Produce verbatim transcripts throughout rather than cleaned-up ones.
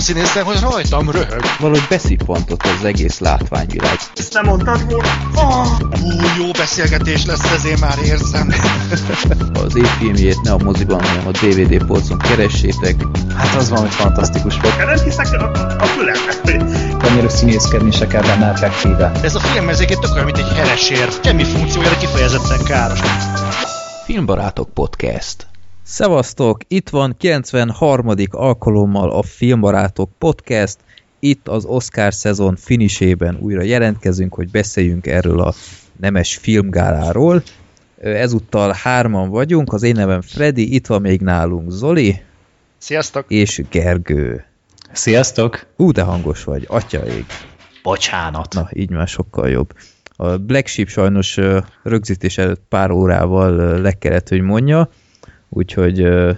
színészen, hogy rajtam röhög. Valahogy beszippantott az egész látványvilág. Ezt nem mondtad volna? Oh, hú, jó beszélgetés lesz, ezért már érzem. Az év filmjét ne a moziban, hanem a dé vé dé polcon keressétek. Hát az valami fantasztikus volt. Nem hiszek a, a fülemnek. Annyira színészkedni se kell benne effektíve. Ez a film ezeket tök olyan, mint egy heresér. Semmi funkciójára kifejezetten káros. Filmbarátok Podcast. Szevasztok! Itt van kilencvenharmadik alkalommal a Filmbarátok Podcast. Itt az Oscar szezon finisében újra jelentkezünk, hogy beszéljünk erről a nemes filmgáláról. Ezúttal hárman vagyunk, az én nevem Freddy, itt van még nálunk Zoli. Sziasztok! És Gergő. Sziasztok! Ú, de hangos vagy, atyaég. Bocsánat. Na, így már sokkal jobb. A Black Sheep sajnos rögzítés előtt pár órával le kellett, hogy mondja, úgyhogy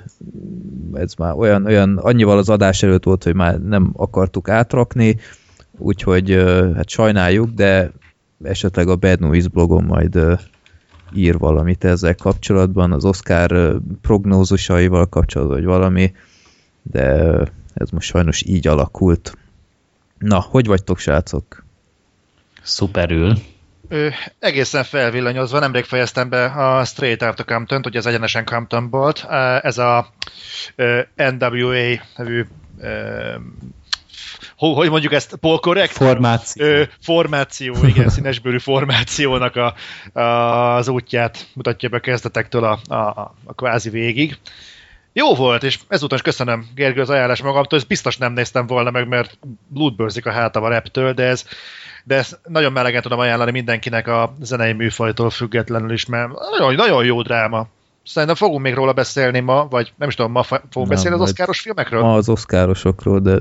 ez már olyan, olyan annyival az adás előtt volt, hogy már nem akartuk átrakni, úgyhogy hát sajnáljuk, de esetleg a Bad Movies blogon majd ír valamit ezzel kapcsolatban, az Oscar prognózusaival kapcsolatban, vagy valami, de ez most sajnos így alakult. Na, hogy vagytok, srácok? Szuperül. Ö, egészen felvillanyozva, nemrég fejeztem be a Straight Outta Compton-t, hogy ez egyenesen Compton volt. Ez a ö, en dupla vé á nevű ö, hogy mondjuk ezt, Paul Correct? Formáció. Ö, formáció, igen, színesbőrű formációnak a, a, az útját mutatja be kezdetektől a, a, a kvázi végig. Jó volt, és ezúton is köszönöm, Gergő, az ajánlás magamtól, ezt biztos nem néztem volna meg, mert blúdbőrzik a hátam a reptől, de ez, de ezt nagyon melegen tudom ajánlani mindenkinek a zenei műfajtól függetlenül is, mert nagyon, nagyon jó dráma. Szerintem fogunk még róla beszélni ma, vagy nem is tudom, ma fogunk nem, beszélni az oszkáros filmekről? Ma az oszkárosokról, de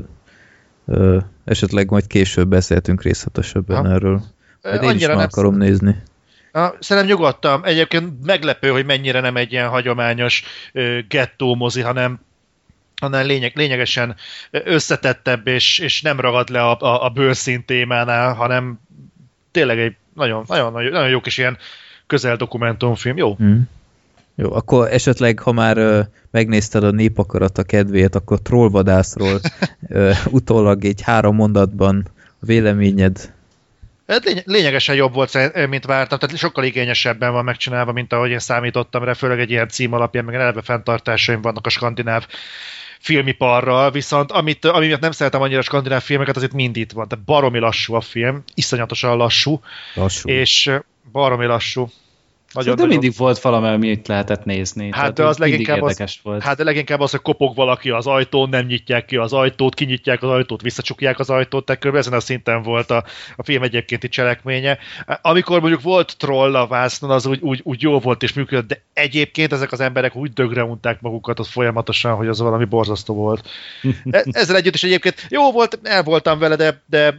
ö, esetleg majd később beszéltünk részletesebben ha. erről. Majd én is már akarom nézni. Szerintem nyugodtam. Egyébként meglepő, hogy mennyire nem egy ilyen hagyományos uh, gettó mozi, hanem, hanem lényeg, lényegesen összetettebb, és, és nem ragad le a, a, a bőrszín témánál, hanem tényleg egy nagyon, nagyon, nagyon jó kis ilyen közel dokumentumfilm. Jó? Mm. Jó, akkor esetleg, ha már uh, megnézted a Népakarata kedvéért, akkor Trollvadászról uh, utólag egy három mondatban véleményed. Lény- lényegesen jobb volt, mint vártam, tehát sokkal igényesebben van megcsinálva, mint ahogy én számítottam rá, főleg egy ilyen cím alapján, meg eleve fenntartásaim vannak a skandináv filmiparral, viszont amit, ami miatt nem szeretem annyira a skandináv filmeket, az itt mind itt van, tehát baromi lassú a film, iszonyatosan lassú, lassú. És baromi lassú. Nagyon, de mindig volt valami, amit lehetett nézni. Hát de az leginkább az, volt. Hát de leginkább az, hogy kopog valaki az ajtón, nem nyitják ki az ajtót, kinyitják az ajtót, visszacsukják az ajtót, tehát kb. Ezen a szinten volt a, a film egyébkénti cselekménye. Amikor mondjuk volt troll a vásznon, az úgy, úgy, úgy jó volt és működött, de egyébként ezek az emberek úgy dögre unták magukat ott folyamatosan, hogy az valami borzasztó volt. Ezzel együtt is egyébként jó volt, el voltam vele, de, de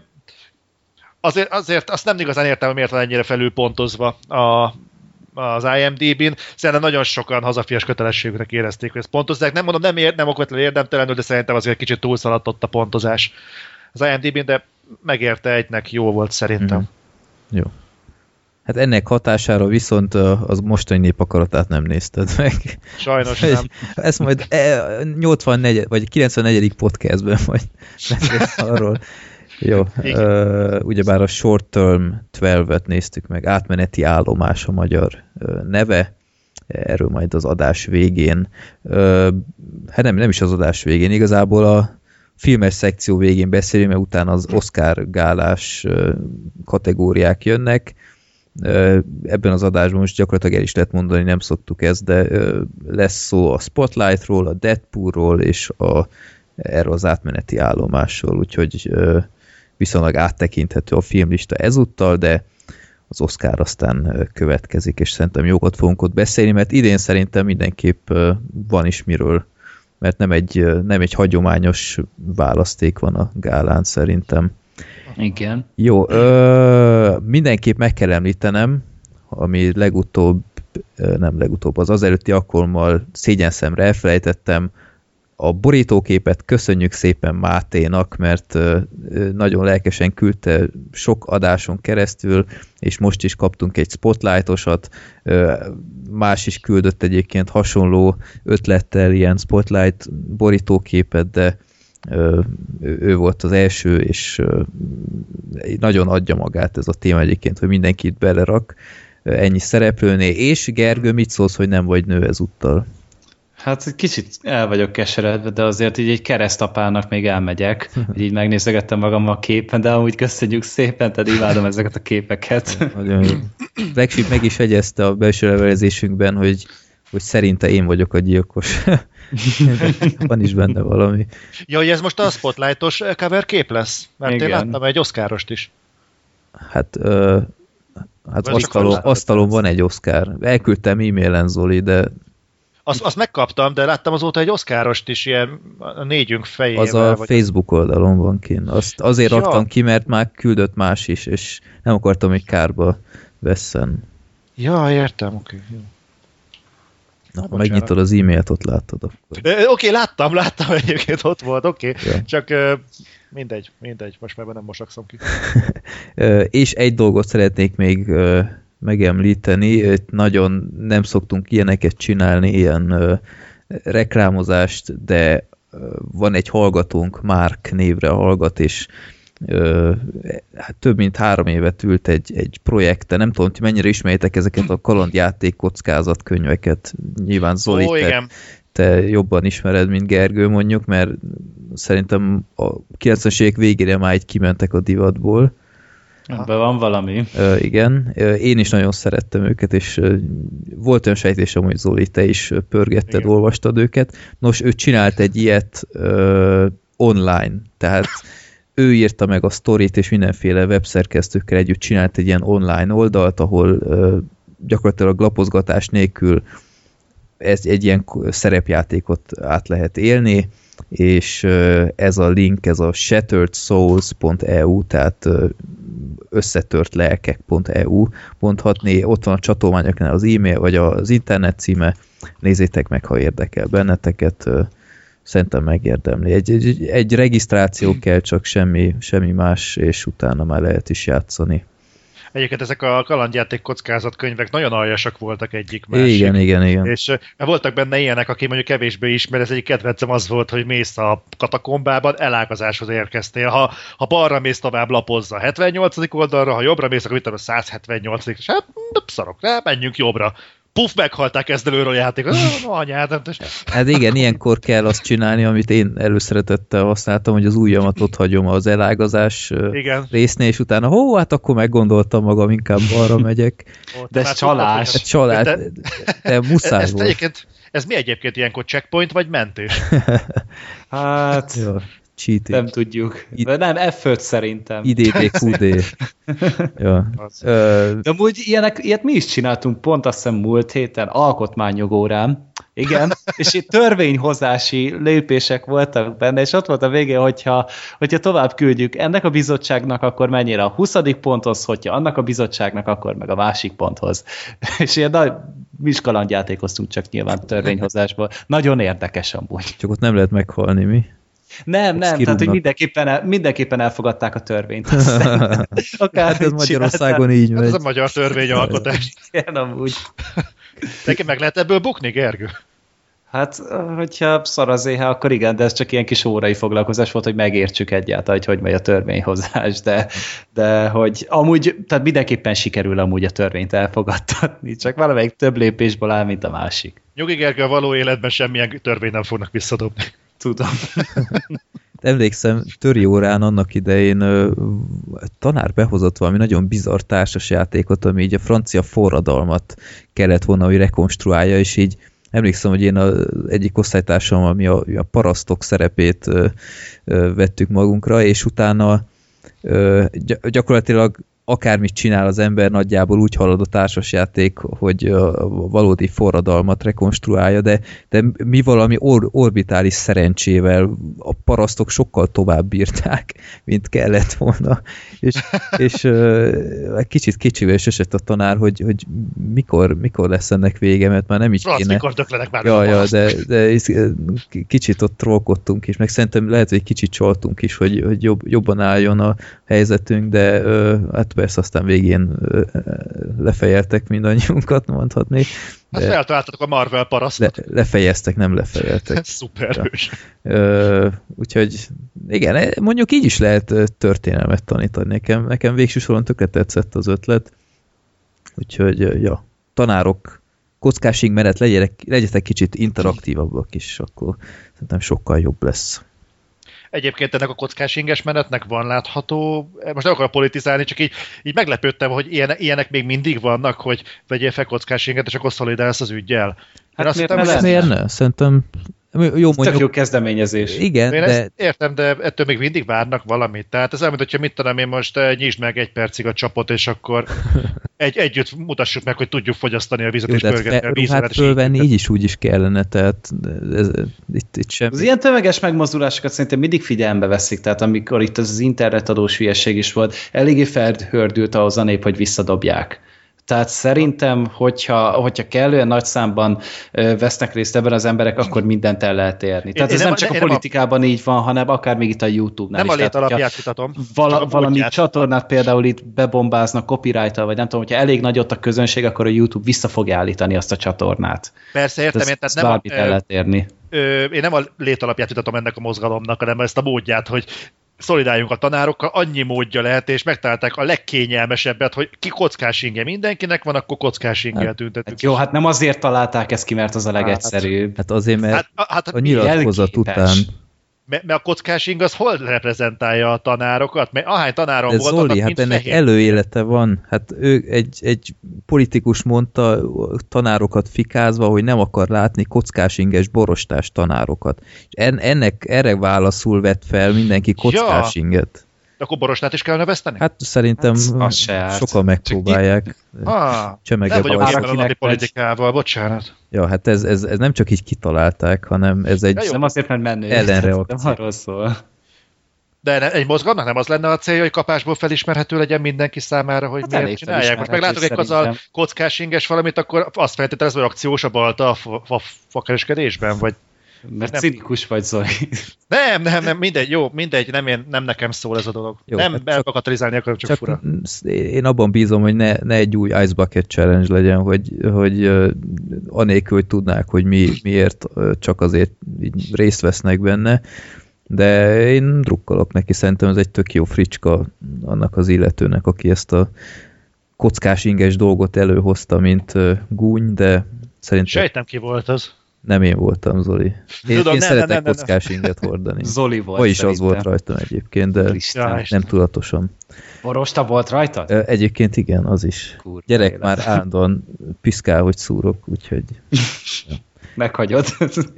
azért, azért azt nem igazán értem, hogy miért van ennyire felülpontozva a az i em dé bén, szerintem nagyon sokan hazafias kötelességüknek érezték, hogy ezt pontozzák. Nem mondom, nem, ér, nem okvetlenül érdemtelenül, de szerintem azért kicsit túlszaladtott a pontozás az i em dé bén, de megérte egynek, jó volt szerintem. Mm. Jó. Hát ennek hatására viszont az mostani Népakaratát nem nézted meg. Sajnos nem. Ezt majd nyolcvannégy vagy kilencvennegyedik podcastben majd beszélsz arról. Jó, uh, ugyebár a Short Term tizenkettőt néztük meg, átmeneti állomás a magyar uh, neve, erről majd az adás végén. Uh, hát nem, nem is az adás végén, igazából a filmes szekció végén beszélünk, mert utána az Oscar gálás uh, kategóriák jönnek. Uh, ebben az adásban most gyakorlatilag el is lehet mondani, nem szoktuk ezt, de uh, lesz szó a Spotlightról, a Deadpoolról és a, erről az átmeneti állomásról, úgyhogy uh, viszonylag áttekinthető a filmlista ezúttal, de az Oscar aztán következik, és szerintem jókat fogunk ott beszélni, mert idén szerintem mindenképp van is miről, mert nem egy, nem egy hagyományos választék van a gálán szerintem. Igen. Jó, ö, mindenképp meg kell említenem, ami legutóbb, nem legutóbb, az az előtti alkalommal szégyenszemre elfelejtettem, a borítóképet köszönjük szépen Máténak, mert nagyon lelkesen küldte sok adáson keresztül, és most is kaptunk egy spotlightosat, más is küldött egyébként hasonló ötlettel ilyen spotlight borítóképet, de ő, ő volt az első, és nagyon adja magát ez a téma egyébként, hogy mindenkit belerak ennyi szereplőnél, és Gergő, mit szólsz, hogy nem vagy nő ezúttal? Hát kicsit el vagyok keseredve, de azért így egy keresztapának még elmegyek, hogy így megnézegettem magam a képen, de amúgy köszönjük szépen, tehát imádom ezeket a képeket. Nagyon jó. Black meg is egyezte a belső levelezésünkben, hogy, hogy szerinte én vagyok a gyilkos. Van is benne valami. Ja, hogy ez most a Spotlight-os cover kép lesz? Mert igen. Én láttam egy Oscarost is. Hát, ö, hát asztalon, asztalon van egy Oscar. Elküldtem e-mailen, Zoli, de Azt, azt megkaptam, de láttam azóta egy Oscarost is, ilyen a négyünk fejével. Az a vagy Facebook oldalon van kint. Azt azért ja. raktam ki, mert már küldött más is, és nem akartam, hogy kárba vesszen. Ja, értem, oké. Okay. Na, ha megnyitod az e-mailt, ott láttad akkor. Oké, okay, láttam, láttam egyébként, ott volt, oké. Okay. Ja. Csak uh, mindegy, mindegy, most már nem mosakszom ki. És egy dolgot szeretnék még uh, megemlíteni, nagyon nem szoktunk ilyeneket csinálni, ilyen uh, reklámozást, de uh, van egy hallgatónk, Márk névre hallgat, és uh, hát több mint három évet ült egy, egy projekten, nem tudom, hogy mennyire ismerjétek ezeket a kalandjáték kockázatkönyveket, nyilván Zoli, Ó, te, te jobban ismered, mint Gergő mondjuk, mert szerintem a kilencvenes évek végére már így kimentek a divatból. Ebben van valami. Uh, igen, uh, én is nagyon szerettem őket, és uh, volt olyan sejtésem, hogy Zoli, te is pörgetted, igen. olvastad őket. Nos, ő csinált egy ilyet uh, online, tehát ő írta meg a sztorit, és mindenféle webszerkesztőkkel együtt csinált egy ilyen online oldalt, ahol uh, gyakorlatilag lapozgatás nélkül ez egy ilyen szerepjátékot át lehet élni, és uh, ez a link, ez a shattered souls pont e u, tehát uh, összetört lelkek pont e u mondhatni, ott van a csatolmányoknál az e-mail, vagy az internet címe, nézzétek meg, ha érdekel benneteket, uh, szerintem megérdemli. Egy, egy, egy regisztráció kell, csak semmi, semmi más, és utána már lehet is játszani. Egyébként ezek a kalandjáték kockázatkönyvek nagyon aljasak voltak egyik másik. Igen, igen, igen. És uh, voltak benne ilyenek, aki mondjuk kevésbé ismer, ez egyik kedvencem az volt, hogy mész a katakombában, elágazáshoz érkeztél. Ha, ha balra mész tovább, lapozza a hetvennyolcadik oldalra, ha jobbra mész, akkor itt a száz hetvennyolcadik és hát szarok rá, menjünk jobbra. Puff, meghalták kezdelőről a játék. No, anyád, hát igen, ilyenkor kell azt csinálni, amit én előszeretettel használtam, hogy az ujjamat ott hagyom az elágazás igen. résznél, és utána, hó, hát akkor meggondoltam magam, inkább balra megyek. Ó, de ez csalás. Ez csalás, de, de muszáj ez, volt. Egyébként, ez mi egyébként ilyenkor checkpoint, vagy mentés? Hát... Jó. Cheating. Nem tudjuk. I- nem, ef öt szerintem. I D D Q D. Ja. De amúgy ilyenek, ilyet mi is csináltunk pont azt hiszem múlt héten, alkotmányjogórán. Igen, és itt törvényhozási lépések voltak benne, és ott volt a végén, hogyha, hogyha tovább küldjük ennek a bizottságnak, akkor mennyire a huszadik ponthoz, hogyha annak a bizottságnak, akkor meg a másik ponthoz. És ilyen nagy mi is kalandjátékoztunk csak nyilván törvényhozásból. Nagyon érdekes amúgy. Csak ott nem lehet meghalni, mi? Nem, nem, tehát hogy mindenképpen, el, mindenképpen elfogadták a törvényt. Akár hát ez Magyarországon így megy. Ez a magyar törvényalkotás. Igen, amúgy. Neki meg lehet ebből bukni, Gergő? Hát, hogyha szar az éhe, akkor igen, de ez csak ilyen kis órai foglalkozás volt, hogy megértsük egyáltalán, hogy hogy megy a törvényhozás, de, de hogy amúgy, tehát mindenképpen sikerül amúgy a törvényt elfogadtatni, csak valamelyik több lépésből áll, mint a másik. Nyugi, Gergő, a való életben semmilyen törvény nem fognak visszadobni. Tudom. Emlékszem, töri órán annak idején ö, tanár behozott valami nagyon bizarr társasjátékot, ami így a francia forradalmat kellett volna, hogy rekonstruálja, és így emlékszem, hogy én az egyik osztálytársam, ami a, a parasztok szerepét ö, ö, vettük magunkra, és utána ö, gyakorlatilag akármit csinál az ember, nagyjából úgy halad a társasjáték, hogy a valódi forradalmat rekonstruálja, de, de mi valami or, orbitális szerencsével a parasztok sokkal tovább bírták, mint kellett volna. És, és uh, kicsit kicsivel is esett a tanár, hogy, hogy mikor, mikor lesz ennek vége, mert már nem így Franc, kéne. mikor döklenek már ja, ja, de, de kicsit ott trollkodtunk is, meg szerintem lehet, hogy kicsit csaltunk is, hogy, hogy jobb, jobban álljon a helyzetünk, de uh, hát persze, aztán végén lefejeltek mindannyiunkat, mondhatnék. Hát feltaláltatok a Marvel parasztot. Le, lefejeztek, nem lefejeltek. Szuperhős. Ja. Úgyhogy igen, mondjuk így is lehet történelmet tanítani. Nekem, nekem végső soron tökre tetszett az ötlet. Úgyhogy, ja, tanárok, kockásing mellett legyetek, legyetek kicsit interaktívabbak is, akkor szerintem sokkal jobb lesz. Egyébként ennek a kockásinges menetnek van látható, most nem akarok politizálni, csak így, így meglepődtem, hogy ilyen, ilyenek még mindig vannak, hogy vegyél fel kockásinget, és akkor szolidálsz az üggyel. Hát azt miért hittem, ne Miért ne? Szerintem jó, mondjuk... Tök jó kezdeményezés. Igen, én de... ezt értem, de ettől még mindig várnak valamit. Tehát ez olyan, mint hogyha mit tudom én most nyisd meg egy percig a csapot, és akkor egy, együtt mutassuk meg, hogy tudjuk fogyasztani a vizet, jó, és pörgetni a vízet. Hát fölvenni így is úgy is kellene, tehát ez, itt, itt semmi. Az ilyen tömeges megmozdulásokat szerintem mindig figyelembe veszik, tehát amikor itt az internetadós hülyeség is volt, eléggé felhördült ahhoz a nép, hogy visszadobják. Tehát szerintem, hogyha, hogyha kellően nagy számban ö, vesznek részt ebben az emberek, akkor mindent el lehet érni. Tehát én, ez én nem csak a politikában a... így van, hanem akár még itt a YouTube-nál nem is. a lét alapját mutatom. Vala, valami csatornát például itt bebombáznak copyright-tal, vagy nem tudom, hogyha elég nagy ott a közönség, akkor a YouTube vissza fogja állítani azt a csatornát. Persze, értem, ez, én, tehát ez nem bármit a, el lehet érni. Ö, én nem a lét alapját mutatom ennek a mozgalomnak, hanem ezt a módját, hogy szolidáljunk a tanárokkal, annyi módja lehet, és megtalálták a legkényelmesebbet, hogy ki kockás inge mindenkinek van, akkor kockás ingel tüntetünk. Hát jó, hát nem azért találták ezt ki, mert az a legegyszerűbb. Hát azért, mert hát, hát, a nyilatkozat után... Mert a kockás ing az hol reprezentálja a tanárokat? Mert ahány tanáron de volt, Zoli, annak hát ennek fehér. előélete van. Hát ő egy, egy politikus mondta tanárokat fikázva, hogy nem akar látni kockásinges, borostás tanárokat. És en, ennek erre válaszul vett fel mindenki kockásinget. De akkor borostát is kell nevezteni? Hát szerintem hát, sokan megpróbálják. Ah, nem vagyok van, éppen a napi akinek politikával, bocsánat. Ja, hát ez, ez, ez nem csak így kitalálták, hanem ez egy nem azért, mert menő. ellenreakció. Nem arról szól. De ne, egy mozgalomnak nem az lenne a célja, hogy kapásból felismerhető legyen mindenki számára, hogy hát miért csinálják. Most meglátok egy azzal kockás inges valamit, akkor azt feltételezve, hogy akciós a balta a fakereskedésben, fa, fa, vagy mert nem. cinikus vagy, Zoli. Nem, nem, nem, mindegy, jó, mindegy, nem, én, nem nekem szól ez a dolog. Jó, nem belkakatalizálni akarom, csak, csak fura. Én abban bízom, hogy ne, ne egy új Ice Bucket Challenge legyen, hogy, hogy uh, anélkül, hogy tudnák, hogy mi, miért uh, csak azért így részt vesznek benne, de én drukkolok neki, szerintem ez egy tök jó fricska annak az illetőnek, aki ezt a kockás inges dolgot előhozta, mint uh, gúny, de szerintem... Sejtem, ki volt az. Nem én voltam, Zoli. Én, Tudom, én nem, szeretek nem, nem, kockás inget hordani. Zoli volt. Vagy is az volt rajtam egyébként, de Isten. nem tudatosan. Borosta volt rajtad? Egyébként igen, az is. Kurva Gyerek élet. már állandóan piszkál, hogy szúrok, úgyhogy... Meghagyod.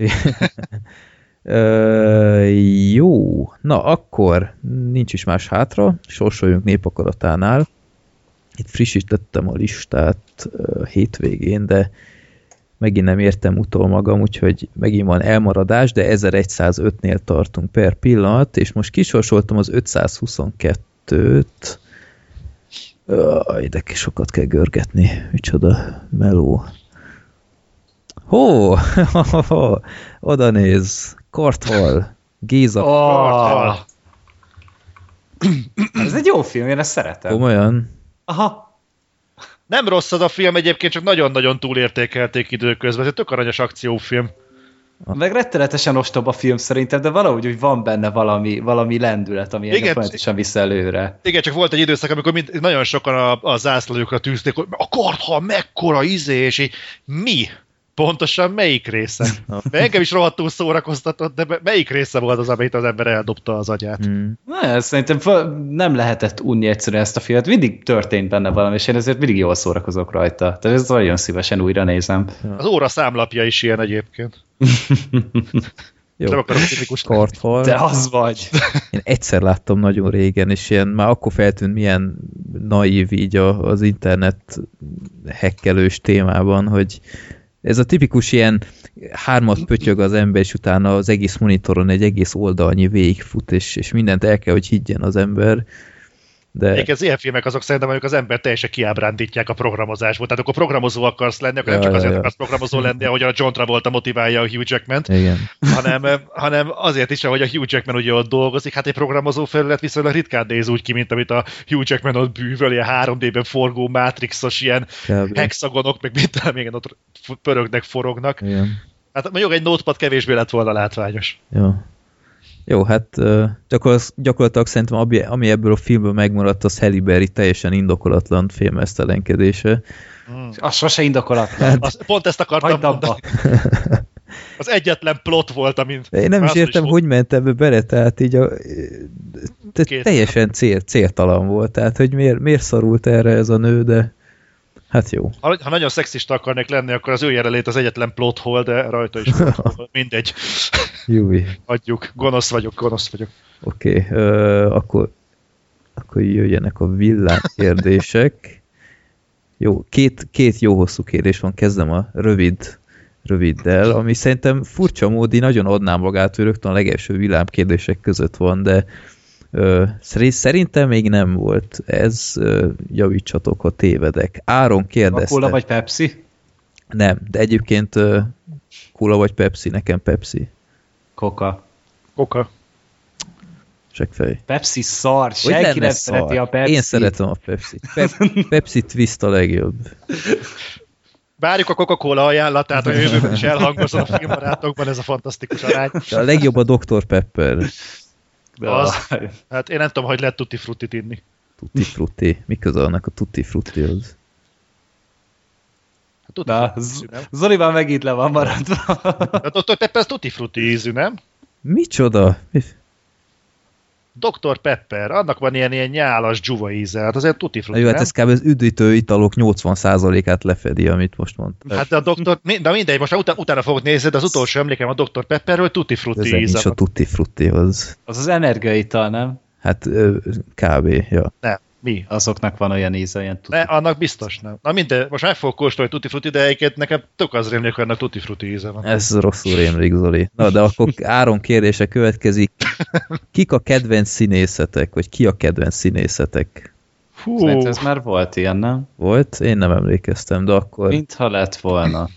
Ö, jó, na akkor nincs is más hátra, sorsoljunk népakaratánál. Itt frissítettem a listát uh, hétvégén, de megint nem értem utol magam, úgyhogy megint van elmaradás, de ezerszázötnél tartunk per pillanat, és most kisorsoltam az ötszázhuszonkettőt. Aj, de ki sokat kell görgetni. Micsoda meló. Hó! Oda néz. Karthal. Géza. Oh. Ez egy jó film, én ezt szeretem. Komolyan? Aha. Nem rossz az a film egyébként, csak nagyon-nagyon túlértékelték időközben. Ez egy tök aranyos akciófilm. Meg rettenetesen ostoba film szerintem, de valahogy úgy van benne valami, valami lendület, ami engem folyamatosan visz előre. Igen, csak volt egy időszak, amikor mind, nagyon sokan a, a zászlójukra tűzték, hogy a Karthal mekkora izé, és így mi? Pontosan melyik része? Engem is rohadtul szórakoztatott, de melyik része volt az, amit az ember eldobta az agyát? Hmm. Na, szerintem nem lehetett unni egyszerűen ezt a filmet. Mindig történt benne valami, és én ezért mindig jól szórakozok rajta. Tehát ezt nagyon szívesen újra nézem. Az óra számlapja is ilyen egyébként. Jó. Nem akarok kritikus. Karthal. De az vagy. Én egyszer láttam nagyon régen, és ilyen, már akkor feltűnt, milyen naív így a, az internet hekkelős témában, hogy ez a tipikus ilyen hármat pötyög az ember, és utána az egész monitoron egy egész oldalnyi végigfut, és, és mindent el kell, hogy higgyen az ember. De... Egyébként az ilyen filmek azok szerintem, amikor az ember teljesen kiábrándítják a programozásból. Tehát akkor programozó akarsz lenni, akkor ja, nem csak azért ja, akarsz programozó lenni, ahogy a John Travolta motiválja a Hugh Jackmant, hanem, hanem azért is, ahogy a Hugh Jackman ugye ott dolgozik. Hát egy programozó felület viszonylag ritkán néz úgy ki, mint amit a Hugh Jackman ott bűvöl, ilyen három dé-ben forgó, matrixos ilyen Kb. hexagonok, meg minden még ott pörögnek, forognak. Igen. Hát mondjuk egy notepad kevésbé lett volna látványos. Ja. Jó, hát gyakor- gyakorlatilag szerintem ami, ami ebből a filmből megmaradt, az Halle Berry teljesen indokolatlan filmesztelenkedése. Mm. Az sose indokolatlan. Hát, az, pont ezt akartam mondani. Az egyetlen plot volt, amint... Én nem is értem, is hogy ment ebbe bele, tehát így a, te teljesen cél, céltalan volt, tehát hogy miért, miért szorult erre ez a nő, de hát jó. Ha, ha nagyon szexista akarnék lenni, akkor az ő jelenlét az egyetlen plot hole, de rajta is volt. Mindegy. Júj. Adjuk. Gonosz vagyok, gonosz vagyok. Oké, okay, uh, akkor, akkor jöjjenek a villámkérdések. Jó, két, két jó hosszú kérdés van, kezdem a rövid, röviddel, ami szerintem furcsa módi, nagyon adnám magát, ő rögtön a legelső villámkérdések között van, de uh, szerintem még nem volt. Ez, uh, javítsatok, ha tévedek. Áron kérdezte. A Cola vagy Pepsi? Nem, de egyébként uh, Cola vagy Pepsi, nekem Pepsi. Coca. Coca. Seggfej. Pepsi szar, senki nem szereti a Pepsi. Én szeretem a Pepsi. Pe- Pepsi Twist a legjobb. Várjuk a Coca-Cola ajánlatát, a jövőben is elhangozol a filmbarátokban, ez a fantasztikus arány. De a legjobb a doktor Pepper. Az, hát én nem tudom, hogy lehet Tutti Fruttit inni. Tutti Frutti? Mi köze annak a Tutti Fruttihoz? Na, Zolival megint le van maradva. A doktor Pepper az Tutti Frutti ízű, nem? Micsoda? Mi? doktor Pepper, annak van ilyen, ilyen nyálas dzsuva íze, hát azért Tutti Frutti, jó, hát ez kb. Az üdítő italok nyolcvan százalékát lefedi, amit most mondtam. Hát de a doktor, de mindegy, most utána, utána fogok nézni, de az utolsó emlékem a doktor Pepperről Tutti Frutti íze. Ez a Tutti Fruttihoz. Az az energiaital, nem? Hát kb. Ja. Nem. Mi? Azoknak van olyan íze, ilyen tutti. Ne, annak biztos nem. Na minden, most meg fogok kóstolni Tutti Frutti, de egyébként nekem tök az rémlik, hogy annak Tutti Frutti íze van. Ez rosszul rémlik, Zoli. Na, de akkor Áron kérdése következik. Kik a kedvenc színészetek, vagy ki a kedvenc színészetek? Hú. Szerintem ez már volt ilyen, nem? Volt? Én nem emlékeztem, de akkor... Mintha lett volna.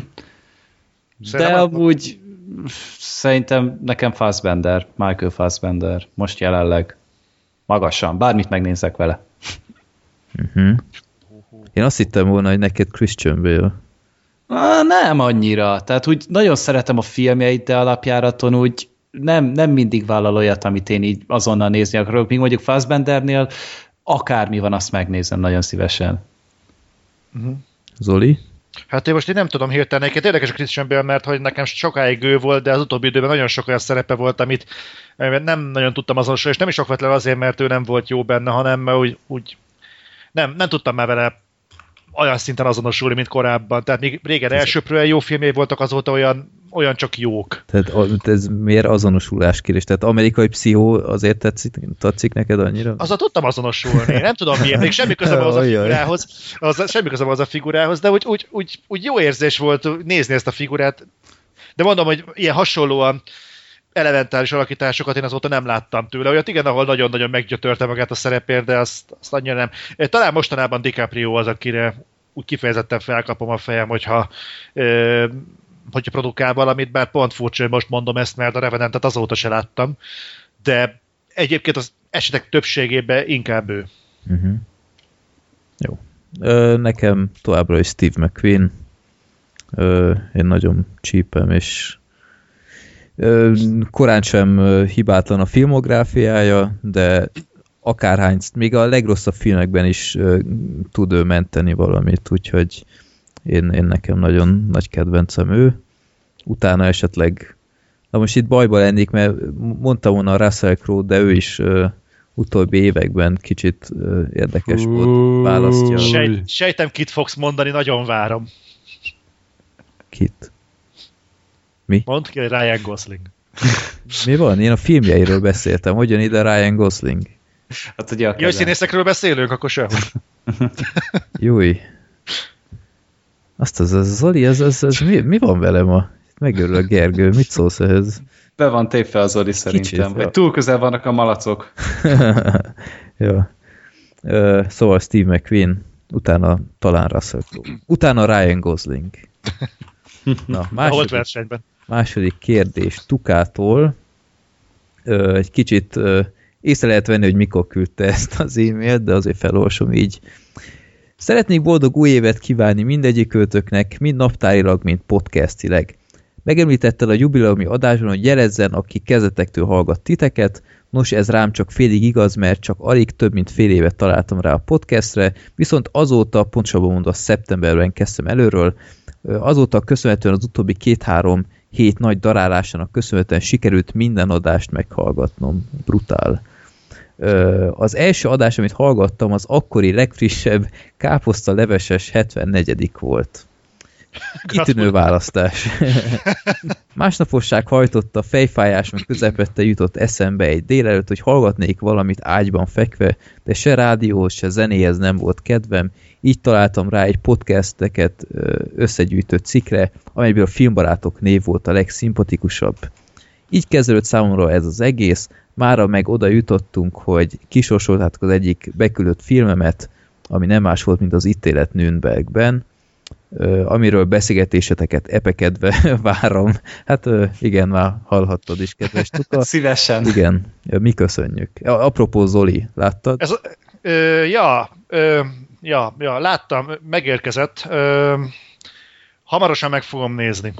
De amúgy szerintem nekem Fassbender, Michael Fassbender, most jelenleg. Magasan, bármit megnézek vele. Uh-huh. Én azt hittem volna, hogy neked Christian Bale. Ah, nem annyira. Tehát úgy nagyon szeretem a filmjeit, de alapjáraton úgy nem, nem mindig vállal olyat, amit én így azonnal nézni akarok. Míg mondjuk Fassbendernél akármi van, azt megnézem nagyon szívesen. Uh-huh. Zoli? Hát én most én nem tudom hirtelen, egyébként érdekes a Christian Bale, mert hogy nekem sokáig ő volt, de az utóbbi időben nagyon sok olyan szerepe volt, amit nem nagyon tudtam azonosulni, és nem is okvetlen azért, mert ő nem volt jó benne, hanem mert úgy, úgy nem, nem tudtam már vele olyan szinten azonosulni, mint korábban. Tehát még régen elsőprően jó filmjei voltak, azóta olyan, olyan csak jók. Tehát ez miért azonosulás kérés? Tehát Amerikai Pszichó azért tetszik, tetszik neked annyira? Azzal tudtam azonosulni. Nem tudom miért, még semmi közöm az a figurához, az, semmi közöm az a figurához, de úgy, úgy, úgy, úgy jó érzés volt nézni ezt a figurát. De mondom, hogy ilyen hasonlóan elementáris alakításokat én azóta nem láttam tőle. Olyat igen, ahol nagyon-nagyon meggyötörte magát a szerepért, de azt, azt annyira nem. Talán mostanában DiCaprio az, akire úgy kifejezetten felkapom a fejem, hogyha, ö, hogyha produkál valamit, bár pont furcsa, hogy most mondom ezt, mert a Revenantet azóta se láttam, de egyébként az esetek többségében inkább ő. Uh-huh. Jó. Ö, nekem továbbra is Steve McQueen. Ö, én nagyon csípem, és korán sem hibátlan a filmográfiája, de akárhány, még a legrosszabb filmekben is uh, tud ő menteni valamit, úgyhogy én, én nekem nagyon nagy kedvencem ő. Utána esetleg, na most itt bajba lennék, mert mondtam volna a Russell Crowe, de ő is uh, utóbbi években kicsit uh, érdekes uh, volt, választja. Sej, sejtem, kit fogsz mondani, nagyon várom. Kit? Mi? Mondd ki, hogy Ryan Gosling. Mi van? Én a filmjeiről beszéltem. Hogyan ide Ryan Gosling? Hát ugye a Jó, színészekről beszélünk, akkor sem. Júj. Azt az, az Zoli, ez, ez, ez mi, mi van vele ma? Megörül a Gergő, mit szólsz ehhez? Be van tépve a Zoli szerintem. Kicsit, túl közel vannak a malacok. Ja. Uh, szóval Steve McQueen, utána talán Russell Crowe, utána Ryan Gosling. Na, második, versenyben. második kérdés Tukától. Uh, egy kicsit uh, észre lehet venni, hogy mikor küldte ezt az e-mailt, de azért felolvasom így. Szeretnék boldog új évet kívánni mindegyikőtöknek, mind naptárilag, mind podcastileg. Megemlítetted a jubileumi adásban, hogy jelezzen, aki kezdetektől hallgat titeket. Nos, ez rám csak félig igaz, mert csak alig több mint fél évet találtam rá a podcastre, viszont azóta, pontosabban mondva szeptemberben kezdtem előről, azóta köszönhetően az utóbbi két-három hét nagy darálásának köszönhetően sikerült minden adást meghallgatnom. Brutál. Az első adás, amit hallgattam, az akkori legfrissebb káposzta leveses hetvennegyedik volt. Kitűnő választás. Másnaposság hajtotta, fejfájás meg közepette jutott eszembe egy délelőtt, hogy hallgatnék valamit ágyban fekve, de se rádióhoz, se zenéhez nem volt kedvem, így találtam rá egy podcasteket összegyűjtő cikkre, amelyből a Filmbarátok név volt a legszimpatikusabb. Így kezdődött számomra ez az egész, mára meg oda jutottunk, hogy kisorsoltátok az egyik beküldött filmemet, ami nem más volt, mint az Ítélet Nürnbergben, amiről beszélgetéseteket epekedve várom. Hát igen, már hallhattad is, kedves Tuka. Szívesen. Igen, mi köszönjük. Apropó, Zoli, láttad? Ez, ö, ja, ö, ja, ja, láttam, megérkezett. Ö, hamarosan meg fogom nézni.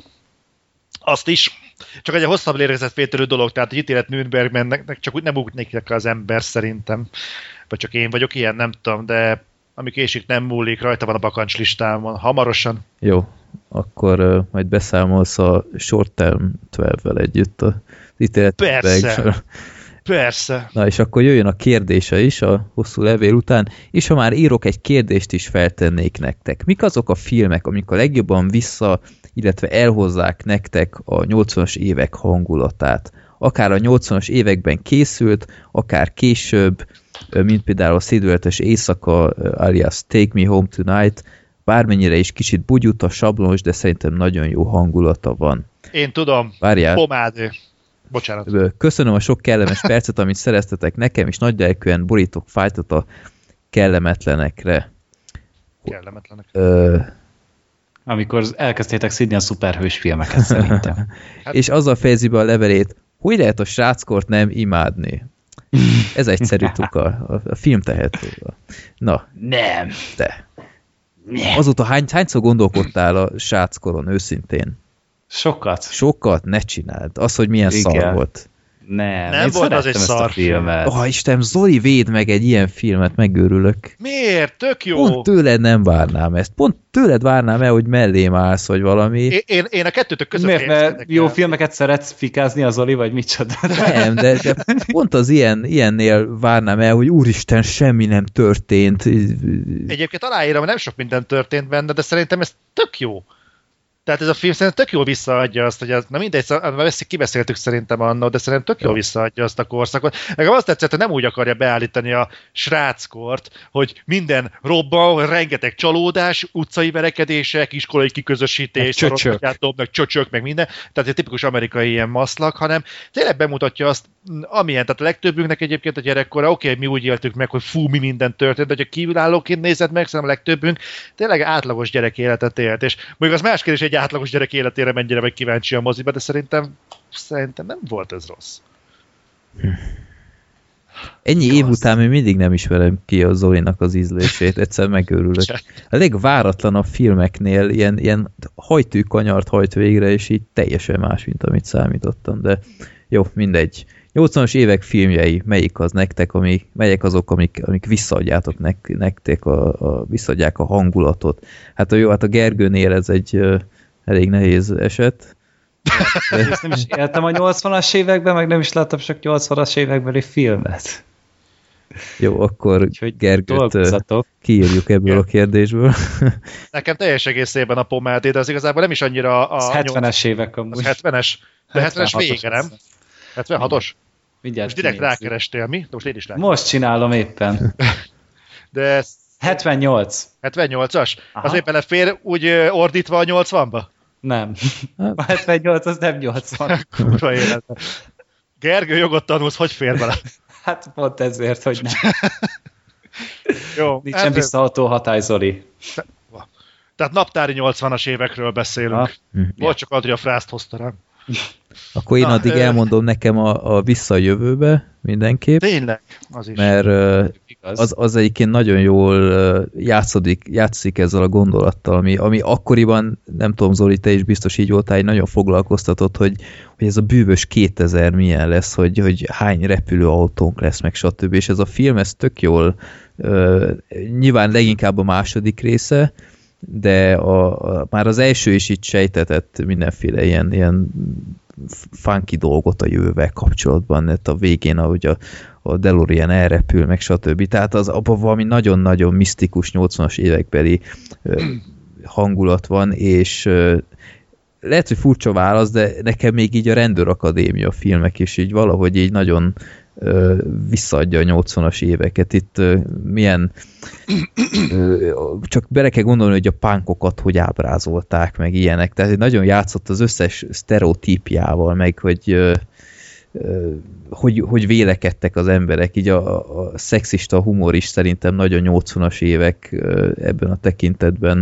Azt is. Csak egy hosszabb lélegzetvételű dolog, tehát egy Ítélet Nürnbergben csak úgy nem ugrik az ember szerintem. Vagy csak én vagyok ilyen, nem tudom, de ami késik nem múlik, rajta van a bakancs listámon. Hamarosan. Jó, akkor uh, majd beszámolsz a Short Term tizenkettővel együtt az Ítélet Persze. Persze. Na és akkor jöjjön a kérdése is a hosszú levél után, és ha már írok, egy kérdést is feltennék nektek. Mik azok a filmek, amik a legjobban vissza, illetve elhozzák nektek a nyolcvanas évek hangulatát? Akár a nyolcvanas években készült, akár később, mint például a Szédületes éjszaka, alias Take Me Home Tonight, bármennyire is kicsit bugyuta, sablonos, de szerintem nagyon jó hangulata van. Én tudom. Várjál. Pomádé. Bocsánat. Köszönöm a sok kellemes percet, amit szereztetek nekem, és nagylelkűen borítok fájtot a kellemetlenekre. Kellemetlenek. Ö... Amikor elkezdtétek szidni a szuperhős filmeket, szerintem. Hát... És azzal fejezi be a levelét, hogy lehet a sráckort nem imádni. Ez egyszerű Tuka, a, a film tehető. Na. Nem. De. Nem. Azóta hány, hányszor gondolkodtál a sráckoron, őszintén? Sokat. Sokat? Ne csináld. Az, hogy milyen Igen. szar volt. Nem, nem volt az egy szar filmet. Oh, Istenem, Zoli, véd meg egy ilyen filmet, megőrülök. Miért? Tök jó. Pont tőled nem várnám ezt. Pont tőled várnám el, hogy mellém állsz, vagy valami. Én, én, én a kettőtök között Miért? Mert jó el. filmeket szeretsz fikázni az Zoli, vagy micsoda? Nem, de, de pont az ilyen, ilyennél várnám el, hogy úristen, semmi nem történt. Egyébként aláírom, nem sok minden történt benne, de szerintem ez tök jó. Tehát ez a film szerintem tök jól visszaadja azt, hogy az, na mindegy, ezt kibeszéltük szerintem annak, de szerintem tök jól visszaadja azt a korszakot. Nekem azt tetszett, hogy nem úgy akarja beállítani a sráckort, hogy minden robban, rengeteg csalódás, utcai verekedések, iskolai kiközösítés, csöcsök. Dobnak, csöcsök, meg minden. Tehát egy tipikus amerikai ilyen maszlak, hanem tényleg bemutatja azt, amilyen, tehát a legtöbbünknek egyébként a gyerekkora, oké, okay, mi úgy éltük meg, hogy fú, mi minden történt, de hogyha kívülállóként nézed meg, szerintem a legtöbbünk tényleg átlagos gyerek életet élt. És mondjuk az más kérdés, egy átlagos gyerek életére mennyire meg kíváncsi a moziba, de szerintem, szerintem nem volt ez rossz. Ennyi év után még mindig nem ismerem ki a Zolinak az ízlését, egyszer megőrülök. A legváratlanabb filmeknél ilyen, ilyen hajtű kanyart hajt végre, és így teljesen más, mint amit számítottam, de jó, mindegy. nyolcvanas évek filmjei, melyik az nektek, amik, melyek azok, amik, amik visszaadjátok nek, nektek, a, a, visszaadják a hangulatot. Hát a jó, hát a Gergőnél ez egy uh, elég nehéz eset. De... Ezt nem is éltem a nyolcvanas években, meg nem is láttam csak nyolcvanas évekbeli filmet. Jó, akkor úgyhogy Gergőt kiírjuk ebből Igen. a kérdésből. Nekem teljes egészében a pomádé, de az igazából nem is annyira a... Az hetvenes évek amúgy. Az hetvenes? De hetvenes vége, nem? hetvenhatos? Mindjárt most direkt kinézzük. Rákerestél, mi? De most én is látom. Most csinálom éppen. De hetvennyolc. hetvennyolcas? Az éppen lefér úgy ordítva a nyolcvanba? Nem. A hetvennyolc az nem nyolcvan. Kurva élet. Gergő, jogot tanulsz, hogy fér bele? Hát pont ezért, hogy nem. Jó, Nincsen hát, visszaható hatály, Zoli. tehát naptári nyolcvanas évekről beszélünk. Volt csak Adria frászt hozta rám. Akkor én Na, addig ö... elmondom nekem a, a Vissza a jövőbe mindenképp. Tényleg, az is. Mert az, az egyébként nagyon jól játszik, játszik ezzel a gondolattal, ami, ami akkoriban, nem tudom, Zoli, te is biztos így voltál, nagyon foglalkoztatott, hogy, hogy ez a bűvös kétezer milyen lesz, hogy, hogy hány repülőautónk lesz, meg stb. És ez a film, ez tök jól, uh, nyilván leginkább a második része, de a, a, már az első is itt sejtetett mindenféle ilyen, ilyen funky dolgot a jövővel kapcsolatban, mert a végén, ahogy a, a DeLorean elrepül, meg stb. Tehát az abban valami nagyon-nagyon misztikus nyolcvanas évekbeli ö, hangulat van, és ö, lehet, hogy furcsa válasz, de nekem még így a Rendőrakadémia filmek is így valahogy így nagyon ö, visszaadja a nyolcvanas éveket. Itt ö, milyen ö, csak bele kell gondolni, hogy a punkokat hogy ábrázolták, meg ilyenek. Tehát nagyon játszott az összes sztereotípiával, meg hogy ö, ö, hogy, hogy vélekedtek az emberek. Így a, a szexista humor is szerintem nagyon nyolcvanas évek ö, ebben a tekintetben,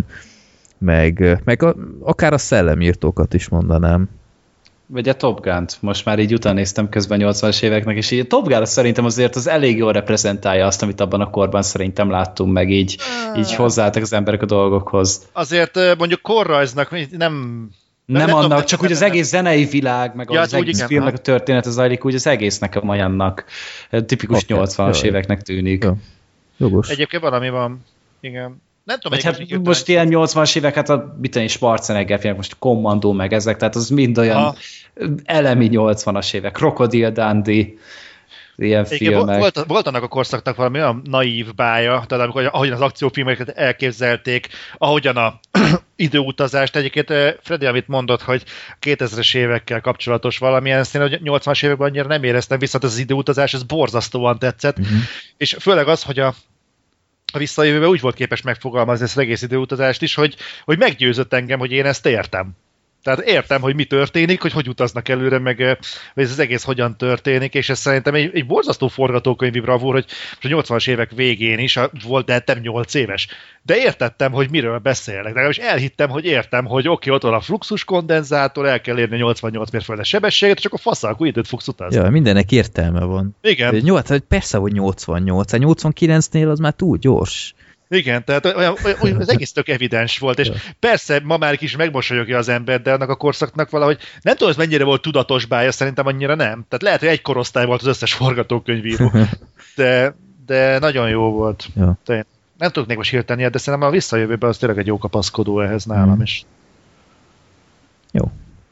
meg, meg a, akár a szellemírtókat is mondanám. Vagy a Top Gun-t. Most már így utánéztem közben nyolcvanas éveknek, és így a Top Gun szerintem azért az elég jól reprezentálja azt, amit abban a korban szerintem láttunk, meg így, így hozzáálltak az emberek a dolgokhoz. Azért mondjuk korrajznak nem... Nem, nem annak, tudom, csak úgy az egész zenei világ, meg ja, az, az egész filmnek a története zajlik, úgy az egésznek a olyannak. Tipikus okay, nyolcvanas jó, éveknek tűnik. Jó. Jogos. Egyébként valami van. Igen. Nem tudom, hát most, most ilyen nyolcvanas évek, hát a biteni Schwarzenegger filmek, most Kommandó meg ezek, tehát az mind olyan ha. elemi nyolcvanas évek, Crocodile Dundee, ilyen igen, filmek. Volt, volt annak a korszaknak valami olyan naív bája, tehát amikor, ahogyan az akciófilmeket elképzelték, ahogyan a időutazást, egyébként Freddy, amit mondott, hogy kétezres évekkel kapcsolatos valamilyen szín, hogy nyolcvanas években annyira nem éreztem, viszont az időutazás, ez borzasztóan tetszett, uh-huh. és főleg az, hogy a a Vissza a jövőben úgy volt képes megfogalmazni ezt az egész időutazást is, hogy, hogy meggyőzött engem, hogy én ezt értem. Tehát értem, hogy mi történik, hogy hogy utaznak előre, meg hogy ez az egész hogyan történik, és ez szerintem egy, egy borzasztó forgatókönyvi bravúr, hogy a nyolcvanas évek végén is volt, de nem nyolc éves. De értettem, hogy miről beszélnek. De és elhittem, hogy értem, hogy oké, ott van a fluxus kondenzátor, el kell érni nyolcvannyolc mérföldes sebességet, csak a faszal, akkor időt fogsz utazni. Ja, mindennek értelme van. Igen. nyolc, persze, hogy nyolcvannyolc, a nyolcvankilencnél az már túl gyors. Igen, tehát olyan, olyan, az egész tök evidens volt, és persze ma már is megmosolyogja az ember, de annak a korszaknak valahogy, nem tudom, ez mennyire volt tudatos bája, szerintem annyira nem. Tehát lehet, hogy egy korosztály volt az összes forgatókönyvíró, de, de nagyon jó volt. Ja. Nem tudok még most hirteni, de szerintem a Vissza a jövőben az tényleg egy jó kapaszkodó ehhez nálam is. Jó.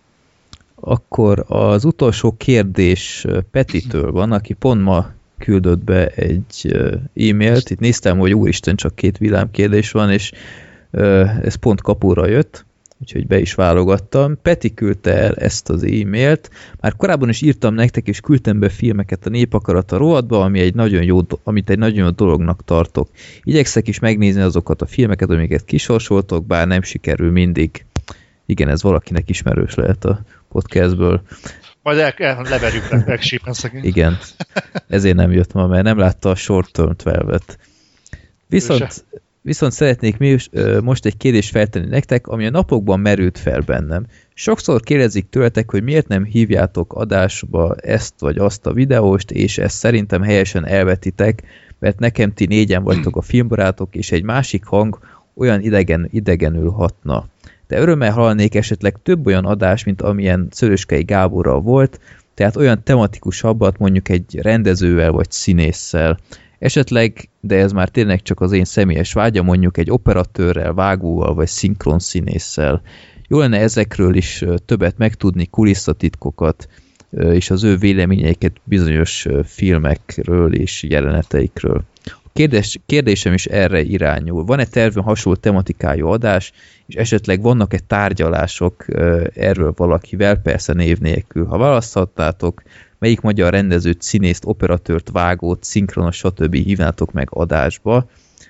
Akkor az utolsó kérdés Petitől van, aki pont ma küldött be egy e-mailt. Itt néztem, hogy úristen, csak két villámkérdés van, és ez pont kapóra jött, úgyhogy be is válogattam. Peti küldte el ezt az e-mailt. Már korábban is írtam nektek, és küldtem be filmeket a Népakarata rovatba, ami egy nagyon jó, amit egy nagyon jó dolognak tartok. Igyekszek is megnézni azokat a filmeket, amiket kisorsoltok, bár nem sikerül mindig. Igen, ez valakinek ismerős lehet a podcastből. Majd el, el, leverjük meg sípen szegény. Igen, ezért nem jött ma, mert nem látta a Short Term tizenöt. Viszont, viszont szeretnék mi is, most egy kérdést feltenni nektek, ami a napokban merült fel bennem. Sokszor kérdezik tőletek, hogy miért nem hívjátok adásba ezt vagy azt a videóst, és ezt szerintem helyesen elvetitek, mert nekem ti négyen vagytok a filmbarátok, és egy másik hang olyan idegen, idegenül hatna. De örömmel hallanék esetleg több olyan adás, mint amilyen Szöröskei Gáborral volt, tehát olyan tematikusabbat mondjuk egy rendezővel vagy színésszel. Esetleg, de ez már tényleg csak az én személyes vágya, mondjuk egy operatőrrel, vágóval vagy szinkron színésszel. Jó lenne ezekről is többet megtudni, kulisszatitkokat, és az ő véleményeiket bizonyos filmekről és jeleneteikről. Kérdés, kérdésem is erre irányul. Van-e tervön hasonló tematikájú adás, és esetleg vannak-e tárgyalások erről valakivel, persze név nélkül? Ha választhattátok, melyik magyar rendezőt, színészt, operatőrt, vágót, szinkronos, stb. Hívnátok meg adásba?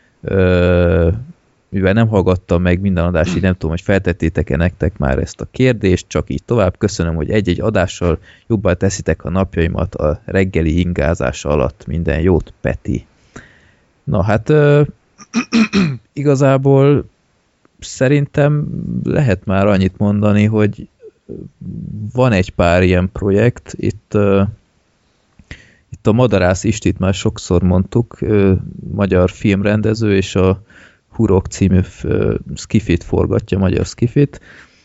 Mivel nem hallgattam meg minden adást, így nem tudom, hogy feltettétek-e nektek már ezt a kérdést, csak így tovább. Köszönöm, hogy egy-egy adással jobban teszitek a napjaimat a reggeli ingázás alatt. Minden jót, Peti. Na hát igazából szerintem lehet már annyit mondani, hogy van egy pár ilyen projekt. Itt, itt a Madarász Istit már sokszor mondtuk, magyar filmrendező, és a Hurok című skifit forgatja, magyar skifit.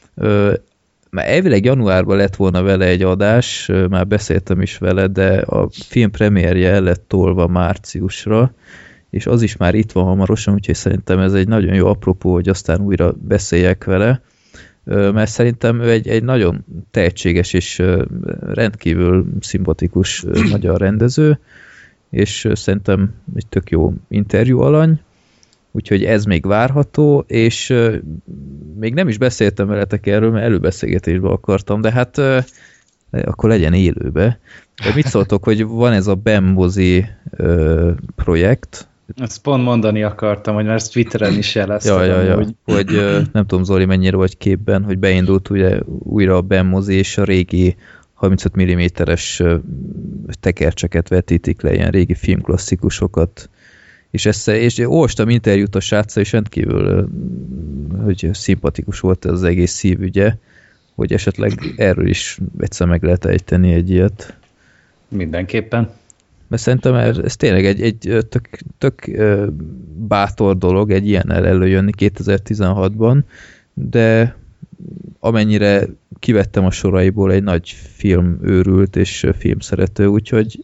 Már elvileg januárban lett volna vele egy adás, már beszéltem is vele, de a film premierje el lett tolva márciusra, és az is már itt van hamarosan, úgyhogy szerintem ez egy nagyon jó apropó, hogy aztán újra beszéljek vele, mert szerintem ő egy, egy nagyon tehetséges és rendkívül szimpatikus magyar rendező, és szerintem egy tök jó interjú alany, úgyhogy ez még várható, és még nem is beszéltem veletek erről, mert előbeszélgetésbe akartam, de hát akkor legyen élőbe. De mit szóltok, hogy van ez a Ben mozi projekt? Ezt pont mondani akartam, hogy már Twitteren is jeleztem. Ja, ja, ja. Hogy, hogy nem tudom, Zoli, mennyire vagy képben, hogy beindult ugye újra a Ben mozi, és a régi harmincöt milliméteres tekercseket vetítik le, ilyen régi filmklasszikusokat. És, ezt, és olvastam interjút a sráccal, és rendkívül hogy szimpatikus volt az egész szívügye, hogy esetleg erről is egyszer meg lehet ejteni egy ilyet. Mindenképpen. Mert szerintem ez tényleg egy, egy tök, tök bátor dolog egy ilyennel előjönni kétezer-tizenhatban, de amennyire kivettem a soraiból, egy nagy filmőrült és filmszerető, úgyhogy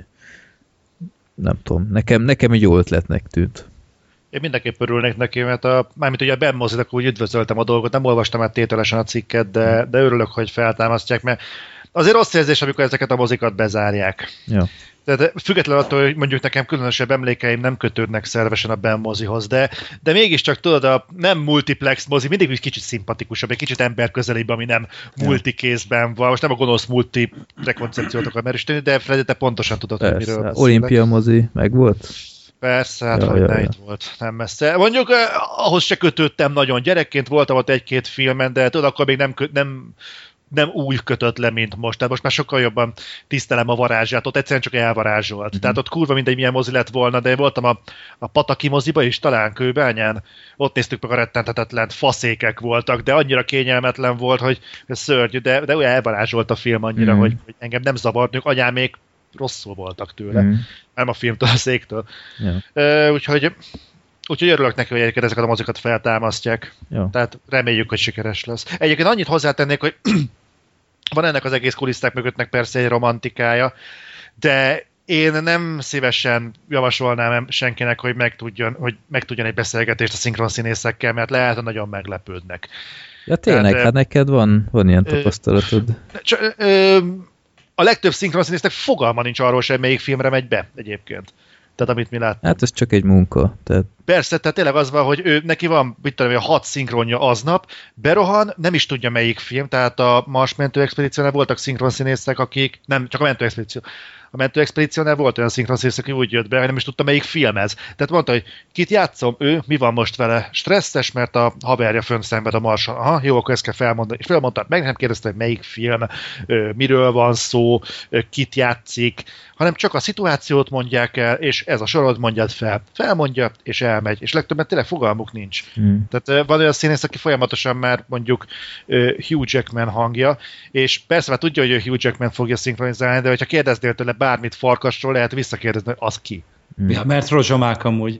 nem tudom, nekem, nekem egy jó ötletnek tűnt. Én mindenképp örülnék neki, mert a, mármint ugye a Ben Mozinak úgy üdvözöltem a dolgot, nem olvastam át tételesen a cikket, de, de örülök, hogy feltámasztják, mert azért rossz érzés, amikor ezeket a mozikat bezárják. Ja. Tehát függetlenül attól, hogy mondjuk nekem különösebb emlékeim nem kötődnek szervesen a Ben mozihoz, de, de mégiscsak tudod, a nem multiplex mozi mindig egy kicsit szimpatikusabb, egy kicsit emberközelibb, ami nem multikézben van. Most nem a gonosz multi rekoncepciót akar meristeni, de Freddy, te pontosan tudod, persze, hogy miről beszélek. Olimpia mozi meg volt? Persze, hát ja, hogy ja, ne ja. itt volt, nem messze. Mondjuk eh, ahhoz se kötődtem nagyon. Gyerekként voltam ott egy-két filmen, de tudod, akkor még nem, kö- nem, nem úgy kötött le, mint most. Tehát most már sokkal jobban tisztelem a varázsát, ott egyszerűen csak elvarázsolt. Mm-hmm. Tehát ott kurva mindegy, milyen mozi lett volna, de én voltam a, a Pataki moziba is, talán Kőbányán. Ott néztük meg a rettenthetetlen faszékek voltak, de annyira kényelmetlen volt, hogy szörnyű, de, de olyan elvarázsolt a film annyira, mm-hmm. hogy, hogy engem nem zavart, anyám még rosszul voltak tőle. Mm. Nem a filmtől, a széktől. Yeah. Uh, úgyhogy, úgyhogy örülök neki, hogy egyébként ezeket a mozikat feltámasztják. Yeah. Tehát reméljük, hogy sikeres lesz. Egyébként annyit hozzátennék, hogy van ennek az egész kulisszák mögöttnek persze egy romantikája, de én nem szívesen javasolnám senkinek, hogy megtudjon, hogy megtudjon egy beszélgetést a szinkronszínészekkel, mert lehet, hogy nagyon meglepődnek. Ja tényleg, tehát, hát neked van, van ilyen tapasztalatod. Ö, ö, A legtöbb szinkronszínésznek fogalma nincs arról sem, melyik filmre megy be egyébként. Tehát amit mi láttunk. Hát ez csak egy munka. Tehát... Persze, tehát tényleg az van, hogy ő, neki van, mit tudom, a hat szinkronja aznap, berohan, nem is tudja melyik film, tehát a Mars Mentő Expedíciónál voltak szinkronszínészek, akik, nem, csak a Mentő Expedíció. A Mentő Expedíciónál volt olyan szinkronszínész, aki úgy jött be, hogy nem is tudta, melyik film ez. Tehát mondta, hogy kit játszom, ő, mi van most vele? Stresszes, mert a haverja fönn szenved a Marson. Aha, jó, akkor ezt kell felmondani. És felmondta, meg nem kérdezte, hogy melyik film, miről van szó, kit játszik, hanem csak a szituációt mondják el, és ez a sorod mondjad fel. Felmondja, és elmegy. És legtöbben tényleg fogalmuk nincs. Hmm. Tehát van olyan színész, aki folyamatosan már mondjuk Hugh Jackman hangja, és persze már tudja, hogy ő Hugh Jackman fogja szinkronizálni, de hogyha kérdeznél tőle bármit Farkasról, lehet visszakérdezni, hogy az ki. Hmm. Ja, mert rozsomák amúgy.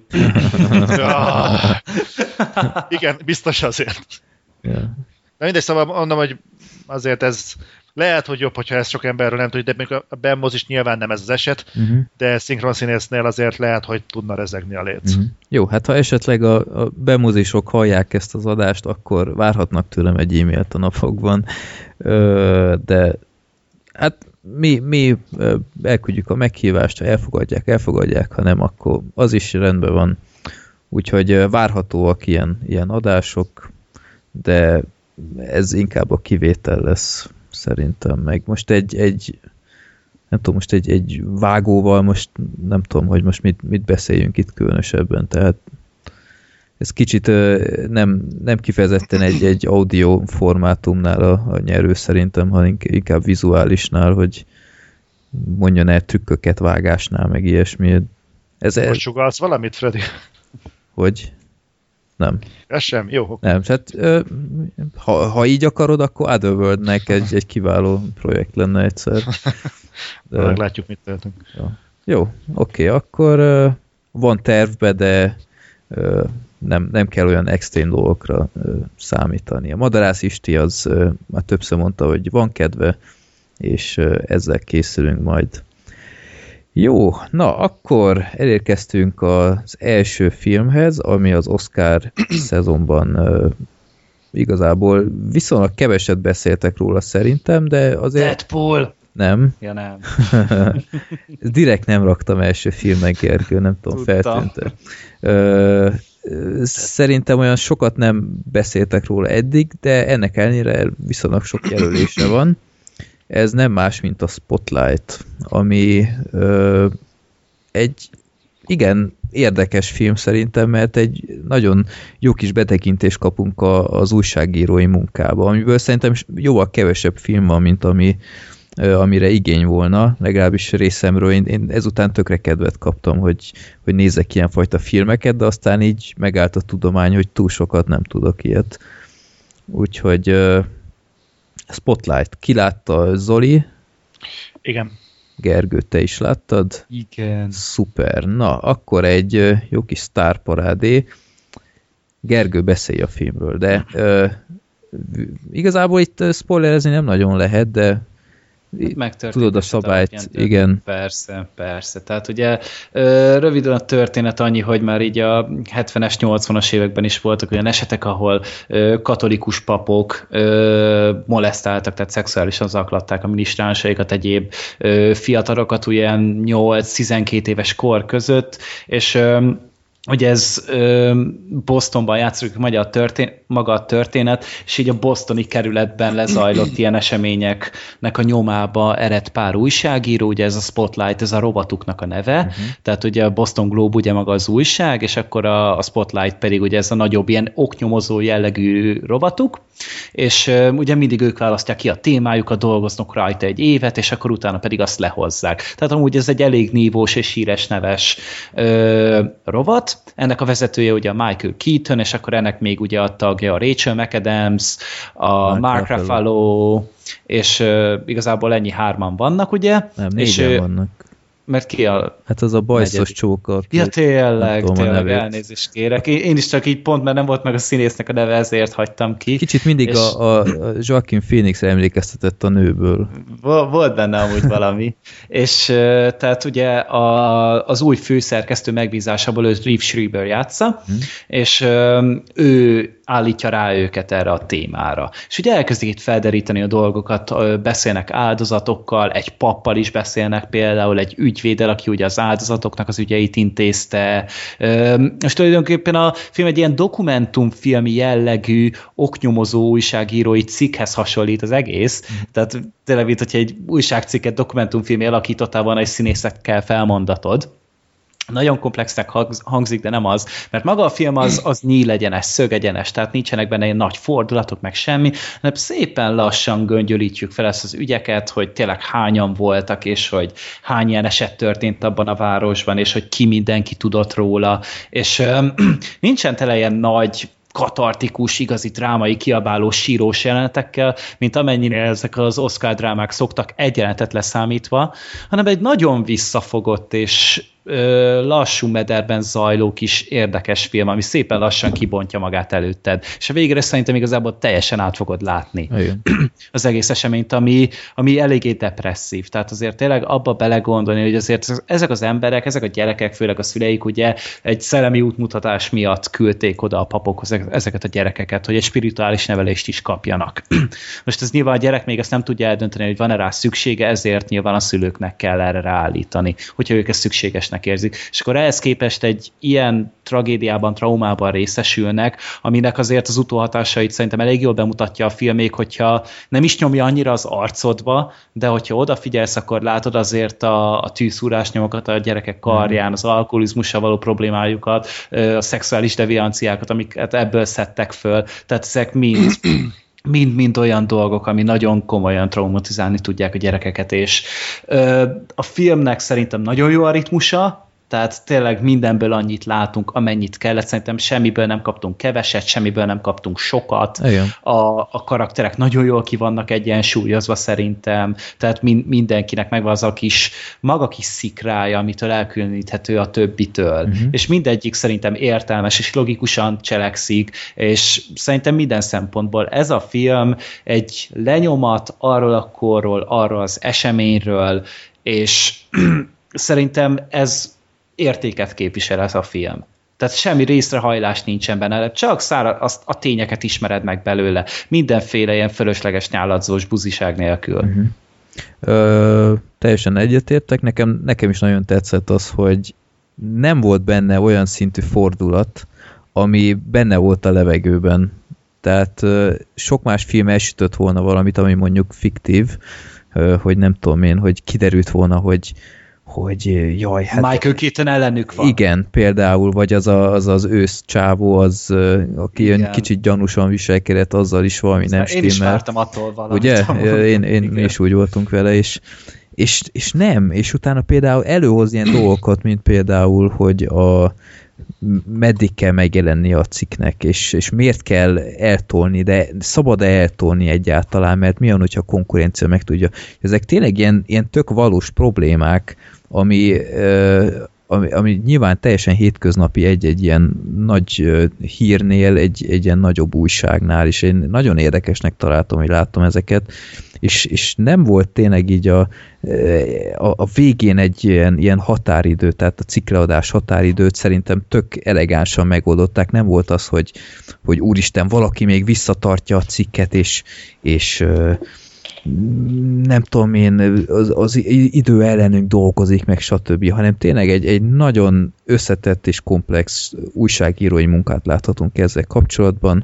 Ja. Igen, biztos azért. Yeah. De mindegy, szóval mondom, hogy azért ez lehet, hogy jobb, hogyha ezt sok emberről nem tudja, de még a Ben Moz is nyilván nem ez az eset, uh-huh. de szinkronszínésznél azért lehet, hogy tudna rezegni a léc. Uh-huh. Jó, hát ha esetleg a, a Ben Mozisok hallják ezt az adást, akkor várhatnak tőlem egy e-mailt a napokban, Ö, de hát mi, mi elküldjük a meghívást, ha elfogadják, elfogadják, ha nem, akkor az is rendben van. Úgyhogy várhatóak ilyen, ilyen adások, de ez inkább a kivétel lesz szerintem. Meg most egy, egy nem tudom, most egy, egy vágóval most nem tudom, hogy most mit, mit beszéljünk itt különösebben, tehát ez kicsit nem, nem kifejezetten egy, egy audio formátumnál a, a nyerő szerintem, hanem inkább vizuálisnál, hogy mondjon el trükköket vágásnál, meg ilyesmi. Ez, Most sugalsz valamit, Freddy? Hogy? Nem. Ez sem? Jó. Okay. Nem, tehát ha, ha így akarod, akkor Otherworldnek egy, egy kiváló projekt lenne egyszer. De... Meglátjuk, mit tehetünk. Jó, Jó oké, akkor uh, van tervbe, de uh, nem, nem kell olyan extrém dolgokra uh, számítani. A Madarász Isti az uh, már többször mondta, hogy van kedve, és uh, ezzel készülünk majd. Jó, na akkor elérkeztünk az első filmhez, ami az Oscar szezonban uh, igazából viszonylag keveset beszéltek róla szerintem, de azért... Deadpool! Nem. Ja, nem. Direkt nem raktam első filmnek, Gergő, nem tudom, feltűnte. Uh, szerintem olyan sokat nem beszéltek róla eddig, de ennek ellenére viszonylag sok jelölése van. Ez nem más, mint a Spotlight, ami ö, egy igen érdekes film szerintem, mert egy nagyon jó kis betekintést kapunk a, az újságírói munkába, amiből szerintem jóval kevesebb film van, mint ami, ö, amire igény volna, legalábbis részemről. Én, én ezután tökre kedvet kaptam, hogy, hogy nézek ilyenfajta filmeket, de aztán így megállt a tudomány, hogy túl sokat nem tudok ilyet. Úgyhogy... Ö, Spotlight. Ki látta? Zoli? Igen. Gergő, te is láttad? Igen. Szuper. Na, akkor egy jó kis sztárparádé. Gergő, beszélj a filmről, de uh, igazából itt spoilerezni nem nagyon lehet, de tudod a szabályt, igen. Persze, persze. Tehát ugye röviden a történet annyi, hogy már így a hetvenes, nyolcvanas években is voltak olyan esetek, ahol katolikus papok molesztáltak, tehát szexuálisan zaklatták a minisztránsaikat, egyéb fiatalokat olyan nyolc-tizenkét éves kor között, és ugye ez ö, Bostonban játszik magyar történ- maga a történet, és így a bostoni kerületben lezajlott ilyen eseményeknek a nyomába ered pár újságíró, ugye ez a Spotlight, ez a rovatuknak a neve, uh-huh. Tehát ugye a Boston Globe ugye maga az újság, és akkor a, a Spotlight pedig ugye ez a nagyobb ilyen oknyomozó jellegű rovatuk, és ö, ugye mindig ők választják ki a témájukat, dolgoznak rajta egy évet, és akkor utána pedig azt lehozzák. Tehát amúgy ez egy elég nívós és híres neves ö, rovat. Ennek a vezetője ugye a Michael Keaton, és akkor ennek még ugye a tagja a Rachel McAdams, a Mark, Mark Ruffalo, és uh, igazából ennyi hárman vannak, ugye? Nem, négyen és, vannak. Mert ki a... Hát az a bajszos csóka. Ja, tényleg, tényleg elnézést kérek. Én is csak így pont, mert nem volt meg a színésznek a neve, ezért hagytam ki. Kicsit mindig és... a, a Joaquin Phoenixre emlékeztetett a nőből. Volt benne amúgy valami. És tehát ugye a, az új főszerkesztő megbízásából ő Liev Schreiber játsza, hmm. és ő állítja rá őket erre a témára. És ugye elkezdik itt felderíteni a dolgokat, beszélnek áldozatokkal, egy pappal is beszélnek például, egy ügyvéddel, aki ugye az áldozatoknak az ügyeit intézte. És tulajdonképpen a film egy ilyen dokumentumfilmi jellegű, oknyomozó újságírói cikkhez hasonlít az egész. Mm. Tehát tényleg, mint hogyha egy újságcikket dokumentumfilmi alakítottál volna, és színészekkel felmondatod. Nagyon komplexnek hangzik, de nem az, mert maga a film az, az nyílegyenes, szögegyenes, tehát nincsenek benne ilyen nagy fordulatok, meg semmi, hanem szépen lassan göngyölítjük fel ezt az ügyeket, hogy tényleg hányan voltak, és hogy hány ilyen eset történt abban a városban, és hogy ki mindenki tudott róla, és um, nincsen tele ilyen nagy katartikus, igazi drámai, kiabáló, sírós jelenetekkel, mint amennyire ezek az Oscar drámák szoktak, egy jelenetet leszámítva, hanem egy nagyon visszafogott és ö, lassú mederben zajló kis érdekes film, ami szépen lassan kibontja magát előtted. És a végére szerintem igazából teljesen át fogod látni Igen. az egész eseményt, ami, ami eléggé depresszív. Tehát azért tényleg abba belegondolni, hogy azért ezek az emberek, ezek a gyerekek, főleg a szüleik ugye egy szellemi útmutatás miatt küldték oda a papokhoz ezeket a gyerekeket, hogy egy spirituális nevelést is kapjanak. Most ez nyilván a gyerek még ezt nem tudja eldönteni, hogy van-e rá szüksége, ezért nyilván a szülőknek kell erre ráállítani, hogyha ők ezt szükségesnek érzik. És akkor ehhez képest egy ilyen tragédiában, traumában részesülnek, aminek azért az utóhatásait szerintem elég jól bemutatja a film, még hogyha nem is nyomja annyira az arcodba, de hogyha odafigyelsz, akkor látod azért a, a tűzszúrás nyomokat a gyerekek karján, az alkoholizmussal való problémájukat, a szexuális devianciákat, amiket ebből szedtek föl. Tehát ezek mind mind-mind olyan dolgok, ami nagyon komolyan traumatizálni tudják a gyerekeket, és ö, a filmnek szerintem nagyon jó a ritmusa, Tehát tényleg mindenből annyit látunk, amennyit kellett. Szerintem semmiből nem kaptunk keveset, semmiből nem kaptunk sokat. A, a karakterek nagyon jól ki vannak egyensúlyozva szerintem. Tehát min, mindenkinek megvan az a kis, maga kis szikrája, amitől elkülöníthető a többitől. Uh-huh. És mindegyik szerintem értelmes és logikusan cselekszik, és szerintem minden szempontból ez a film egy lenyomat arról a korról, arról az eseményről, és szerintem ez értéket képvisel ez a film. Tehát semmi részrehajlás nincsen benne, csak szára, azt, a tényeket ismered meg belőle. Mindenféle ilyen fölösleges nyáladzós buziság nélkül. Uh-huh. Ö, teljesen egyetértek. Nekem, nekem is nagyon tetszett az, hogy nem volt benne olyan szintű fordulat, ami benne volt a levegőben. Tehát sok más film elsütött volna valamit, ami mondjuk fiktív, hogy nem tudom én, hogy kiderült volna, hogy hogy jaj, hát... Michael Keaton ellenük van. Igen, például, vagy az a, az, az ősz csávó, az, aki ilyen kicsit gyanúsan viselkedett, azzal is valami nem stimmelt. Én is vártam attól valamit. Ugye? Én, én mi is úgy voltunk vele, és, és, és nem, és utána például előhoz ilyen dolgokat, mint például, hogy a meddig kell megjelenni a cikknek, és, és miért kell eltolni, de szabad-e eltolni egyáltalán, mert mi van, hogyha a konkurencia megtudja. Ezek tényleg ilyen, ilyen tök valós problémák, ami, ami, ami nyilván teljesen hétköznapi egy-egy ilyen nagy hírnél, egy, egy ilyen nagyobb újságnál, és én nagyon érdekesnek találtam, hogy láttam ezeket, és, és nem volt tényleg így a, a, a végén egy ilyen, ilyen határidő, tehát a cikkleadás határidőt szerintem tök elegánsan megoldották, nem volt az, hogy, hogy úristen, valaki még visszatartja a cikket, és, és nem tudom én, az, az idő ellenünk dolgozik meg, stb., hanem tényleg egy, egy nagyon összetett és komplex újságírói munkát láthatunk ezzel kapcsolatban,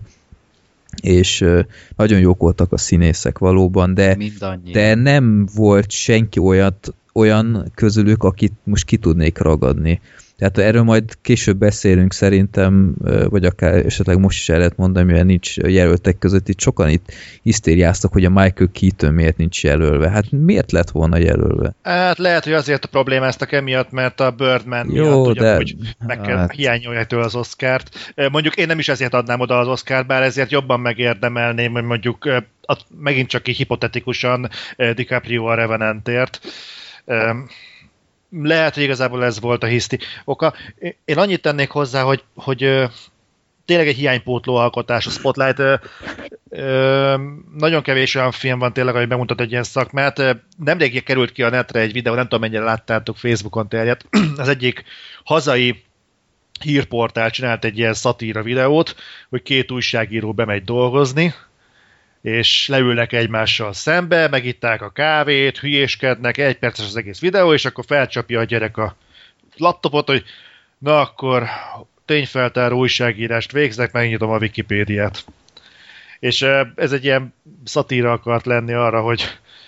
és nagyon jók voltak a színészek valóban, de, de nem volt senki olyat, olyan közülük, akit most ki tudnék ragadni. Tehát erről majd később beszélünk szerintem, vagy akár esetleg most is el lehet mondani, mivel nincs jelöltek között, itt sokan itt hisztériáztak, hogy a Michael Keaton miért nincs jelölve. Hát miért lett volna jelölve? Hát lehet, hogy azért a problémáztak emiatt, mert a Birdman Jó, miatt ugye, de... hogy meg kell hát... hiányolják tőle az Oscart. Mondjuk én nem is ezért adnám oda az Oscart, bár ezért jobban megérdemelném, hogy mondjuk a, megint csak így hipotetikusan DiCaprio a Revenantért. Lehet, hogy igazából ez volt a hiszti oka. Én annyit tennék hozzá, hogy, hogy ö, tényleg egy hiánypótló alkotás a Spotlight. Ö, ö, nagyon kevés olyan film van tényleg, ami bemutat egy ilyen szakmát. Nemrég került ki a netre egy videó, nem tudom mennyire láttátok, Facebookon terjedt. Az egyik hazai hírportál csinált egy ilyen szatíra videót, hogy két újságíró bemegy dolgozni, és leülnek egymással szembe, megitták a kávét, hülyéskednek, egy perces az egész videó, és akkor felcsapja a gyerek a laptopot, hogy na akkor tényfeltáró újságírást végzek, megnyitom a Wikipédiát. És ez egy ilyen szatíra akart lenni arra, hogy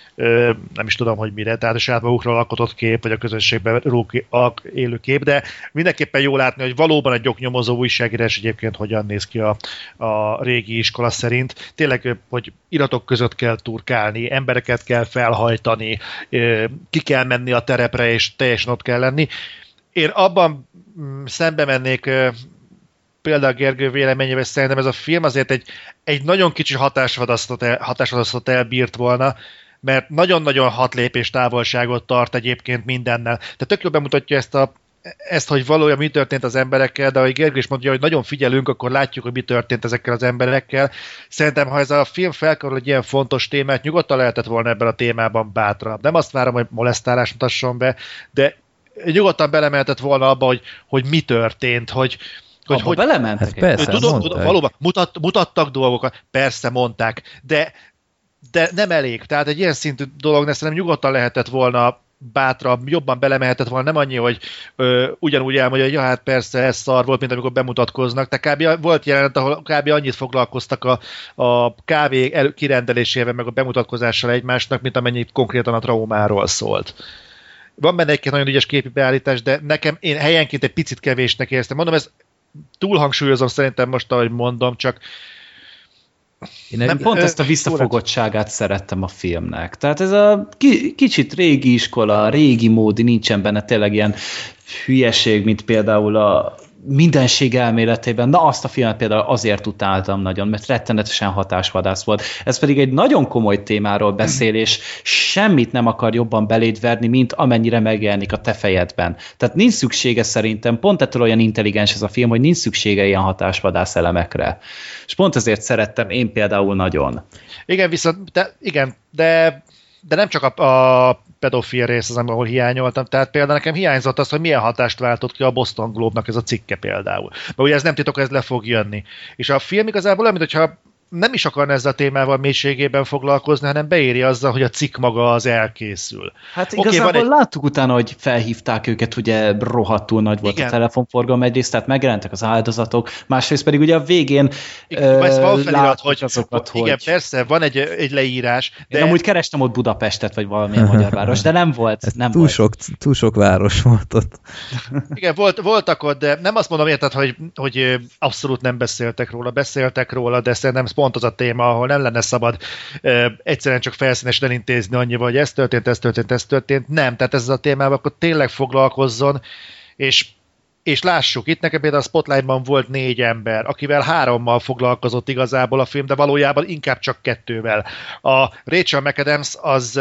nem is tudom, hogy mire, tehát a saját magukról alkotott kép, vagy a közönségben élő kép, de mindenképpen jó látni, hogy valóban egy oknyomozó újságírás egyébként hogyan néz ki a, a régi iskola szerint. Tényleg, hogy iratok között kell turkálni, embereket kell felhajtani, ki kell menni a terepre, és teljesen ott kell lenni. Én abban szembe mennék például Gergő véleményével, szerintem ez a film azért egy, egy nagyon kicsi hatásvadászat el, hatásvadászat elbírt volna, mert nagyon-nagyon hat lépés távolságot tart egyébként mindennel. Tehát tök jól bemutatja ezt, a, ezt, hogy valójában mi történt az emberekkel, de ahogy Gergő is mondja, hogy nagyon figyelünk, akkor látjuk, hogy mi történt ezekkel az emberekkel. Szerintem, ha ez a film felkarol egy ilyen fontos témát, nyugodtan lehetett volna ebben a témában bátrabb. Nem azt várom, hogy molesztálás mutasson be, de nyugodtan belemeltett volna abba, hogy, hogy mi történt, hogy hogy, hogy belementek. Hát persze, tudod, tudod, valóban mutat, mutattak dolgokat, persze mondták, de de nem elég. Tehát egy ilyen szintű dolog, szerintem nyugodtan lehetett volna bátrabb, jobban belemehetett volna, nem annyi, hogy ö, ugyanúgy elmondja, hogy ja, hát persze ez szar volt, mint amikor bemutatkoznak. Tehát kb. Volt jelenet, ahol kb. Annyit foglalkoztak a, a kávé el, kirendelésével, meg a bemutatkozással egymásnak, mint amennyit konkrétan a traumáról szólt. Van benne egy nagyon ügyes képi beállítás, de nekem én helyenként egy picit kevésnek éreztem. Mondom, ez túl hangsúlyozom szerintem most, ahogy mondom, csak Én nem, pont ezt a visszafogottságát szerettem a filmnek. Tehát ez a ki, kicsit régi iskola, régi módi, nincsen benne tényleg ilyen hülyeség, mint például a mindenség elméletében, na azt a filmet például azért utáltam nagyon, mert rettenetesen hatásvadász volt. Ez pedig egy nagyon komoly témáról beszél, és semmit nem akar jobban beléd verni, mint amennyire megjelenik a te fejedben. Tehát nincs szüksége szerintem, pont ettől olyan intelligens ez a film, hogy nincs szüksége ilyen hatásvadász elemekre. És pont ezért szerettem én például nagyon. Igen, viszont, de, igen, de, de nem csak a, a pedofil rész az, ahol hiányoltam. Tehát például nekem hiányzott az, hogy milyen hatást váltott ki a Boston Globe-nak ez a cikke például. Mert ugye ez nem titok, ez le fog jönni. És a film igazából olyan, mintha nem is akarna ezzel a témával mélységében foglalkozni, hanem beéri azzal, hogy a cikk maga az elkészül. Hát igazából okay, egy... láttuk utána, hogy felhívták őket, ugye rohadtul nagy volt igen. a telefonforgalom egyrészt, tehát megjelentek az áldozatok, másrészt pedig ugye a végén igen, uh, van felirat, hogy, azokat, hogy... Igen, persze, van egy, egy leírás. De... Én amúgy kerestem ott Budapestet, vagy valamilyen magyar város, de nem volt. Nem túl, volt. Sok, túl sok város volt ott. Igen, volt, voltak ott, de nem azt mondom, érted, hogy, hogy abszolút nem beszéltek róla. Beszéltek róla, de szerintem pont az a téma, ahol nem lenne szabad ö, egyszerűen csak felszínesen elintézni annyival, hogy ez történt, ez történt, ez történt. Nem, tehát ez a témával akkor tényleg foglalkozzon, és, és lássuk, itt nekem például a Spotlightban volt négy ember, akivel hárommal foglalkozott igazából a film, de valójában inkább csak kettővel. A Rachel McAdams az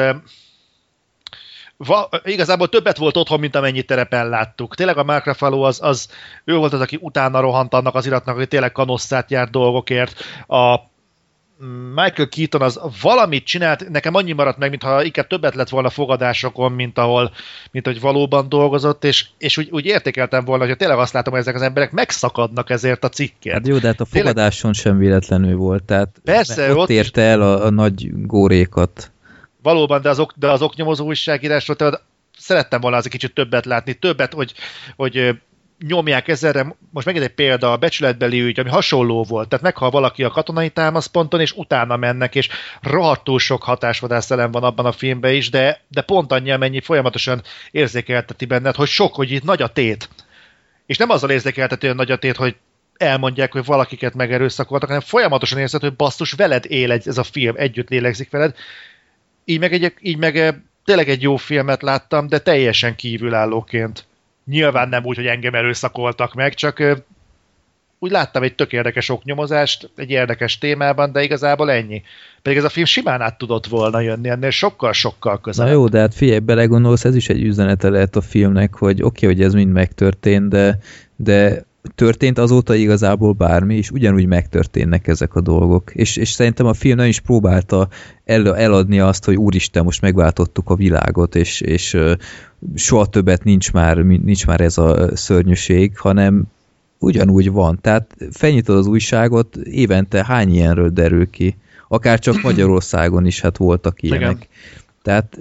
Va, igazából többet volt otthon, mint amennyit terepen láttuk. Tényleg a Mark Ruffalo az, az ő volt az, aki utána rohant annak az iratnak, hogy tényleg kanosszát járt dolgokért. A Michael Keaton az valamit csinált, nekem annyi maradt meg, mintha inkább többet lett volna fogadásokon, mint ahol, mint hogy valóban dolgozott, és, és úgy, úgy értékeltem volna, hogy tényleg azt látom, hogy ezek az emberek megszakadnak ezért a cikkért. Hát jó, de hát a fogadáson tényleg... sem véletlenül volt, tehát persze, ott, ott érte el a, a nagy górékat. Valóban, de az, ok, de az oknyomozó újságírásról szerettem volna az egy kicsit többet látni, többet, hogy, hogy nyomják ezerre, most megint egy példa, a becsületbeli ügy, ami hasonló volt, tehát meghal valaki a katonai támaszponton, és utána mennek, és rohadtul sok hatásvadász elem van abban a filmben is, de, de pont annyi, amennyi folyamatosan érzékelteti benned, hogy sok, hogy itt nagy a tét. És nem azzal érzékelteti olyan nagy a tét, hogy elmondják, hogy valakiket megerőszakoltak, hanem folyamatosan érzed, hogy basszus, veled él egy, ez a film, együtt lélegzik veled. Így meg, egy, így meg tényleg egy jó filmet láttam, de teljesen kívülállóként. Nyilván nem úgy, hogy engem erőszakoltak meg, csak úgy láttam egy tök érdekes oknyomozást, egy érdekes témában, de igazából ennyi. Pedig ez a film simán át tudott volna jönni, ennél sokkal-sokkal közelebb. Na jó, de hát figyelj, belegondolsz, ez is egy üzenete lehet a filmnek, hogy oké, okay, hogy ez mind megtörtént, de, de történt azóta igazából bármi, és ugyanúgy megtörténnek ezek a dolgok. És, és szerintem a film nem is próbálta el, eladni azt, hogy úristen, most megváltottuk a világot, és, és uh, soha többet nincs már, nincs már ez a szörnyűség, hanem ugyanúgy van. Tehát felnyitod az újságot, évente hány ilyenről derül ki. Akár csak Magyarországon is hát voltak ilyenek. Igen. Tehát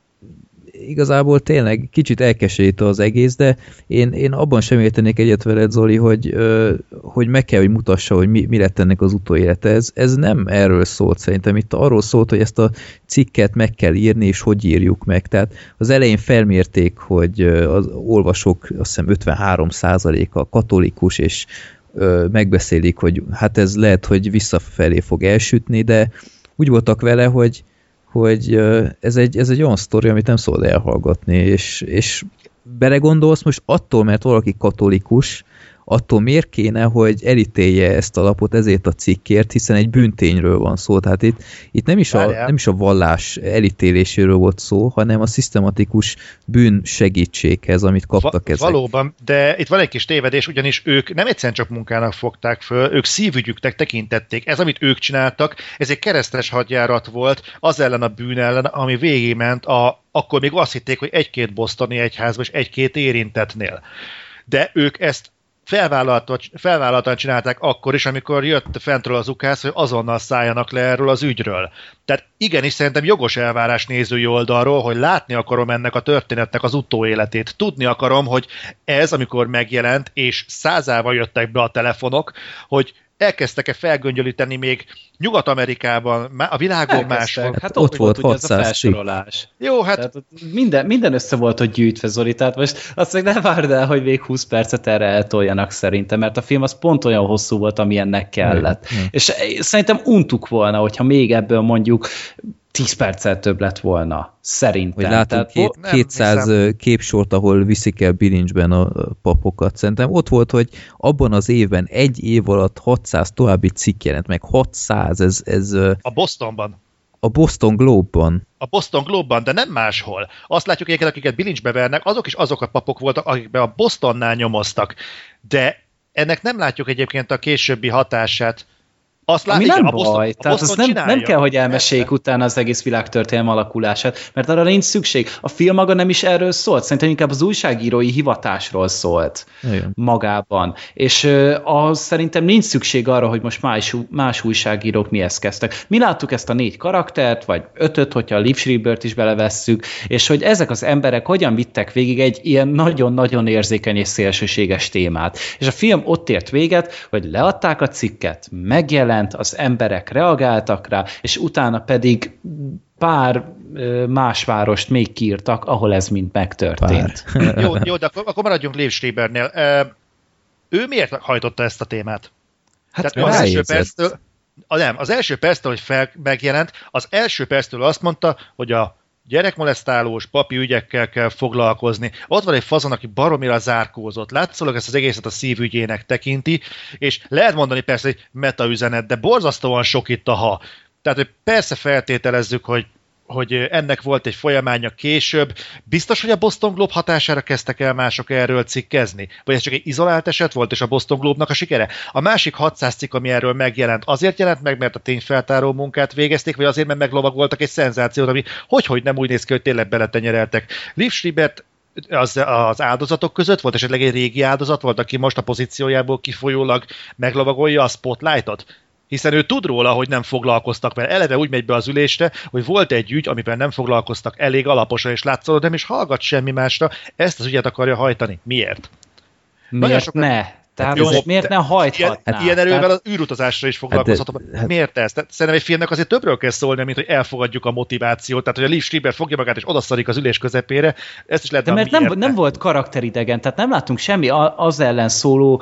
igazából tényleg kicsit elkeserít az egész, de én, én abban sem értenék egyet veled, Zoli, hogy, ö, hogy meg kell, hogy mutassa, hogy mi, mi lett ennek az utóélete. Ez, ez nem erről szólt szerintem. Itt arról szólt, hogy ezt a cikket meg kell írni, és hogy írjuk meg. Tehát az elején felmérték, hogy az olvasók azt hiszem ötvenhárom százaléka katolikus, és ö, megbeszélik, hogy hát ez lehet, hogy visszafelé fog elsütni, de úgy voltak vele, hogy hogy ez egy, ez egy olyan sztori, amit nem szabad elhallgatni, és, és belegondolsz most attól, mert valaki katolikus, attól miért kéne, hogy elítélje ezt a lapot ezért a cikkért, hiszen egy bűntényről van szó. Tehát itt, itt nem, is a, nem is a vallás elítéléséről volt szó, hanem a szisztematikus bűn segítséghez, amit kaptak Va- ezek. Valóban, de itt van egy kis tévedés, ugyanis ők nem egyszerűen csak munkának fogták föl, ők szívügyüknek tekintették. Ez, amit ők csináltak, ez egy keresztes hadjárat volt az ellen a bűn ellen, ami végigment, a, akkor még azt hitték, hogy egy-két bostoni egyházban és egy-két érintetnél. De ők ezt Felvállaltan, felvállaltan csinálták akkor is, amikor jött fentről az ukász, hogy azonnal szálljanak le erről az ügyről. Tehát igenis szerintem jogos elvárás nézői oldalról, hogy látni akarom ennek a történetnek az utóéletét. Tudni akarom, hogy ez, amikor megjelent, és százával jöttek be a telefonok, hogy elkezdtek-e felgöngyölíteni még Nyugat-Amerikában, a világon máshol. Hát ott, ott volt, volt ugye ez a felsorolás. Jó, hát... Tehát minden, minden össze volt, hogy gyűjtve, Zoli, tehát most azt meg nem várd el, hogy még húsz percet erre eltoljanak szerintem, mert a film az pont olyan hosszú volt, amilyennek kellett. Mm. És szerintem untuk volna, hogyha még ebből mondjuk tíz perccel több lett volna, szerintem. Hogy látunk két, kétszáz képsort, ahol viszik el bilincsben a papokat. Szerintem ott volt, hogy abban az évben egy év alatt hatszáz további cikk jelent meg. hatszáz, ez... ez a Bostonban. A Boston Globe-ban. A Boston Globe-ban, de nem máshol. Azt látjuk, hogy akiket bilincsbe vernek, azok is azok a papok voltak, akikben a Bostonnál nyomoztak. De ennek nem látjuk egyébként a későbbi hatását. Azt lát, Ami igen, nem a Boston, baj, a tehát az nem, nem kell, hogy elmeséljék utána az egész világtörténelem alakulását, mert arra nincs szükség. A film maga nem is erről szólt, szerintem inkább az újságírói hivatásról szólt igen. magában. És uh, az szerintem nincs szükség arra, hogy most más, más újságírók mihez kezdtek. Mi láttuk ezt a négy karaktert, vagy ötöt, hogyha a Liv Schreibert is belevesszük, és hogy ezek az emberek hogyan vittek végig egy ilyen nagyon-nagyon érzékeny és szélsőséges témát. És a film ott ért véget, hogy leadták a cikket, megjelent, az emberek reagáltak rá, és utána pedig pár más várost még kiírtak, ahol ez mind megtörtént. jó, jó, de akkor, akkor maradjunk Liv Schreibernél. Ő miért hajtotta ezt a témát? Hát Tehát az első perctől, nem, az első perctől, hogy fel, megjelent, az első perctől azt mondta, hogy a gyerekmolesztálós papi ügyekkel kell foglalkozni. Ott van egy fazon, aki baromira zárkózott. Látszólag ezt az egészet a szívügyének tekinti, és lehet mondani persze, hogy metaüzenet, de borzasztóan sok itt a ha. Tehát, hogy persze feltételezzük, hogy hogy ennek volt egy folyamánya később. Biztos, hogy a Boston Globe hatására kezdtek el mások erről cikkezni? Vagy ez csak egy izolált eset volt, és a Boston Globe-nak a sikere? A másik hatszáz cikk, ami erről megjelent, azért jelent meg, mert a tényfeltáró munkát végezték, vagy azért, mert meglovagoltak egy szenzációt, ami hogy-hogy nem úgy néz ki, hogy tényleg beletenyereltek. Liv Schreibert az, az áldozatok között volt, esetleg egy régi áldozat volt, aki most a pozíciójából kifolyólag meglovagolja a spotlightot? Hiszen ő tud róla, hogy nem foglalkoztak, mert eleve úgy megy be az ülésre, hogy volt egy ügy, amiben nem foglalkoztak elég alaposan, és látszólag nem is hallgat semmi másra, ezt az ügyet akarja hajtani. Miért? Miért sok... ne? Tehát jó, miért ne hajthatná? Ilyen, ilyen erővel tehát... az űrutazásra is foglalkozhatom. Hát hát... Miért ez? Tehát szerintem egy filmnek azért többről kell szólni, mint hogy elfogadjuk a motivációt. Tehát, hogy a Liv Schreiber fogja magát és odaszarik az ülés közepére, ezt is lehet. De mert nem, nem volt karakteridegen, tehát nem láttunk semmi az ellen szóló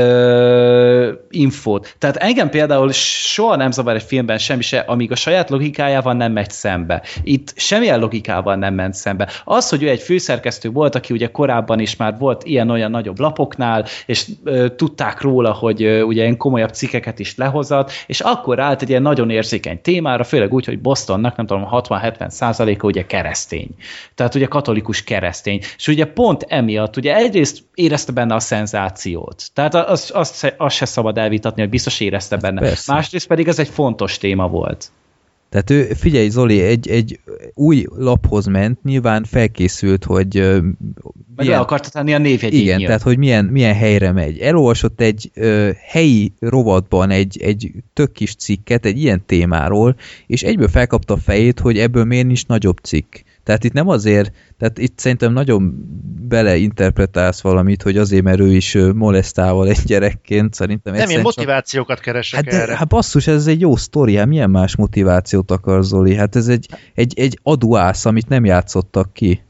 ö, infót. Tehát engem például soha nem zavar egy filmben semmi se, amíg a saját logikájával nem megy szembe. Itt semmilyen logikával nem ment szembe. Az, hogy ő egy főszerkesztő volt, aki ugye korábban is már volt ilyen-olyan nagyobb lapoknál, és ö, tudták róla, hogy uh, ugye ilyen komolyabb cikkeket is lehozat, és akkor állt egy ilyen nagyon érzékeny témára, főleg úgy, hogy Bostonnak, nem tudom, hatvan-hetven százaléka ugye keresztény. Tehát ugye katolikus keresztény. És ugye pont emiatt, ugye egyrészt érezte benne a szenzációt. Tehát azt az, az se szabad elvitatni, hogy biztos érezte benne. Persze. Másrészt pedig ez egy fontos téma volt. Tehát ő, figyelj Zoli, egy, egy új laphoz ment, nyilván felkészült, hogy uh, meg le akarta tenni a névjegyét. Igen, nyilván. Tehát hogy milyen, milyen helyre megy. Elolvasott egy uh, helyi rovatban egy, egy tök kis cikket, egy ilyen témáról, és egyből felkapta a fejét, hogy ebből miért nincs nagyobb cikk. Tehát itt nem azért, tehát itt szerintem nagyon beleinterpretálsz valamit, hogy azért, mert ő is molesztával egy gyerekként, szerintem... Nem, én motivációkat csak... keresek hát de, erre. Hát basszus, ez egy jó sztori, hát milyen más motivációt akar Zoli? Hát ez egy, egy, egy aduász, amit nem játszottak ki.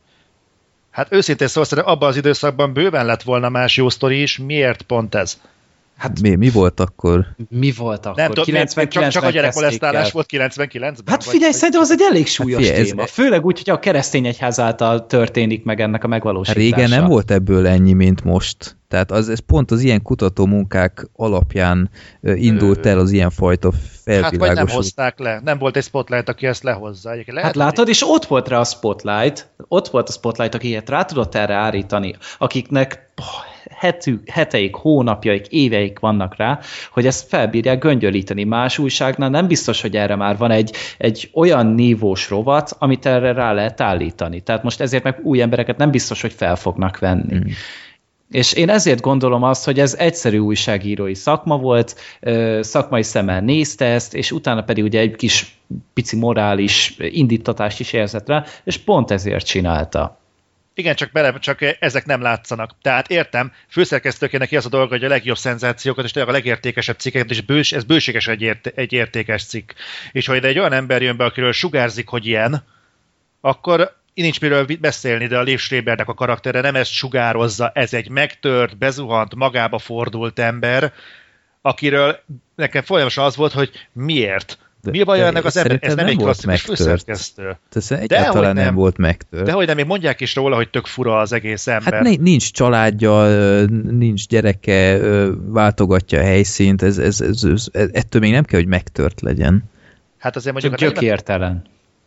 Hát őszintén szóval szerintem abban az időszakban bőven lett volna más jó sztori is, miért pont ez? Hát mi, mi volt akkor? Mi volt akkor? Nem tudom, csak, csak a gyerekmolesztálás volt kilencvenkilencben? Hát figyelj, vagy... szerintem az egy elég súlyos hát figyelj, téma. ez... Főleg úgy, hogy a keresztény egyház által történik meg ennek a megvalósítása. Régen nem volt ebből ennyi, mint most. Tehát az, ez pont az ilyen kutatómunkák alapján indult el az ilyenfajta felvilágosult. Hát vagy nem hozták le. Nem volt egy spotlight, aki ezt lehozza. Lehet, hát látod, és ott volt rá a spotlight, ott volt a spotlight, aki ilyet rá tudott erre állítani, akiknek hetük, heteik, hónapjaik, éveik vannak rá, hogy ezt felbírják göngyölíteni. Más újságnál nem biztos, hogy erre már van egy, egy olyan nívós rovat, amit erre rá lehet állítani. Tehát most ezért meg új embereket nem biztos, hogy fel fognak venni. Mm. És én ezért gondolom azt, hogy ez egyszerű újságírói szakma volt, szakmai szemmel nézte ezt, és utána pedig ugye egy kis pici morális indítatást is érzett rá, és pont ezért csinálta. Igen, csak, bele, csak ezek nem látszanak. Tehát értem, főszerkesztőként neki az a dolga, hogy a legjobb szenzációkat, és tényleg a legértékesebb cikkeket, és bős, ez bőségesen egy, ért, egy értékes cikk. És ha ide egy olyan ember jön be, akiről sugárzik, hogy ilyen, akkor nincs miről beszélni, de a Liv Schreibernek a karaktere nem ezt sugározza, ez egy megtört, bezuhant, magába fordult ember, akiről nekem folyamatosan az volt, hogy miért? De, mi a baj ennek az ember? Ez nem, nem egy klasszikus főszerkesztő. Egyáltalán nem, nem volt megtört. De hogy nem, még mondják is róla, hogy tök fura az egész ember. Hát nincs családja, nincs gyereke, váltogatja a helyszínt, ez, ez, ez, ez, ettől még nem kell, hogy megtört legyen. Hát azért mondjuk... Csak gyökértelen.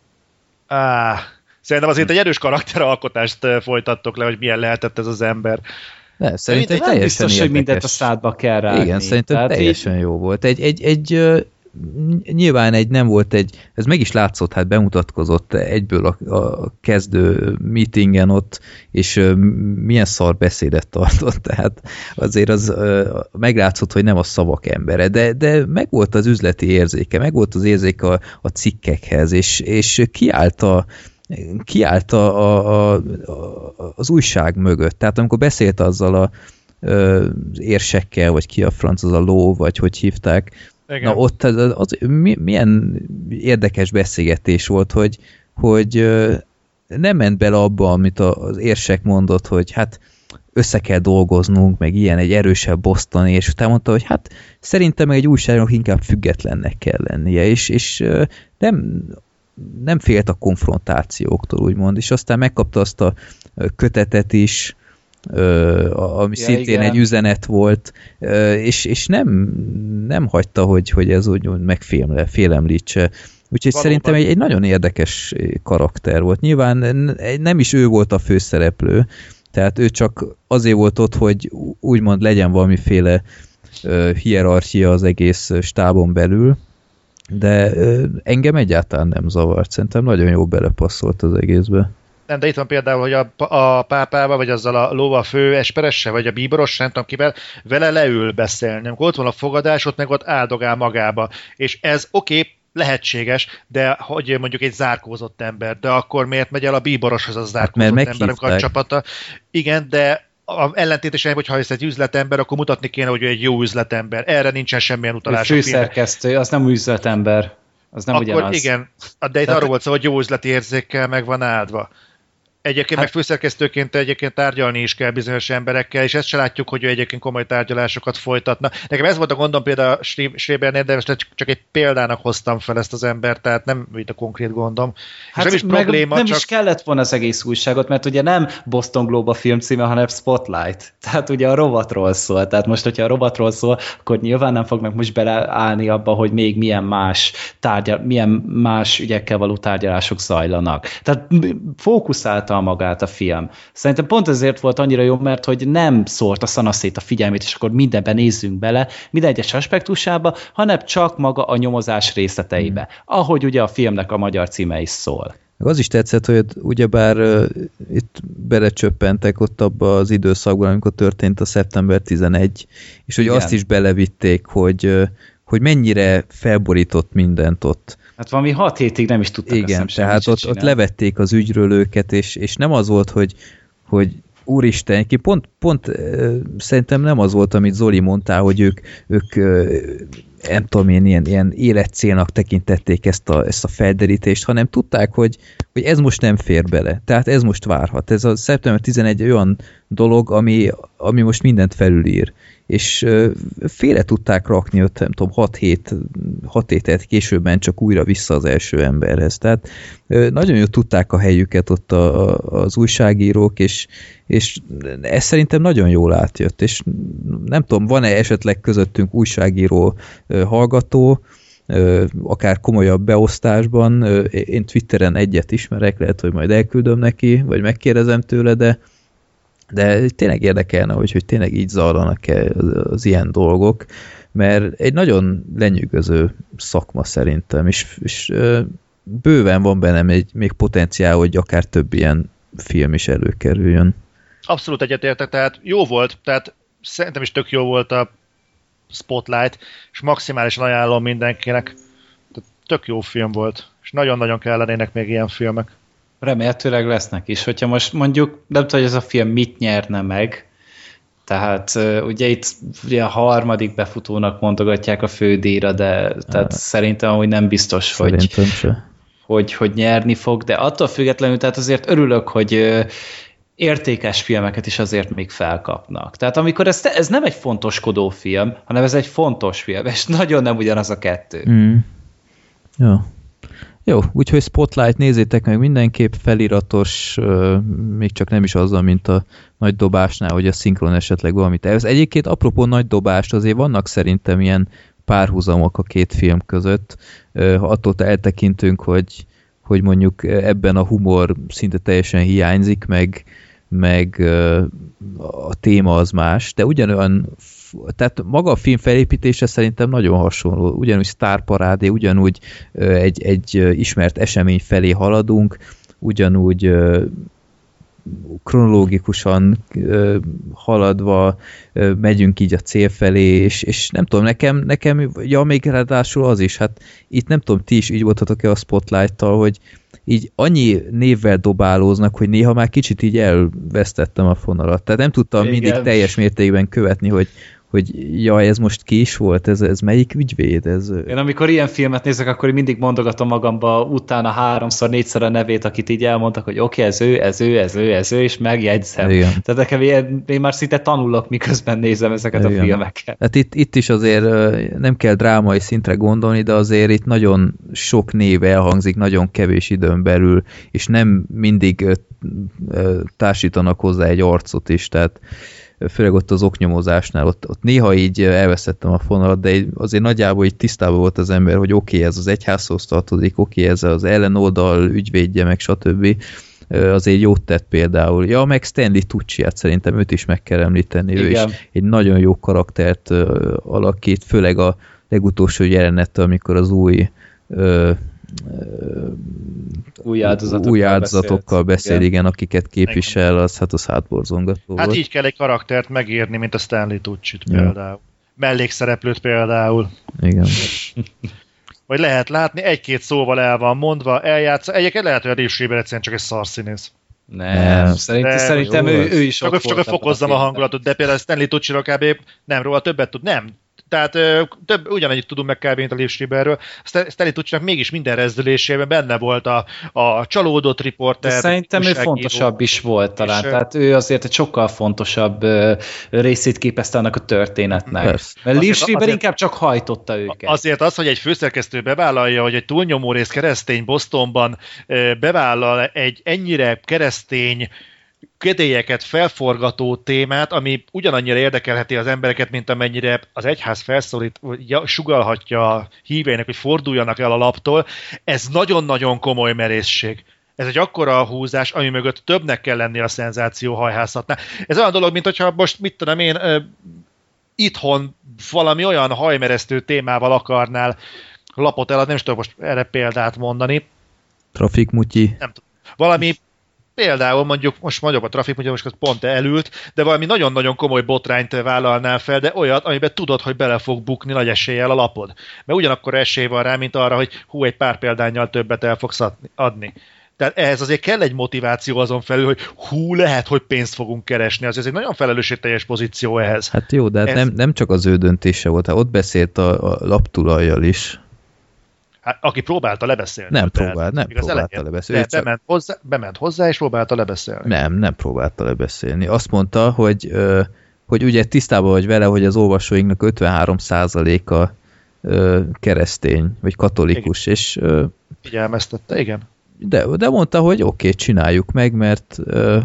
Áh, szerintem azért egy erős karakteralkotást folytattok le, hogy milyen lehetett ez az ember. Ne, szerintem nem biztos, érdekes. Hogy mindent a szádba kell rágni. Igen, szerintem tehát teljesen így... jó volt. Egy, egy, egy, nyilván egy nem volt egy, ez meg is látszott, hát bemutatkozott egyből a, a kezdő meetingen ott, és milyen szar beszédet tartott, tehát azért az meglátszott, hogy nem a szavak embere, de, de meg volt az üzleti érzéke, meg volt az érzéke a, a cikkekhez, és, és kiállt a kiállt a, a, a, az újság mögött. Tehát amikor beszélt azzal a, az érsekkel, vagy ki a franc, az a ló, vagy hogy hívták, igen. Na ott az, az, milyen érdekes beszélgetés volt, hogy, hogy nem ment bele abba, amit az érsek mondott, hogy hát össze kell dolgoznunk, meg ilyen egy erősebb Bostoni, és utána mondta, hogy hát szerintem egy újságnak inkább függetlennek kell lennie, és, és nem nem félt a konfrontációktól, úgymond, és aztán megkapta azt a kötetet is, ami ja, szintén igen. egy üzenet volt, és, és nem, nem hagyta, hogy, hogy ez úgy megfélemlítse. Úgyhogy valóban. Szerintem egy, egy nagyon érdekes karakter volt. Nyilván nem is ő volt a főszereplő, tehát ő csak azért volt ott, hogy úgymond legyen valamiféle hierarchia az egész stábon belül, de ö, engem egyáltalán nem zavart. Szerintem nagyon jó belepasszolt az egészbe. Nem, de itt van például, hogy a, a pápával, vagy azzal a lóval fő esperesse, vagy a bíboros, nem tudom kivel, vele leül beszélni. Amikor ott van a fogadás, ott meg ott áldogál magába. És ez oké, okay, lehetséges, de hogy mondjuk egy zárkózott ember, de akkor miért megy el a bíboroshoz az zárkózott hát, ember, amikor a csapata? Igen, de a ellentétesen, hogyha ez egy üzletember, akkor mutatni kéne, hogy ő egy jó üzletember. Erre nincsen semmilyen utalás. Ő főszerkesztő, az nem üzletember. Az nem akkor ugyanaz. Igen, de itt arról volt szó, hogy jó üzleti érzékkel meg van áldva. Egyébként hát, meg főszerkesztőként egyébként tárgyalni is kell bizonyos emberekkel, és ezt se látjuk, hogy ő egyébként komoly tárgyalásokat folytatna. Nekem ez volt a gondom például a Schrebernél, de most csak egy példának hoztam fel ezt az embert, tehát nem itt a konkrét gondom. Hát nem is probléma, nem csak... is kellett volna az egész újságot, mert ugye nem Boston Globe a film címe, hanem Spotlight. Tehát ugye a rovatról szól. Tehát most, hogyha a rovatról szól, akkor nyilván nem fognak most beleállni abba, hogy még milyen más tárgyal, milyen más ügyekkel való tárgyalások zajlanak. Tehát fókuszálta magát a film. Szerintem pont ezért volt annyira jó, mert hogy nem szólt a szanaszét a figyelmét, és akkor mindenben nézzünk bele, minden egyes aspektusába, hanem csak maga a nyomozás részleteibe. Mm. Ahogy ugye a filmnek a magyar címe is szól. Az is tetszett, hogy ugyebár uh, itt belecsöppentek ott abba az időszakban, amikor történt a szeptember tizenegy, és hogy igen. azt is belevitték, hogy, uh, hogy mennyire felborított mindent ott. Hát valami hat hétig nem is tudtak. Igen, tehát ott, ott levették az ügyről őket, és, és nem az volt, hogy, hogy úristen, ki pont, pont uh, szerintem nem az volt, amit Zoli mondtál, hogy ők, ők uh, nem tudom én, ilyen, ilyen életcélnak tekintették ezt a, ezt a felderítést, hanem tudták, hogy, hogy ez most nem fér bele. Tehát ez most várhat. Ez a szeptember tizenegy olyan dolog, ami, ami most mindent felülír. És félre tudták rakni, ott nem tudom, hat hét, hat hétet későbben csak újra vissza az első emberhez. Tehát nagyon jól tudták a helyüket ott a, a, az újságírók, és, és ez szerintem nagyon jól átjött. És nem tudom, van-e esetleg közöttünk újságíró hallgató, akár komolyabb beosztásban. Én Twitteren egyet ismerek, lehet, hogy majd elküldöm neki, vagy megkérdezem tőle, de de tényleg érdekelne, hogy, hogy tényleg így zajlanak-e az, az ilyen dolgok, mert egy nagyon lenyűgöző szakma szerintem, és, és bőven van bennem egy még potenciál, hogy akár több ilyen film is előkerüljön. Abszolút egyetértek, tehát jó volt, tehát szerintem is tök jó volt a Spotlight, és maximálisan ajánlom mindenkinek. Tehát tök jó film volt, és nagyon-nagyon kellenének még ilyen filmek. Remélhetőleg lesznek is. Hogyha most mondjuk, nem tudom, hogy ez a film mit nyerne meg, tehát ugye itt ugye a harmadik befutónak mondogatják a fődíjra, de tehát ah, szerintem hogy nem biztos, hogy, hogy, hogy nyerni fog, de attól függetlenül, tehát azért örülök, hogy értékes filmeket is azért még felkapnak. Tehát amikor ez, ez nem egy fontoskodó film, hanem ez egy fontos film, és nagyon nem ugyanaz a kettő. Mm. Ja. Jó, úgyhogy Spotlight, nézzétek meg mindenképp, feliratos, euh, még csak nem is azzal, mint a nagy dobásnál, hogy a szinkron esetleg valamit elvesz. Egyébként apropó nagy dobást, azért vannak szerintem ilyen párhuzamok a két film között, euh, attól eltekintünk, hogy, hogy mondjuk ebben a humor szinte teljesen hiányzik, meg, meg euh, a téma az más, de ugyanolyan, tehát maga a film felépítése szerintem nagyon hasonló, ugyanúgy sztárparádé, ugyanúgy egy, egy ismert esemény felé haladunk, ugyanúgy kronológikusan haladva megyünk így a cél felé, és, és nem tudom, nekem, nekem, ja, még ráadásul az is, hát itt nem tudom, ti is így voltatok-e a Spotlight-tal, hogy így annyi névvel dobálóznak, hogy néha már kicsit így elvesztettem a fonalat. Tehát nem tudtam igen. mindig teljes mértékben követni, hogy hogy jaj, ez most ki is volt, ez, ez melyik ügyvéd? Ez... Én amikor ilyen filmet nézek, akkor mindig mondogatom magamba utána háromszor, négyszer a nevét, akit így elmondtak, hogy oké, okay, ez ő, ez ő, ez ő, ez ő, és megjegyzem. Igen. Tehát nekem én, én már szinte tanulok, miközben nézem ezeket igen. a filmeket. Hát itt, itt is azért nem kell drámai szintre gondolni, de azért itt nagyon sok név elhangzik, nagyon kevés időn belül, és nem mindig társítanak hozzá egy arcot is, tehát főleg ott az oknyomozásnál, ott, ott néha így elvesztettem a fonalat, de azért nagyjából így tisztában volt az ember, hogy oké, okay, ez az egyházhoz tartozik, oké, okay, ez az ellenoldal ügyvédje, meg stb. Azért jót tett például. Ja, meg Stanley Tucci, hát szerintem őt is meg kell említeni. Igen. Ő is egy nagyon jó karaktert alakít, főleg a legutolsó jelenettől, amikor az új új áldozatokkal, új áldozatokkal beszél, igen. igen, akiket képvisel, az hát az hátborzongató Hát volt. így kell egy karaktert megírni, mint a Stanley Tucci-t ja. például. Mellékszereplőt például. Igen. Vagy lehet látni, egy-két szóval el van mondva, eljátsza. Egyébként lehet, hogy a Dave Schreiber egyszerűen csak egy szarszínész. Nem, nem. Szerint, de szerintem ő, ő is csak, csak fokozzam a, a hangulatot, de például Stanley Tucci-ról kb. Nem, róla többet tud, nem. Tehát több, ugyanannyit tudunk meg kb. Mint a Liv Schreiberről. Stanley Tucci-nak mégis minden rezdülésében benne volt a, a csalódott riporter. De szerintem ő fontosabb is volt talán. És, tehát ő azért egy sokkal fontosabb uh, részét képezte annak a történetnek. Persze. Mert Liv Schreiber inkább csak hajtotta őket. Azért az, hogy egy főszerkesztő bevállalja, hogy egy túlnyomó rész keresztény Bostonban uh, bevállal egy ennyire keresztény kedélyeket felforgató témát, ami ugyanannyira érdekelheti az embereket, mint amennyire az egyház felszólít, sugallhatja a híveinek, hogy forduljanak el a laptól, ez nagyon-nagyon komoly merészség. Ez egy akkora húzás, ami mögött többnek kell lenni a szenzáció hajhászatnál. Ez olyan dolog, mint hogyha most, mit tudom én, uh, itthon valami olyan hajmeresztő témával akarnál lapot eladni, nem is tudom most erre példát mondani. Trafikmutyi. Nem tudom. Valami például mondjuk, most mondjuk a trafik, ugye most pont elült, de valami nagyon-nagyon komoly botrányt vállalnál fel, de olyat, amiben tudod, hogy bele fog bukni nagy eséllyel a lapod. Mert ugyanakkor esély van rá, mint arra, hogy hú, egy pár példánnyal többet el fogsz adni. Tehát ehhez azért kell egy motiváció azon felül, hogy hú, lehet, hogy pénzt fogunk keresni. Az ez egy nagyon felelősségteljes pozíció ehhez. Hát jó, de hát ez... nem, nem csak az ő döntése volt, hát ott beszélt a, a laptulajjal is. Hát, aki próbálta lebeszélni. Nem próbált, nem próbálta lebeszélni. De bement, hozzá, bement hozzá, és próbálta lebeszélni. Nem, nem próbálta lebeszélni. Azt mondta, hogy, hogy ugye tisztában vagy vele, hogy az olvasóinknak ötvenhárom százaléka keresztény, vagy katolikus. Igen. És, figyelmeztette, igen. De, de mondta, hogy oké, okay, csináljuk meg, mert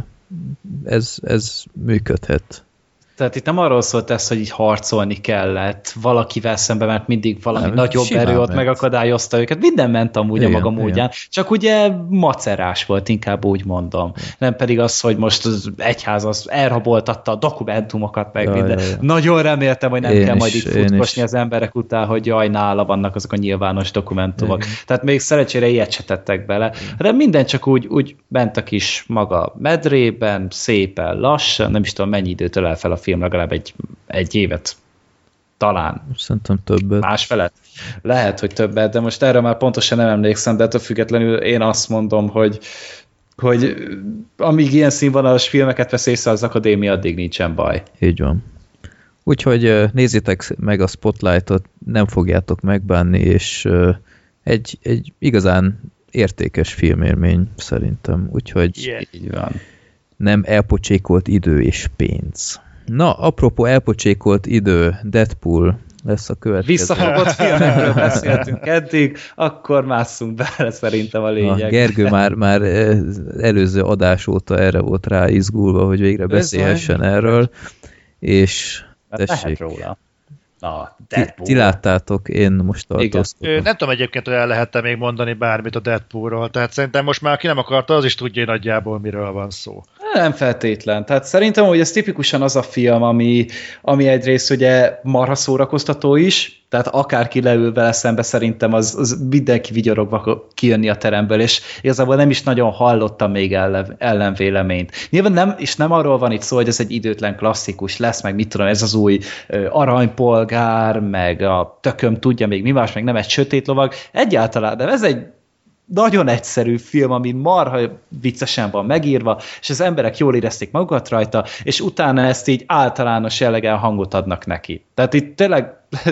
ez, ez működhet. Tehát itt nem arról szólt ez, hogy így harcolni kellett valakivel szemben, mert mindig valami nem, nagyobb erő ott megakadályozta őket. Minden ment amúgy igen, a maga módján. Igen. Csak ugye macerás volt, inkább úgy mondom. Igen. Nem pedig az, hogy most az egyház az elraboltatta a dokumentumokat, meg ja, minden. Ja, ja. Nagyon reméltem, hogy nem én kell is, majd itt futkosni az emberek után, hogy jaj, nála vannak azok a nyilvános dokumentumok. Igen. Tehát még szerencsére ilyet se tettek bele. Igen. De minden csak úgy, úgy ment a kis maga medrében, szépen lassan, nem is tudom mennyi időt ölel fel a film, legalább egy, egy évet talán. Szerintem többet. Másfelet. Lehet, hogy többet, de most erre már pontosan nem emlékszem, de ettől függetlenül én azt mondom, hogy, hogy amíg ilyen színvonalas filmeket vesz észre az akadémia, addig nincsen baj. Így van. Úgyhogy nézzétek meg a Spotlightot, nem fogjátok megbánni, és egy, egy igazán értékes filmélmény szerintem. Úgyhogy yeah. Így van. Nem elpocsékolt idő és pénz. Na, apropó elpocsékolt idő, Deadpool lesz a következő. Visszafogott filmekről beszéltünk eddig, akkor másszunk bele szerintem a lényeg. A Gergő már, már előző adás óta erre volt rá izgulva, hogy végre beszélhessen erről, és tessék. róla. Na, ti, ti láttátok, én most tartózkodom. Nem tudom egyébként, hogy el lehet még mondani bármit a Deadpoolról, tehát szerintem most már aki nem akarta, az is tudja nagyjából, miről van szó. Nem feltétlen. Tehát szerintem, hogy ez tipikusan az a film, ami, ami egyrészt ugye marha szórakoztató is, tehát akárki leül vele szembe, szerintem az, az mindenki vigyorogva kijönni a teremből, és igazából nem is nagyon hallottam még ellen, ellenvéleményt. Nyilván nem, és nem arról van itt szó, hogy ez egy időtlen klasszikus lesz, meg mit tudom, ez az új ö, aranypolgár, meg a tököm tudja még mi más, meg nem egy sötét lovag. Egyáltalán, de ez egy nagyon egyszerű film, ami marha viccesen van megírva, és az emberek jól érezték magukat rajta, és utána ezt így általános jelleggel hangot adnak neki. Tehát itt tényleg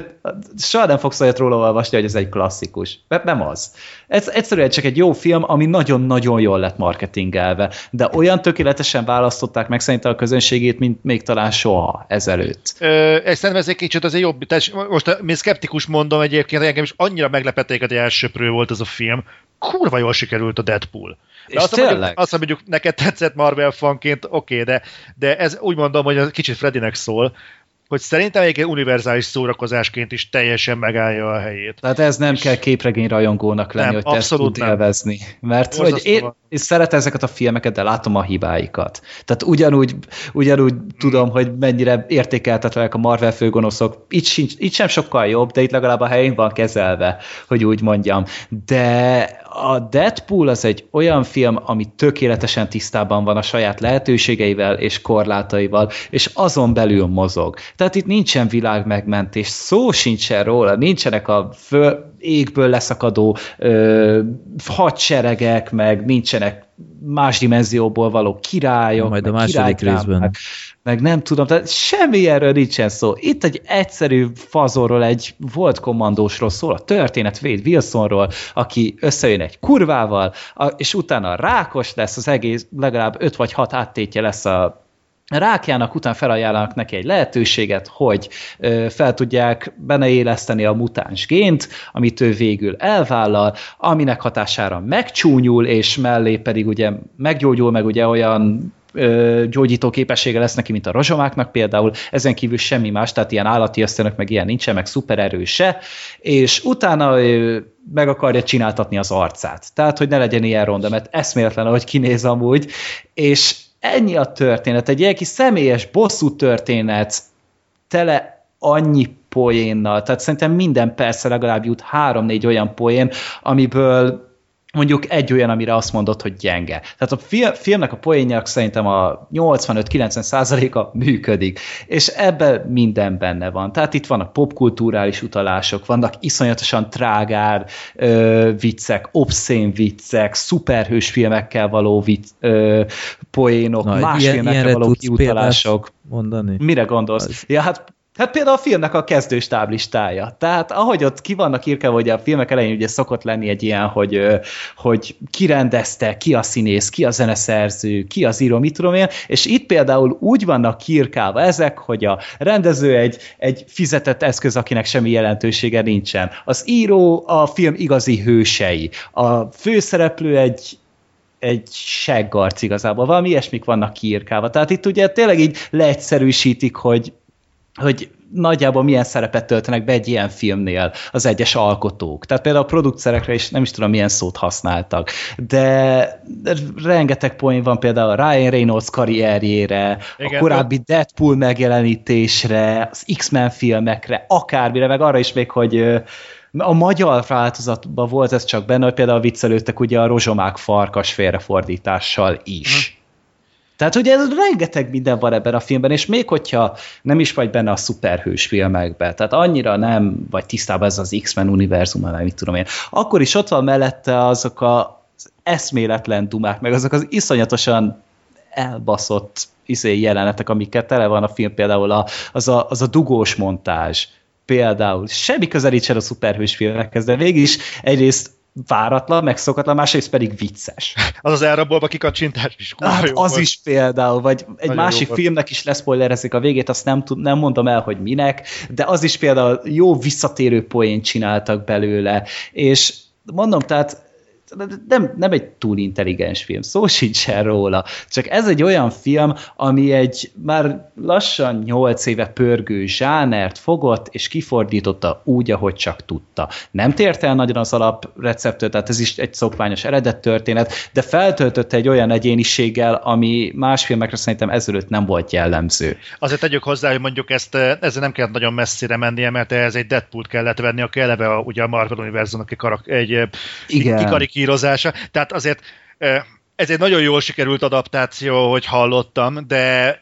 soha nem fogsz olyat róla olvasni, hogy ez egy klasszikus. Mert nem az. Ez egyszerűen csak egy jó film, ami nagyon-nagyon jól lett marketingelve, de olyan tökéletesen választották meg szerintem a közönségét, mint még talán soha ezelőtt. Ezt szerintem ez egy kicsit azért jobb. Tehát most mi szkeptikus mondom egyébként, engem is annyira meglepették, hogy elsöprő volt ez a film. Kurva jól sikerült a Deadpool. De azt mondjuk, azt mondjuk, neked tetszett Marvel fanként, oké, okay, de, de ez úgy mondom, hogy ez kicsit Freddynek szól, hogy szerintem egy univerzális szórakozásként is teljesen megállja a helyét. Tehát ez nem kell képregény rajongónak lenni, nem, hogy te tud élvezni. Mert hogy én, én szeretem ezeket a filmeket, de látom a hibáikat. Tehát ugyanúgy, ugyanúgy hmm. tudom, hogy mennyire értékeltetlenek a Marvel főgonoszok. Itt, sincs, itt sem sokkal jobb, de itt legalább a helyén van kezelve, hogy úgy mondjam. De a Deadpool az egy olyan film, ami tökéletesen tisztában van a saját lehetőségeivel és korlátaival, és azon belül mozog. Tehát itt nincsen világmegmentés, szó sincsen róla, nincsenek a föl, égből leszakadó ö, hadseregek, meg nincsenek más dimenzióból való királyok, majd a második részben. Meg, meg nem tudom, tehát semmi erről nincsen szó. Itt egy egyszerű fazorról, egy volt kommandósról szól a történet, Wade Wilsonról, aki összejön egy kurvával, és utána rákos lesz, az egész legalább öt vagy hat áttétje lesz a rákjának, után felajánlanak neki egy lehetőséget, hogy ö, fel tudják benne éleszteni a mutáns gént, amit ő végül elvállal, aminek hatására megcsúnyul, és mellé pedig ugye meggyógyul, meg ugye olyan ö, gyógyító képessége lesz neki, mint a rozsomáknak például, ezen kívül semmi más, tehát ilyen állati ösztönök, meg ilyen nincsen, meg szupererő se, és utána ö, meg akarja csináltatni az arcát. Tehát, hogy ne legyen ilyen ronda, mert eszméletlen, ahogy kinéz amúgy, és ennyi a történet, egy ilyen kis személyes bosszú történet, tele annyi poénnal, tehát szerintem minden persze legalább jut három-négy olyan poén, amiből mondjuk egy olyan, amire azt mondod, hogy gyenge. Tehát a film, filmnek a poénjak szerintem a nyolcvanöt-kilencven százaléka működik, és ebben minden benne van. Tehát itt vannak popkulturális utalások, vannak iszonyatosan trágár ö, viccek, obszén viccek, szuperhős filmekkel való vicc, ö, poénok, Na, más ilyen, filmekkel való kiutalások. Mondani? Mire gondolsz? Az... Ja, hát Hát például a filmnek a kezdős táblistája. Tehát ahogy ott ki vannak írva, hogy a filmek elején ugye szokott lenni egy ilyen, hogy, hogy ki rendezte, ki a színész, ki a zeneszerző, ki az író, mit tudom én, és itt például úgy vannak kiírkálva ezek, hogy a rendező egy, egy fizetett eszköz, akinek semmi jelentősége nincsen. Az író a film igazi hősei. A főszereplő egy egy seggarc igazából. Valami ilyesmik vannak kiírkálva. Tehát itt ugye tényleg így leegyszerűsítik, hogy hogy nagyjából milyen szerepet töltenek be egy ilyen filmnél az egyes alkotók. Tehát például a producerekre is nem is tudom, milyen szót használtak. De rengeteg poén van például a Ryan Reynolds karrierjére, igen, a korábbi Deadpool megjelenítésre, az X-Men filmekre, akármire, meg arra is még, hogy a magyar változatban volt ez csak benne, hogy például viccelődtek ugye a rozsomák farkas félrefordítással is. Hm. Tehát ugye ez rengeteg minden van ebben a filmben, és még hogyha nem is vagy benne a szuperhős filmekben, tehát annyira nem vagy tisztában ez az X-Men univerzum, vagy mit tudom én, akkor is ott van mellette azok az eszméletlen dumák, meg azok az iszonyatosan elbaszott izé jelenetek, amikkel tele van a film, például a, az, a, az a dugós montázs, például semmi közelítsen a szuperhős filmekhez, de végig is egyrészt váratlan, megszokatlan, másrészt pedig vicces. Az az elrabolva kikacsintás is. Hát az volt. Is például, vagy egy nagyon másik filmnek is leszpoilerezik a végét, azt nem, tud, nem mondom el, hogy minek, de az is például jó visszatérő poént csináltak belőle, és mondom, tehát nem, nem egy túl intelligens film, szó sincsen róla, csak ez egy olyan film, ami egy már lassan nyolc éve pörgő zsánert fogott, és kifordította úgy, ahogy csak tudta. Nem tért el nagyon az alapreceptől, tehát ez is egy szokványos eredet történet, de feltöltötte egy olyan egyéniséggel, ami más filmekre szerintem ezelőtt nem volt jellemző. Azért tegyük hozzá, hogy mondjuk ezt, ezzel nem kellett nagyon messzire mennie, mert ez egy Deadpool-t kellett venni, aki eleve a, ugye a Marvel univerzumnak egy, karak- egy kikarikírozása. Tehát azért ez egy nagyon jól sikerült adaptáció, hogy hallottam, de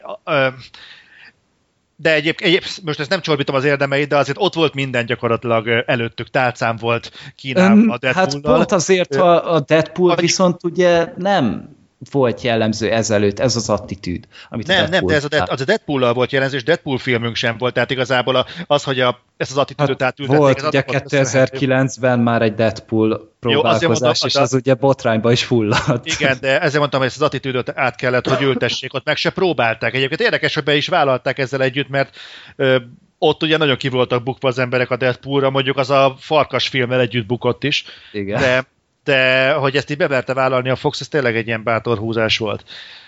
de egyébként egyéb, most ezt nem csorbítom az érdemeit, de azért ott volt minden gyakorlatilag előttük, tálcán volt kínálva a Deadpool-nal. Hát pont azért a, a Deadpool a, viszont ugye nem volt jellemző ezelőtt, ez az attitűd, amit nem, nem, de ez a, Dead, az a Deadpool-lal volt jellemző, és Deadpool filmünk sem volt, tehát igazából az, hogy a, ezt az attitűdöt hát átültették. Volt, ugye kétezer-kilencben már egy Deadpool próbálkozás, jó, mondtam, és az ugye botrányba is fulladt. Igen, de ezért mondtam, hogy ezt az attitűdöt át kellett, hogy ültessék, ott meg se próbálták. Egyébként érdekes, hogy be is vállalták ezzel együtt, mert ö, ott ugye nagyon ki voltak bukva az emberek a Deadpoolra, mondjuk az a Farkas filmmel együtt bukott is. Igen. De de hogy ezt így beverte vállalni a Fox, ez tényleg egy ilyen bátor húzás volt.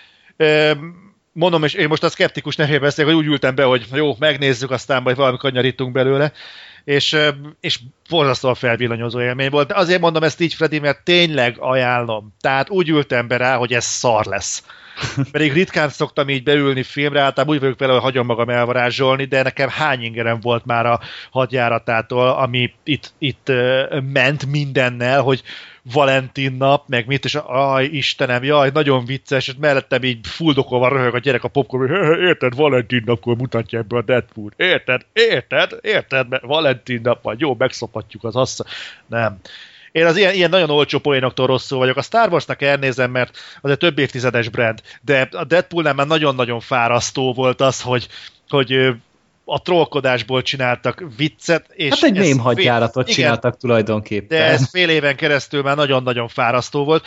Mondom, és én most a szkeptikus nevében beszélek, hogy úgy ültem be, hogy jó, megnézzük, aztán majd valami kanyarítunk belőle, és, és borzasztóan felvillanyozó élmény volt. De azért mondom ezt így, Freddy, mert tényleg ajánlom. Tehát úgy ültem be rá, hogy ez szar lesz. Pedig ritkán szoktam így beülni filmre, általában úgy vagyok vele, hogy hagyom magam elvarázsolni, de nekem hány ingerem volt már a hadjáratától, ami itt, itt ment mindennel, hogy Valentin nap, meg mit, és aj, Istenem, jaj, nagyon vicces, és mellettem így fuldokolva röhög a gyerek a popcorn, hogy érted, Valentin napkor mutatja ebbe a Deadpool, érted, érted, érted, mert Valentin nap van, jó, megszopatjuk az assza. Nem. Én az ilyen, ilyen nagyon olcsó poénoktól rosszul vagyok. A Star Warsnak elnézem, mert az egy több évtizedes brand, de a Deadpoolnál már nagyon-nagyon fárasztó volt az, hogy, hogy a trollkodásból csináltak viccet. És hát egy mém hadjáratot fél... csináltak igen, tulajdonképpen. De ez fél éven keresztül már nagyon-nagyon fárasztó volt.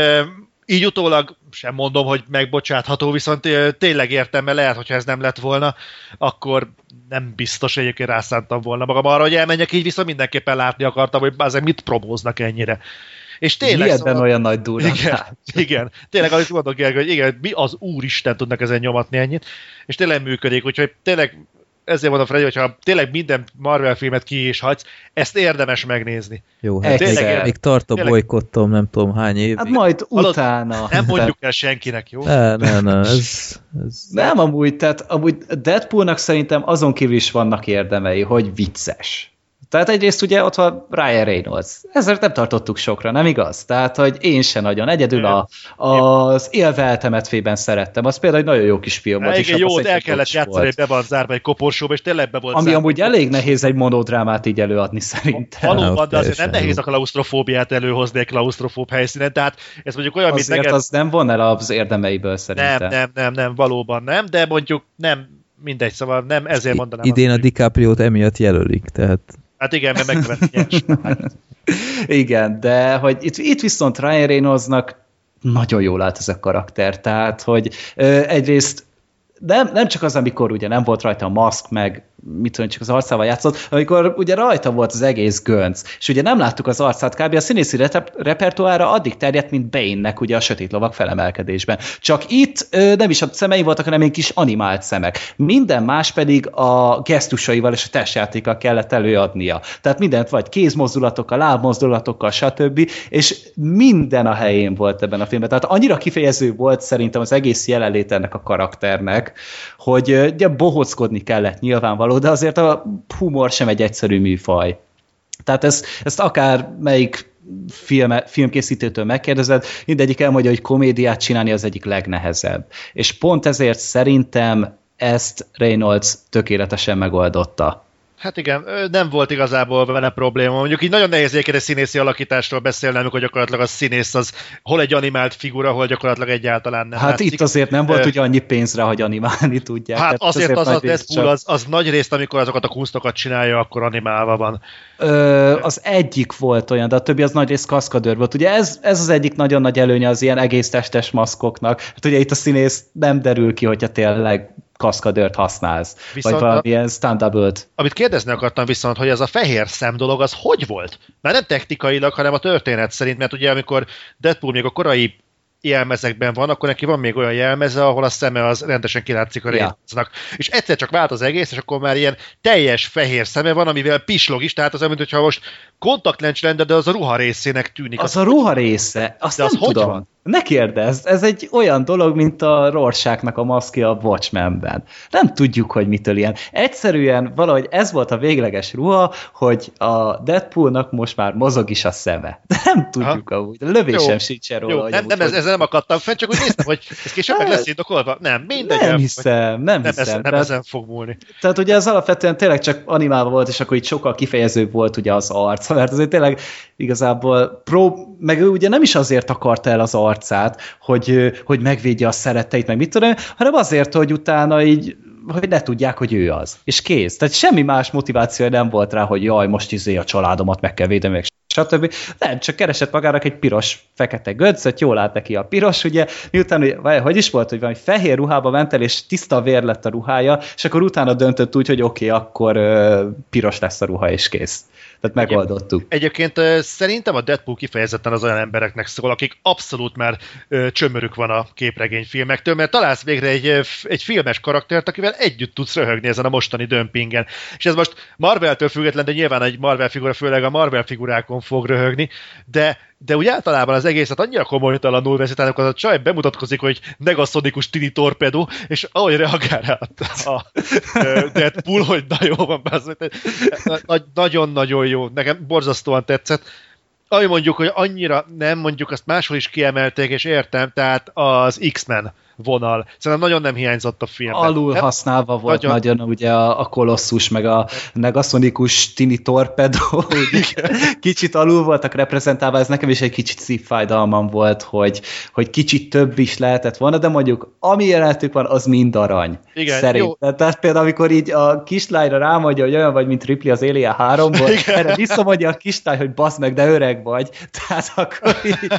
Így utólag sem mondom, hogy megbocsátható, viszont tényleg értem, mert lehet, hogyha ez nem lett volna, akkor nem biztos, hogy egyébként rászántam volna magam arra, hogy elmenjek, így viszont mindenképpen látni akartam, hogy azért mit promóznak ennyire. És tényleg mi ebben szóval... olyan nagy durrantás? Igen, igen. Tényleg azt mondok, hogy igen, mi az úristen tudnak ezen nyomatni ennyit, és tényleg működik, úgyhogy tényleg ezért mondom, Freddy, hogyha tényleg minden Marvel filmet ki is hagysz, ezt érdemes megnézni. Jó, hát tényleg, még tart a bolykottom, nem tudom hány év. Hát majd utána. Nem mondjuk el senkinek, jó? Ne, ne, ne, ez, ez... Nem amúgy, tehát amúgy Deadpoolnak szerintem azon kívül is vannak érdemei, hogy vicces. Tehát egyrészt ugye ott van Ryan Reynolds. Ezért nem tartottuk sokra, nem igaz? Tehát, hogy én se nagyon. Egyedül a, az Élve eltemetvében szerettem. Az például egy nagyon jó kis film volt. Igen, jó, el kellett játszani, hogy be van zárva egy koporsóba, és tényleg be volt Ami zárva. amúgy elég nehéz egy monodrámát így előadni szerintem. Valóban, de azért nem nehéz a klausztrofóbiát előhozni egy klausztrofób helyszínen. Tehát ez mondjuk olyan, azért mint neked... az nem von el az érdemeiből szerintem. Nem, nem, nem, nem, valóban nem, de mondjuk nem, mindegy, szóval nem, ezért mondanám. Idén a DiCaprio-t emiatt jelölik, tehát... Hát igen, mert megkövetni nyers. Igen, de hogy itt, itt viszont Ryan Reynoldsnak nagyon jól állt ez a karakter, tehát hogy ö, egyrészt nem, nem csak az, amikor ugye nem volt rajta a maszk, meg mit tudom, csak az arcával játszott, amikor ugye rajta volt az egész gönc, és ugye nem láttuk az arcát, kb. A színészi repertoára addig terjedt, mint Bane-nek ugye a Sötét Lovag felemelkedésben. Csak itt ö, nem is a szemei voltak, hanem egy kis animált szemek. Minden más pedig a gesztusaival és a testjátékkal kellett előadnia. Tehát mindent vagy kézmozdulatokkal, lábmozdulatokkal, stb. És minden a helyén volt ebben a filmben. Tehát annyira kifejező volt szerintem az egész jelenlét ennek a karakternek, hogy ugye bohóckodni kellett nyilvánvaló, de azért a humor sem egy egyszerű műfaj. Tehát ezt, ezt akár melyik filme, filmkészítőtől megkérdezed, mindegyik elmondja, hogy komédiát csinálni az egyik legnehezebb. És pont ezért szerintem ezt Reynolds tökéletesen megoldotta. Hát igen, nem volt igazából vele probléma. Mondjuk így nagyon nehéz egy színészi alakításról beszélni, amikor gyakorlatilag a színész az hol egy animált figura, hol gyakorlatilag egyáltalán nem Hát látszik. itt azért nem volt ugye annyi pénzre, hogy animálni tudják. Hát tehát azért, azért az a Deadpool csak... az, az nagy részt, amikor azokat a kunstokat csinálja, akkor animálva van. Ö, az egyik volt olyan, de a többi az nagy rész kaszkadőr volt. Ugye ez, ez az egyik nagyon nagy előnye az ilyen egész testes maszkoknak. Hát ugye itt a színész nem derül ki, hogyha tényleg kaszkadőrt használsz, viszont vagy valamilyen stand-up-öt. Amit kérdezni akartam viszont, hogy ez a fehér szem dolog, az hogy volt? Már nem technikailag, hanem a történet szerint, mert ugye amikor Deadpool még a korai jelmezekben van, akkor neki van még olyan jelmeze, ahol a szeme az rendesen kilátszik a récnak. Ja. És egyszer csak vált az egész, és akkor már ilyen teljes fehér szeme van, amivel pislog is, tehát az olyan, mintha most kontaktlencs lenne, de az a ruha részének tűnik. Az, az a ruha része, azt nem az tudom. Van? Ne kérdezz, ez egy olyan dolog, mint a Rorschachnak a maszkja a Watchmenben. Nem tudjuk, hogy mitől ilyen. Egyszerűen valahogy ez volt a végleges ruha, hogy a Deadpoolnak most már mozog is a szeme. De nem tudjuk Aha. amúgy. Lövésem sincsen róla. Jó, nem, nem, ez, ezzel nem akadtam fenn, csak úgy néztem, hogy ez később meg lesz indokolva. Nem, mindegy. Nem hiszem, nem, nem hiszem. Ezen, nem tehát, ezen fog múlni. Tehát ugye ez alapvetően tényleg csak animálva volt, és akkor így sokkal kifejezőbb volt ugye az arc, mert azért tényleg igazából prób, meg ő ugye nem is azért akarta el az arcát, hogy, hogy megvédje a szeretteit, meg mit tudom, hanem azért, hogy utána így hogy ne tudják, hogy ő az. És kész. Tehát semmi más motivációja nem volt rá, hogy jaj, most izé a családomat meg kell védeni, meg stb. Nem, csak keresett magának egy piros-fekete göncöt, jól állt neki a piros, ugye, miután, hogy, hogy is volt, hogy valami fehér ruhába ment el, és tiszta vér lett a ruhája, és akkor utána döntött úgy, hogy oké, okay, akkor uh, piros lesz a ruha, és kész. Tehát megoldottuk. Egyébként uh, szerintem a Deadpool kifejezetten az olyan embereknek szól, akik abszolút már uh, csömörük van a képregényfilmektől, mert találsz végre egy, egy filmes karaktert, akivel együtt tudsz röhögni ezen a mostani dömpingen. És ez most Marveltől független, de nyilván egy Marvel figura, főleg a Marvel figurákon fog röhögni, de, de úgy általában az egészet annyira komolytalanul veszi, tehát amikor a csaj bemutatkozik, hogy negaszonikus tini torpedó, és ahogy reagál rá a, a Deadpool, hogy na jó van, nagyon-nagyon jó, nekem borzasztóan tetszett. Ami mondjuk, hogy annyira nem, mondjuk azt máshol is kiemelték, és értem, tehát az X-Men vonal. Szerintem nagyon nem hiányzott a filmben. Alul használva volt nagyon, nagyon ugye a, a kolosszus, meg a negaszonikus tini torpedó. Kicsit alul voltak reprezentálva, ez nekem is egy kicsit szívfájdalmam volt, hogy, hogy kicsit több is lehetett volna, de mondjuk ami jelenetük van, az mind arany. Igen, szerintem. Tehát például, amikor így a kislányra rámondja, hogy olyan vagy, mint Ripley az Alien háromból, erre visszamondja a kislány, hogy bassz meg, de öreg vagy. Tehát akkor így...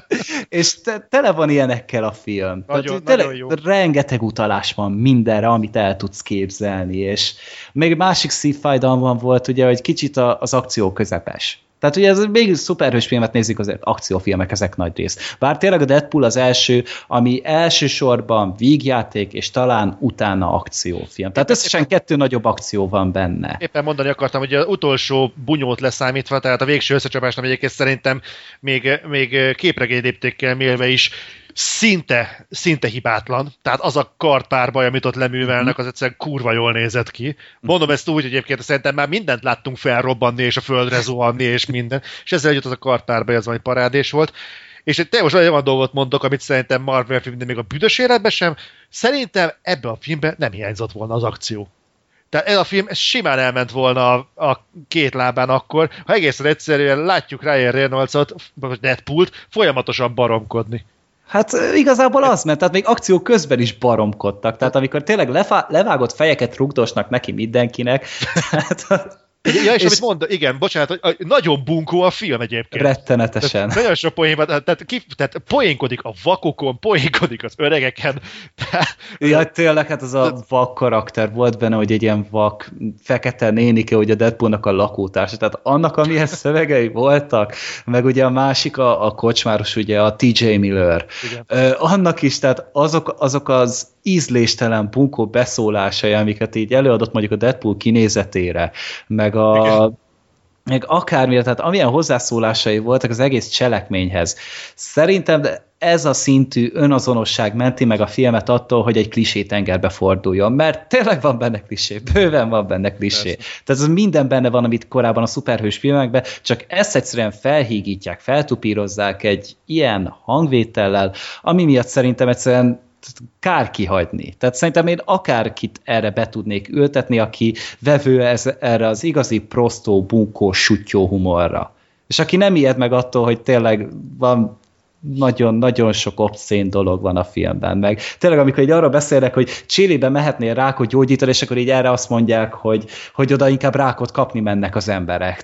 És te, tele van ilyenekkel a film. Nagyon, Tehát, tele, rengeteg utalás van mindenre, amit el tudsz képzelni, és még másik szívfájdalmam volt, ugye, hogy kicsit a, az akció közepes. Tehát ugye ez még szuperhős filmet nézik, azért akciófilmek ezek nagy rész. Bár tényleg a Deadpool az első, ami elsősorban vígjáték, és talán utána akciófilm. Tehát összesen kettő nagyobb akció van benne. Éppen mondani akartam, hogy az utolsó bunyót leszámítva, tehát a végső összecsapásnak egyébként szerintem még, még képregényléptékkel mérve is szinte, szinte hibátlan. Tehát az a kartpárbaj, amit ott leművelnek, az egyszerűen kurva jól nézett ki. Mondom ezt úgy, hogy egyébként szerintem már mindent láttunk felrobbanni, és a földre zuhanni, és minden. És ezzel együtt az a kartpárbaj az valami parádés volt. És te most olyan dolgot mondok, amit szerintem Marvel film, de még a büdös életben sem. Szerintem ebbe a filmben nem hiányzott volna az akció. Tehát ez a film ez simán elment volna a, a két lábán akkor, ha egészen egyszerűen látjuk Ryan Reynoldsot, vagy Deadpoolt folyamatosan baromkodni. Hát igazából az, mert tehát még akció közben is baromkodtak. Tehát amikor tényleg lefá- levágott fejeket rugdosnak neki mindenkinek, tehát... Ja, és, és amit mond, igen, bocsánat, hogy nagyon bunkó a film egyébként. Rettenetesen. Tehát nagyon sok poén van, tehát, ki, tehát poénkodik a vakokon, poénkodik az öregeken. Tehát, ja, tényleg, hát az a vak karakter volt benne, hogy egy ilyen vak, fekete nénike, hogy a Deadpoolnak a lakótársa. Tehát annak, amilyen szövegei voltak, meg ugye a másik, a, a kocsmáros, ugye a té jé Miller. Igen. Annak is, tehát azok, azok az ízléstelen bunkó beszólásai, amiket így előadott mondjuk a Deadpool kinézetére, meg a meg akármilyen, tehát amilyen hozzászólásai voltak az egész cselekményhez. Szerintem ez a szintű önazonosság menti meg a filmet attól, hogy egy klisé tengerbe forduljon, mert tényleg van benne klisé, bőven van benne klisé. Persze. Tehát ez minden benne van, amit korábban a szuperhős filmekben, csak ezt egyszerűen felhígítják, feltupírozzák egy ilyen hangvétellel, ami miatt szerintem egyszerűen kár kihagyni. Tehát szerintem én akárkit erre be tudnék ültetni, aki vevő ez, erre az igazi prostó, bunkó, sutyó humorra. És aki nem ijed meg attól, hogy tényleg van nagyon-nagyon sok obszén dolog van a filmben. Meg tényleg, amikor így arra beszélnek, hogy Chilibe mehetnél rákot gyógyítani, és akkor így erre azt mondják, hogy, hogy oda inkább rákot kapni mennek az emberek.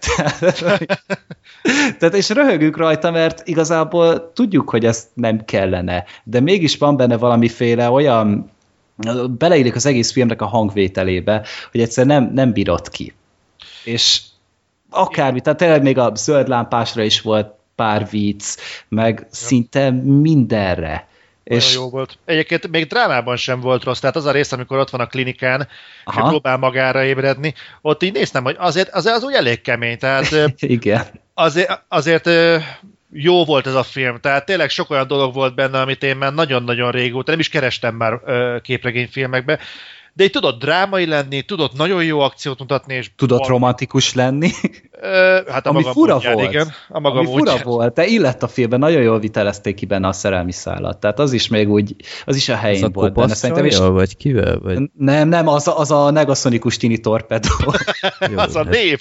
Tehát, és röhögünk rajta, mert igazából tudjuk, hogy ezt nem kellene. De mégis van benne valamiféle olyan, beleillik az egész filmnek a hangvételébe, hogy egyszer nem, nem bírod ki. És akármi, tehát tényleg még a zöld lámpásra is volt pár vicc, meg ja. szinte mindenre. És jó volt. Egyébként még drámában sem volt rossz, tehát az a rész, amikor ott van a klinikán, Aha. és próbál magára ébredni, ott így néztem, hogy azért, azért az úgy elég kemény, tehát igen. Azért, azért jó volt ez a film, tehát tényleg sok olyan dolog volt benne, amit én már nagyon-nagyon régóta, nem is kerestem már képregényfilmekbe, de így tudott drámai lenni, tudott nagyon jó akciót mutatni, és tudott valami... romantikus lenni. Ö, hát a ami maga fura módján, volt. Igen. A maga ami módján. fura volt, de illett a filmben, nagyon jól vitelezték ki benne a szerelmi szállat. Tehát az is még úgy, az is a helyén az volt a benne. Szerintem is... vagy kivel? Vagy... Nem, nem, az a, az a negaszonikus tini torpedó. Jó, az a név,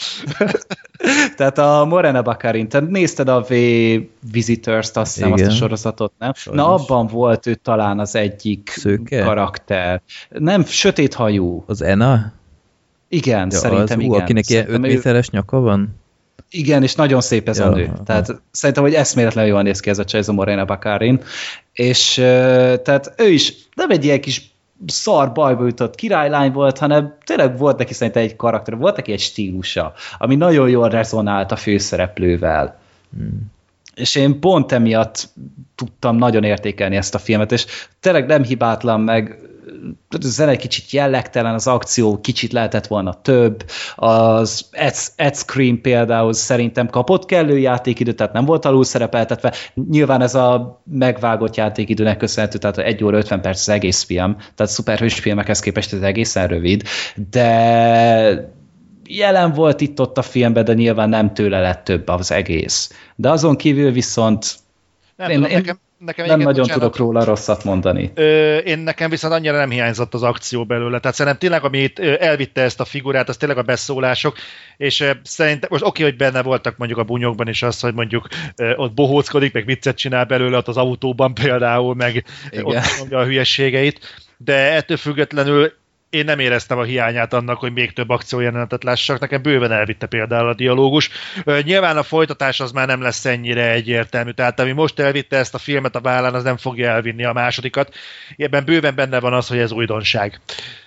Tehát a Morena Baccarin, te nézted a V Visitors-t, azt hiszem, azt a sorozatot, nem? Sajnos. Na, abban volt ő talán az egyik Szőke? karakter. Nem, sötéthajú. Az Ena? Igen, ja, szerintem az, igen. Ú, akinek ilyen öt méteres nyaka van? Igen, és nagyon szép ez ja, a nő. Aha. Tehát szerintem, hogy eszméletlenül jól néz ki ez a Csajza Morena Baccarin. És tehát ő is nem egy ilyen kis szar bajba jutott királylány volt, hanem tényleg volt neki szerintem egy karakter, volt neki egy stílusa, ami nagyon jól rezonált a főszereplővel. Hmm. És én pont emiatt tudtam nagyon értékelni ezt a filmet, és tényleg nem hibátlan, meg a zene egy kicsit jellegtelen, az akció kicsit lehetett volna több, az Ed Scream például szerintem kapott kellő játékidőt, tehát nem volt alul szerepeltetve. Nyilván ez a megvágott játékidőnek köszönhető, tehát egy óra ötven perc az egész film, tehát szuperhős filmekhez képest ez egészen rövid, de jelen volt itt-ott a filmben, de nyilván nem tőle lett több az egész. De azon kívül viszont nem, én, tudom, én nekem, nekem nem nagyon bocsánat, tudok róla rosszat mondani. Ö, én nekem viszont annyira nem hiányzott az akció belőle. Tehát szerintem tényleg, amit elvitte ezt a figurát, az tényleg a beszólások, és szerintem, most oké, hogy benne voltak mondjuk a bunyókban is az, hogy mondjuk ott bohóckodik, meg viccet csinál belőle ott az autóban például, meg igen. Ott mondja a hülyességeit, de ettől függetlenül én nem éreztem a hiányát annak, hogy még több akciójelenetet lássak. Nekem bőven elvitte például a dialógus. Nyilván a folytatás az már nem lesz ennyire egyértelmű. Tehát ami most elvitte ezt a filmet a vállán, az nem fogja elvinni a másodikat. Ebben bőven benne van az, hogy ez újdonság.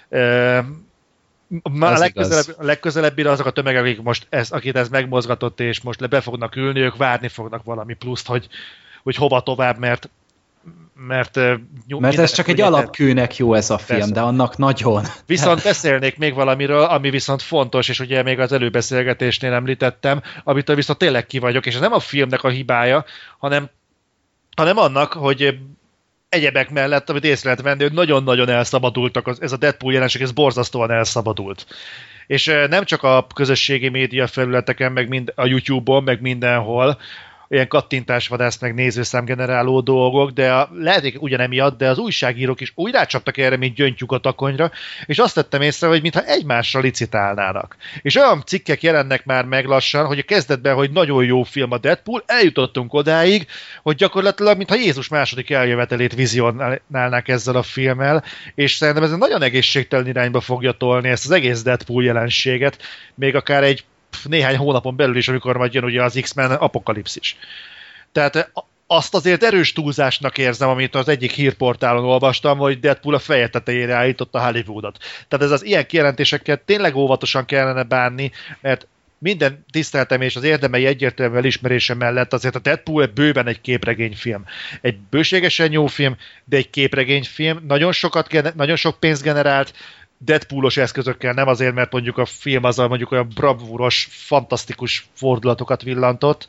Már a legközelebb, legközelebbire azok a tömegek, akik most ez, akit ez megmozgatott, és most le be fognak ülni, ők várni fognak valami pluszt, hogy, hogy hova tovább, mert Mert, mert ez csak egy alapkőnek jó ez a film, persze. De annak nagyon. Viszont beszélnék még valamiről, ami viszont fontos, és ugye még az előbeszélgetésnél említettem, amitől viszont tényleg ki vagyok, és ez nem a filmnek a hibája, hanem, hanem annak, hogy egyebek mellett, amit észre lehet venni, hogy nagyon-nagyon elszabadultak, az, ez a Deadpool jelenség, ez borzasztóan elszabadult. És nem csak a közösségi média felületeken, meg mind, a YouTube-on, meg mindenhol, ilyen kattintásvadász, meg nézőszámgeneráló dolgok, de a, lehet, hogy ugyanemiatt, de az újságírók is úgy rácsaptak erre, mint gyöngytyúk a takonyra, és azt tettem észre, hogy mintha egymásra licitálnának. És olyan cikkek jelennek már meg lassan, hogy a kezdetben, hogy nagyon jó film a Deadpool, eljutottunk odáig, hogy gyakorlatilag, mintha Jézus második eljövetelét vizionálnák ezzel a filmmel, és szerintem ez egy nagyon egészségtelen irányba fogja tolni ezt az egész Deadpool jelenséget, még akár egy néhány hónapon belül is, amikor majd jön ugye az X-Men apokalipszis. Tehát azt azért erős túlzásnak érzem, amit az egyik hírportálon olvastam, hogy Deadpool a feje tetejére állította Hollywoodot. Tehát ez az ilyen kijelentésekkel tényleg óvatosan kellene bánni, mert minden tiszteltem és az érdemei egyértelmű elismerése mellett azért a Deadpool bőven egy képregényfilm. Egy bőségesen jó film, de egy képregényfilm. Nagyon sokat, nagyon sok pénzt generált, Deadpoolos eszközökkel, nem azért, mert mondjuk a film azzal mondjuk olyan bravúros, fantasztikus fordulatokat villantott,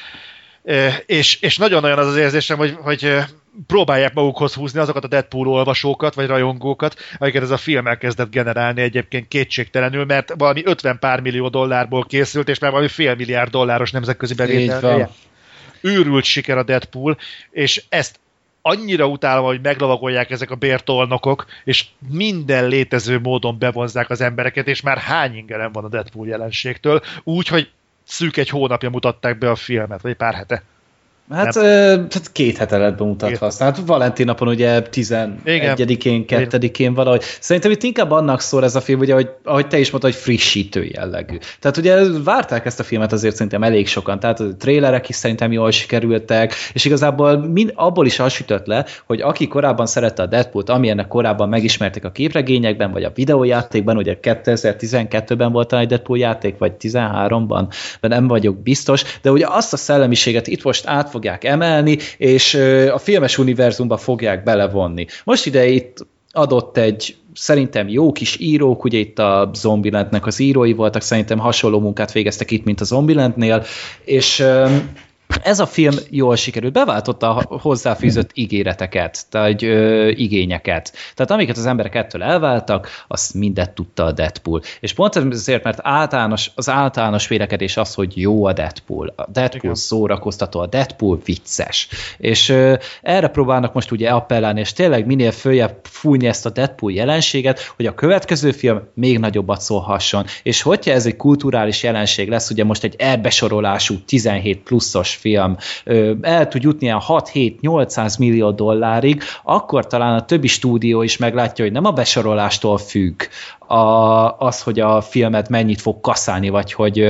és, és nagyon olyan az az érzésem, hogy, hogy próbálják magukhoz húzni azokat a Deadpool olvasókat, vagy rajongókat, akiket ez a film elkezdett generálni egyébként kétségtelenül, mert valami ötven pár millió dollárból készült, és már valami fél milliárd dolláros nemzetközi bevételje. Őrült siker a Deadpool, és ezt annyira utálom, hogy meglovagolják ezek a bértolnokok, és minden létező módon bevonzzák az embereket, és már hány ingerem van a Deadpool jelenségtől, úgy, hogy szűk egy hónapja mutatták be a filmet, vagy pár hete. Hát ö, két hete lett bemutatva. Hát Valentin napon ugye tizenegyedikén, kettedikén valahogy. Szerintem itt inkább annak szól ez a film, ugye, ahogy, ahogy te is mondtad, hogy frissítő jellegű. Tehát ugye várták ezt a filmet azért szerintem elég sokan, tehát a trélerek is szerintem jól sikerültek, és igazából mind, abból is az sütött le, hogy aki korábban szerette a Deadpoolt, amilyennek korábban megismerték a képregényekben, vagy a videójátékban, ugye kétezer-tizenkettőben volt egy Deadpool játék, vagy tizenháromban, de nem vagyok biztos, de ugye azt a szellemiséget itt most át fogják emelni, és a filmes univerzumba fogják belevonni. Most ide itt adott egy szerintem jó kis írók, ugye itt a Zombielandnek az írói voltak, szerintem hasonló munkát végeztek itt, mint a Zombielandnél, és ez a film jól sikerült, beváltotta a hozzáfűzött ígéreteket, tehát ö, igényeket. Tehát amiket az emberek ettől elváltak, azt mindet tudta a Deadpool. És pont ezért, mert általános, az általános vélekedés az, hogy jó a Deadpool. A Deadpool Igen. szórakoztató, a Deadpool vicces. És ö, erre próbálnak most ugye appellálni, és tényleg minél följebb fújni ezt a Deadpool jelenséget, hogy a következő film még nagyobbat szólhasson. És hogyha ez egy kulturális jelenség lesz, ugye most egy elbesorolású tizenhét pluszos film el tud jutni a hat-hét-nyolcszáz millió dollárig, akkor talán a többi stúdió is meglátja, hogy nem a besorolástól függ a, az, hogy a filmet mennyit fog kaszálni, vagy hogy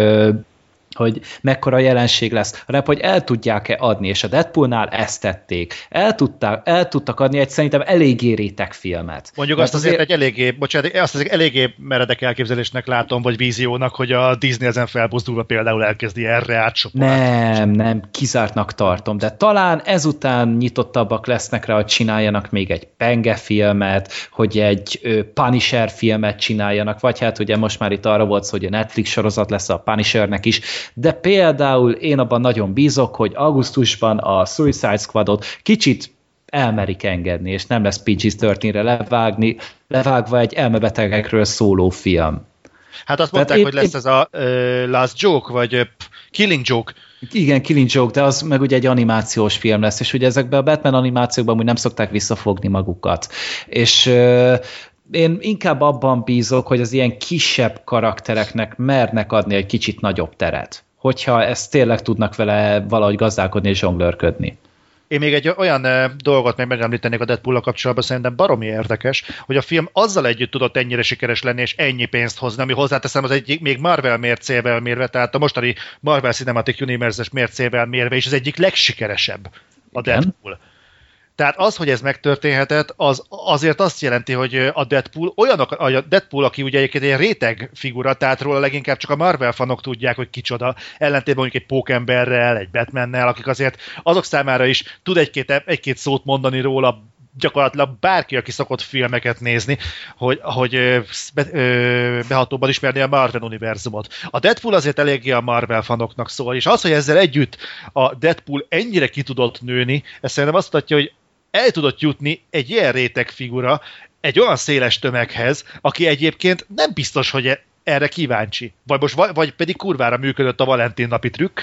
hogy mekkora jelenség lesz, hanem hogy el tudják-e adni, és a Deadpoolnál ezt tették. El, tudták, el tudtak adni egy szerintem eléggé réteg filmet. Mondjuk azt azért, azért egy eléggé, bocsánat, azt azért eléggé meredek elképzelésnek látom, vagy víziónak, hogy a Disney ezen felbuzdulva például elkezdi erre átsoportolni. Nem, nem, kizártnak tartom, de talán ezután nyitottabbak lesznek rá, hogy csináljanak még egy Penge filmet, hogy egy ö, Punisher filmet csináljanak, vagy hát ugye most már itt arra volt szó, hogy a Netflix sorozat lesz a Punishernek is, de például én abban nagyon bízok, hogy augusztusban a Suicide Squadot kicsit elmerik engedni, és nem lesz pé gé tizenre levágni, levágva egy elmebetegekről szóló film. Hát azt mondták, én, hogy lesz én... ez a uh, Last Joke, vagy uh, Killing Joke. Igen, Killing Joke, de az meg ugye egy animációs film lesz, és ugye ezekben a Batman animációkban úgy nem szokták visszafogni magukat. És uh, én inkább abban bízok, hogy az ilyen kisebb karaktereknek mernek adni egy kicsit nagyobb teret, hogyha ezt tényleg tudnak vele valahogy gazdálkodni és zsonglőrködni. Én még egy olyan uh, dolgot még megemlítenék a Deadpool-a kapcsolatban, szerintem baromi érdekes, hogy a film azzal együtt tudott ennyire sikeres lenni, és ennyi pénzt hozni, ami hozzáteszem az egyik még Marvel mércével mérve, tehát a mostani Marvel Cinematic Universe-es mércével mérve, és az egyik legsikeresebb a Deadpool. Tehát az, hogy ez megtörténhetett, az azért azt jelenti, hogy a Deadpool olyanok, a Deadpool, aki ugye egyébként egy réteg figura, tehát róla leginkább csak a Marvel fanok tudják, hogy kicsoda, ellentétben mondjuk egy Pókemberrel, egy Batmannel, akik azért azok számára is tud egy-két, egy-két szót mondani róla, gyakorlatilag bárki, aki szokott filmeket nézni, hogy, hogy be, behatóban ismerni a Marvel univerzumot. A Deadpool azért eléggé a Marvel fanoknak szól, és az, hogy ezzel együtt a Deadpool ennyire ki tudott nőni, ez szerintem azt mutatja, hogy el tudott jutni egy ilyen réteg figura egy olyan széles tömeghez, aki egyébként nem biztos, hogy erre kíváncsi. Vagy, most, vagy pedig kurvára működött a Valentin napi trükk,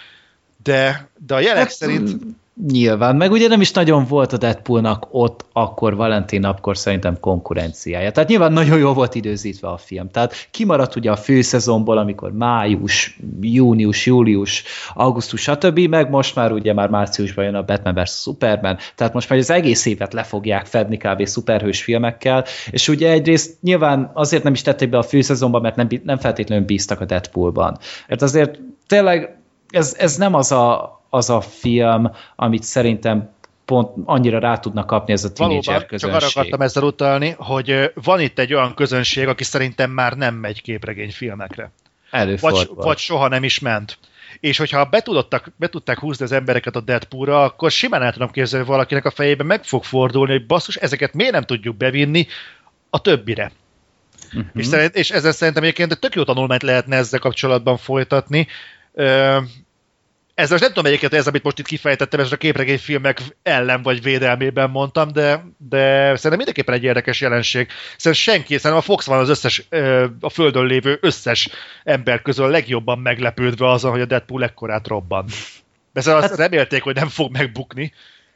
de, de a jelek hát, szerint... Nyilván, meg ugye nem is nagyon volt a Deadpoolnak ott akkor Valentin napkor szerintem konkurenciája. Tehát nyilván nagyon jól volt időzítve a film. Tehát kimaradt ugye a főszezonból, amikor május, június, július, augusztus, stb. Meg most már ugye már márciusban jön a Batman versus. Superman. Tehát most már az egész évet le fogják fedni kb. Szuperhős filmekkel, és ugye egyrészt nyilván azért nem is tették be a főszezonba, mert nem, nem feltétlenül bíztak a Deadpoolban. Mert azért tényleg ez, ez nem az a az a film, amit szerintem pont annyira rá tudnak kapni ez a tínédzser közönség. Csak arra akartam ezzel utalni, hogy van itt egy olyan közönség, aki szerintem már nem megy képregényfilmekre. Vagy, vagy soha nem is ment. És hogyha be, tudottak, be tudták húzni az embereket a Deadpoolra, akkor simán el tudom képzelni, hogy valakinek a fejében meg fog fordulni, hogy basszus, ezeket miért nem tudjuk bevinni a többire. Uh-huh. És, szerint, és ezzel szerintem egyébként tök jó tanulmányt lehetne ezzel kapcsolatban folytatni. Ö- Ez most nem tudom egyébként, ez, amit most itt kifejtettem, ez a képregényfilmek ellen vagy védelmében mondtam, de, de szerintem mindenképpen egy érdekes jelenség. Szerintem senki, szerintem a Fox van az összes, a földön lévő összes ember közül legjobban meglepődve azon, hogy a Deadpool ekkorát robban. Persze azt hát, remélték, hogy nem fog megbukni.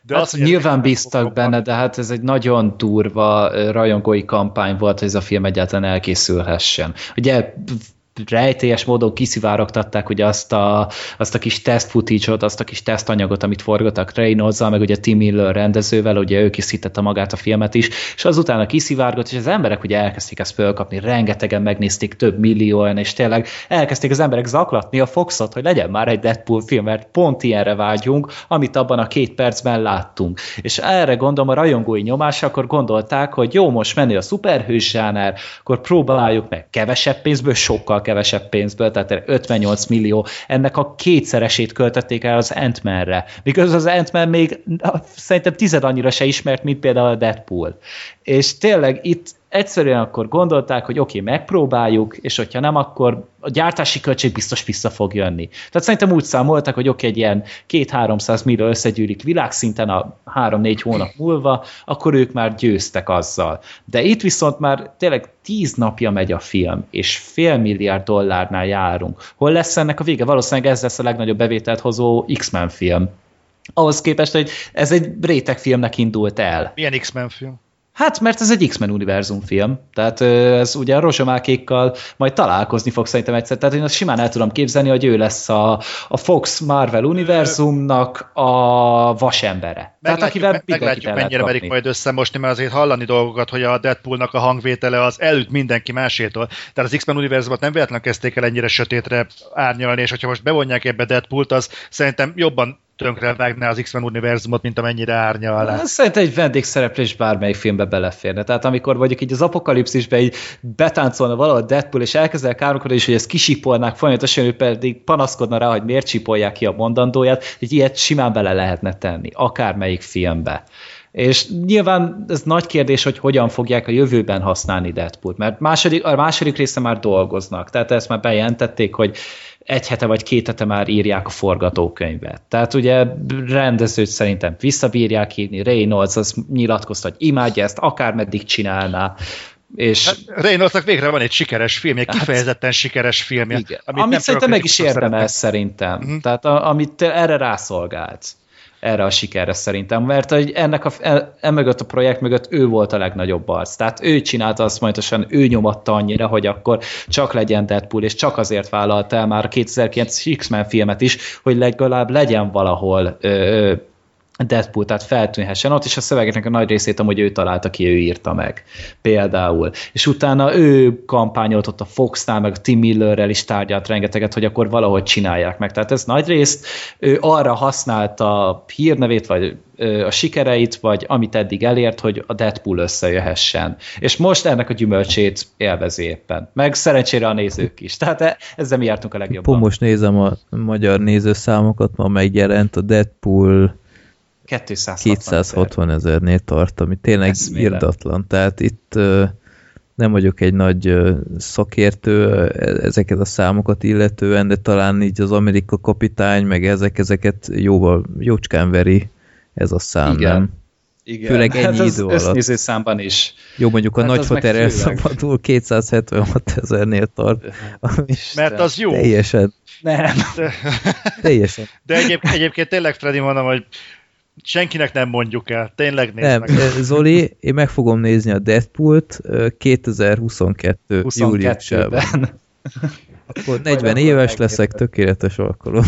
De hát az, nyilván bíztak benne, de hát ez egy nagyon durva rajongói kampány volt, hogy ez a film egyáltalán elkészülhessen. Ugye rejtélyes módon kiszivárogtatták ugye azt a, azt a kis test footage-ot, azt a kis tesztanyagot, amit forgattak Reynolds-zal, meg ugye Tim Miller rendezővel, ugye ő készítette magát a filmet is, és azután a kiszivárgott, és az emberek ugye elkezdték ezt fölkapni, rengetegen megnézték, több millióan, és tényleg elkezdték az emberek zaklatni a Foxot, hogy legyen már egy Deadpool film, mert pont ilyenre vágyunk, amit abban a két percben láttunk. És erre gondolom a rajongói nyomás, akkor gondolták, hogy jó, most menő a szuperhős zsáner, akkor próbáljuk meg kevesebb pénzből, sokkal kevesebb pénzből, tehát ötvennyolc millió, ennek a kétszeresét költötték el az Ant-Manre. Miközben az Ant-Man még szerintem tized annyira se ismert, mint például a Deadpool. És tényleg itt egyszerűen akkor gondolták, hogy oké, okay, megpróbáljuk, és hogyha nem, akkor a gyártási költség biztos vissza fog jönni. Tehát szerintem úgy számoltak, hogy oké, okay, egy ilyen két-háromszáz millió összegyűlik világszinten a három-négy hónap múlva, akkor ők már győztek azzal. De itt viszont már tényleg tíz napja megy a film, és fél milliárd dollárnál járunk. Hol lesz ennek a vége? Valószínűleg ez lesz a legnagyobb bevételt hozó X-Men film. Ahhoz képest, hogy ez egy rétegfilmnek indult el. Milyen X-Men film? Hát, mert ez egy X-Men univerzum film, tehát ez ugye a rozsomákékkal majd találkozni fog szerintem egyszer, tehát én azt simán el tudom képzelni, hogy ő lesz a, a Fox Marvel univerzumnak a vasembere. Tehát akivel meglátjuk, mennyire merik majd összemosni, mert azért hallani dolgokat, hogy a Deadpoolnak a hangvétele az elüt mindenki másétól. Tehát az X-Men univerzumot nem véletlenül kezdték el ennyire sötétre árnyalni, és hogyha most bevonják ebbe Deadpoolt, az szerintem jobban tönkrevágná az X-Men univerzumot, mint amennyire árnyalná. Szerintem egy vendégszereplés bármelyik filmbe beleférne. Tehát amikor vagyok így az apokalipszisbe így betáncolna valahol Deadpool, és elkezdenek káromkodni, és hogy ezt kisipolnák folyamatosan, ő pedig panaszkodna rá, hogy miért csipolják ki a mondandóját, hogy ilyet simán bele lehetne tenni, akármelyik filmbe. És nyilván ez nagy kérdés, hogy hogyan fogják a jövőben használni Deadpoolt, mert második, a második része már dolgoznak, tehát ezt már bejelentették, hogy egy hete vagy két hete már írják a forgatókönyvet. Tehát ugye rendezőt szerintem visszabírják írni, Reynolds az nyilatkozta, hogy imádja ezt, akármeddig csinálná. És hát Reynoldsnak végre van egy sikeres filmje, kifejezetten hát, sikeres filmje. Igen. Amit, amit szerintem meg is érdemel szerintem. Uh-huh. Tehát a, amit erre rászolgált. Erre a sikerre szerintem, mert ennek a, emögött a projekt mögött ő volt a legnagyobb arc. Tehát ő csinálta azt folyamatosan, ő nyomatta annyira, hogy akkor csak legyen Deadpool, és csak azért vállalta el már a kétezer-kilenc X-Men filmet is, hogy legalább legyen valahol ö, Deadpool, tehát feltűnhessen ott, és a szövegeknek a nagy részét amúgy ő találta ki, ő írta meg. Például. És utána ő kampányolt ott a Foxnál, meg a Tim Millerrel is tárgyalt rengeteget, hogy akkor valahogy csinálják meg. Tehát ez nagy részt ő arra használta a hírnevét, vagy a sikereit, vagy amit eddig elért, hogy a Deadpool összejöhessen. És most ennek a gyümölcsét élvezi éppen. Meg szerencsére a nézők is. Tehát ezzel mi jártunk a legjobban. Pont most nézem a magyar nézőszámokat, ma megjelent a Deadpool kétszázhatvan ezernél tart, ami tényleg irdatlan. Tehát itt uh, nem vagyok egy nagy uh, szakértő uh, ezeket a számokat illetően, de talán így az Amerika kapitány, meg ezek, ezeket jóval, jócskán veri ez a szám, igen. Nem? Igen. Főleg ennyi hát idő alatt. Össznéző számban is. Jó, mondjuk a hát nagyfater elszabadul kétszázhetvenhat ezernél tart. Mert az jó. Teljesen. Nem. De, teljesen. De egyéb, egyébként tényleg, Freddy, mondom, hogy senkinek nem mondjuk el. Tényleg nézd nem, meg. Zoli, én meg fogom nézni a Deadpoolt kétezer-huszonkettő júliusában. Akkor negyven éves leszek, tökéletes alkalom.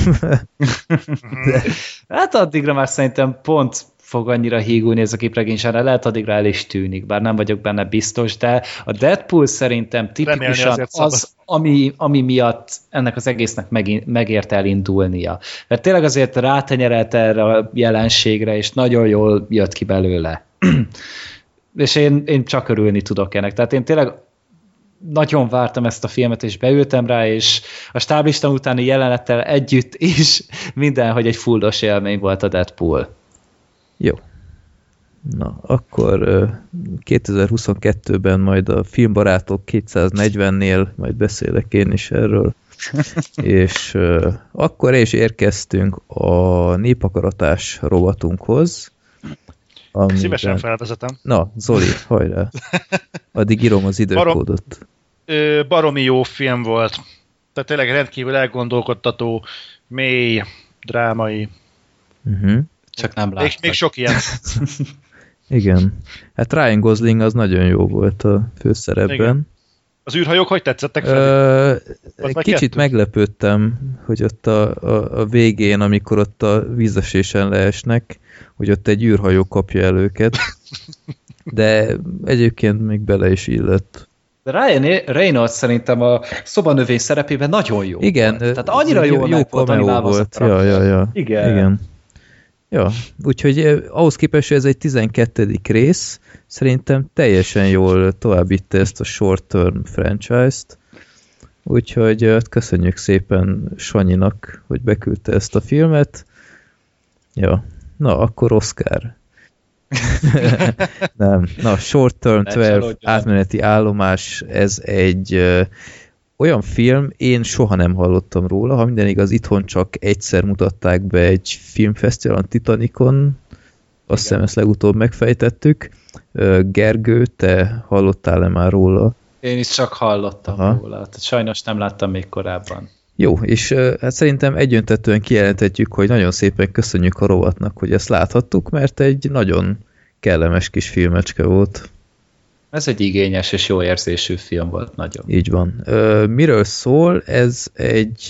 De... Hát addigra már szerintem pont fog annyira hígulni ez a képregénysára, lehet addigra el is tűnik, bár nem vagyok benne biztos, de a Deadpool szerintem tipikusan az, ami, ami miatt ennek az egésznek meg, megért elindulnia. Mert tényleg azért rátenyerelt erre a jelenségre, és nagyon jól jött ki belőle. És én, én csak örülni tudok ennek. Tehát én tényleg nagyon vártam ezt a filmet, és beültem rá, és a stáblista utáni jelenettel együtt is mindenhogy egy fullos élmény volt a Deadpool. Jó. Na, akkor kétezer-huszonkettőben majd a Filmbarátok kétszáznegyvennél majd beszélek én is erről. És uh, akkor is érkeztünk a népakaratás rovatunkhoz. Amiben... Szívesen felvezetem. Na, Zoli, hajrá. Addig írom az időkódot. Barom, baromi jó film volt. Tehát tényleg rendkívül elgondolkodtató, mély, drámai. Uh-huh. Csak nem láttam. Még, még sok ilyen. Igen. Hát Ryan Gosling az nagyon jó volt a főszerepben. Igen. Az űrhajók hogy tetszettek fel? Kicsit meglepődtem, hogy ott a, a, a végén, amikor ott a vízesésen leesnek, hogy ott egy űrhajó kapja el őket. De egyébként még bele is illett. De Ryan Reynolds szerintem a szobanövény szerepében nagyon jó. Igen. Volt. Tehát annyira jó, jó volt animálva volt. Ja, ja, ja. Igen. Igen. Ja, úgyhogy ahhoz képest, hogy ez egy tizenkettedik rész, szerintem teljesen jól továbbítte ezt a short term franchise-t. Úgyhogy köszönjük szépen Sanyinak, hogy beküldte ezt a filmet. Ja, na, akkor Oscar. Nem, na, Short Term tizenkettő átmeneti állomás, ez egy ö, olyan film, én soha nem hallottam róla, ha minden igaz, itthon csak egyszer mutatták be egy filmfesztiválon, Titanicon, azt hiszem ezt legutóbb megfejtettük. Gergő, te hallottál-e már róla? Én is csak hallottam Aha. róla, tehát sajnos nem láttam még korábban. Jó, és hát szerintem egyöntetően kijelenthetjük, hogy nagyon szépen köszönjük a rovatnak, hogy ezt láthattuk, mert egy nagyon kellemes kis filmecske volt. Ez egy igényes és jó érzésű film volt nagyon. Így van. Miről szól? Ez egy,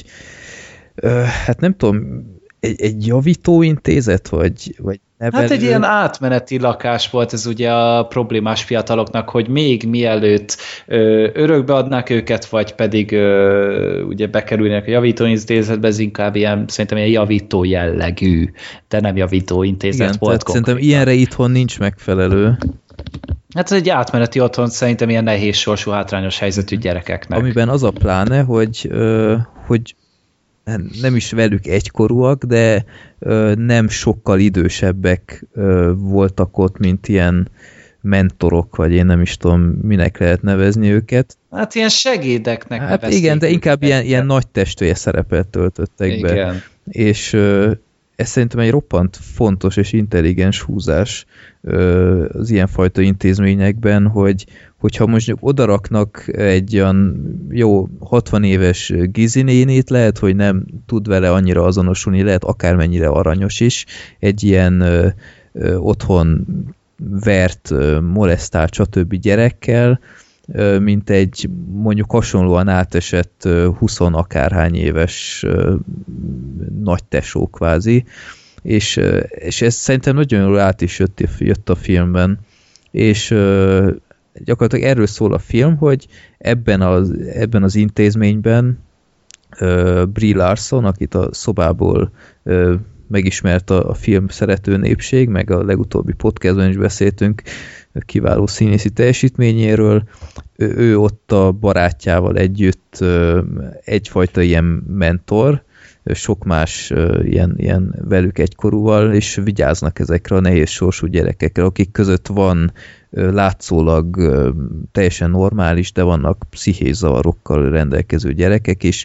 hát nem tudom, egy, egy javítóintézet, vagy, vagy nevelő? Hát egy ilyen átmeneti lakás volt ez ugye a problémás fiataloknak, hogy még mielőtt ö, örökbe adnák őket, vagy pedig ö, ugye bekerülnek a javítóintézetbe, ez inkább ilyen, szerintem ilyen javító jellegű, de nem javítóintézet Igen, volt. Szerintem ilyenre itthon nincs megfelelő. Hát ez egy átmeneti otthon szerintem ilyen nehéz sorsú, hátrányos helyzetű gyerekeknek. Amiben az a pláne, hogy, ö, hogy nem is velük egykorúak, de ö, nem sokkal idősebbek ö, voltak ott, mint ilyen mentorok, vagy én nem is tudom, minek lehet nevezni őket. Hát ilyen segédeknek hát nevezték. Igen, de inkább ilyen, ilyen nagy testvér szerepet töltöttek igen. be. És ö, ez szerintem egy roppant fontos és intelligens húzás ö, az ilyenfajta intézményekben, hogy hogyha most odaraknak egy olyan jó hatvan éves gizinénét, lehet, hogy nem tud vele annyira azonosulni, lehet akármennyire aranyos is, egy ilyen ö, ö, otthon vert, ö, molesztált, stb. Gyerekkel, ö, mint egy mondjuk hasonlóan átesett ö, húsz akárhány éves ö, nagy tesó kvázi, és, ö, és ez szerintem nagyon jól át is jött, jött a filmben, és ö, gyakorlatilag erről szól a film, hogy ebben az, ebben az intézményben uh, Brie Larson, akit a szobából uh, megismert a, a film szerető népség, meg a legutóbbi podcastban is beszéltünk kiváló színészi teljesítményéről, ő, ő ott a barátjával együtt uh, egyfajta ilyen mentor, sok más uh, ilyen, ilyen velük egykorúval, és vigyáznak ezekre a nehéz sorsú gyerekekre, akik között van uh, látszólag uh, teljesen normális, de vannak pszichés zavarokkal rendelkező gyerekek is,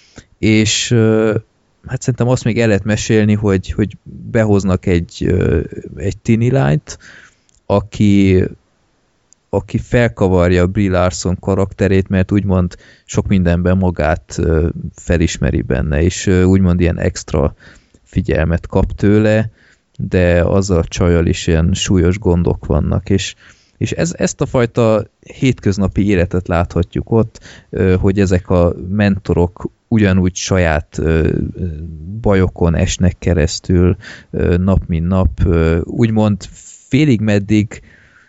és uh, hát szerintem azt még el lehet mesélni, hogy, hogy behoznak egy, uh, egy tini lányt, aki aki felkavarja Brie Larson karakterét, mert úgymond sok mindenben magát felismeri benne, és úgymond ilyen extra figyelmet kap tőle, de azzal a csajjal is ilyen súlyos gondok vannak, és, és ez, ezt a fajta hétköznapi életet láthatjuk ott, hogy ezek a mentorok ugyanúgy saját bajokon esnek keresztül nap mint nap, úgymond félig meddig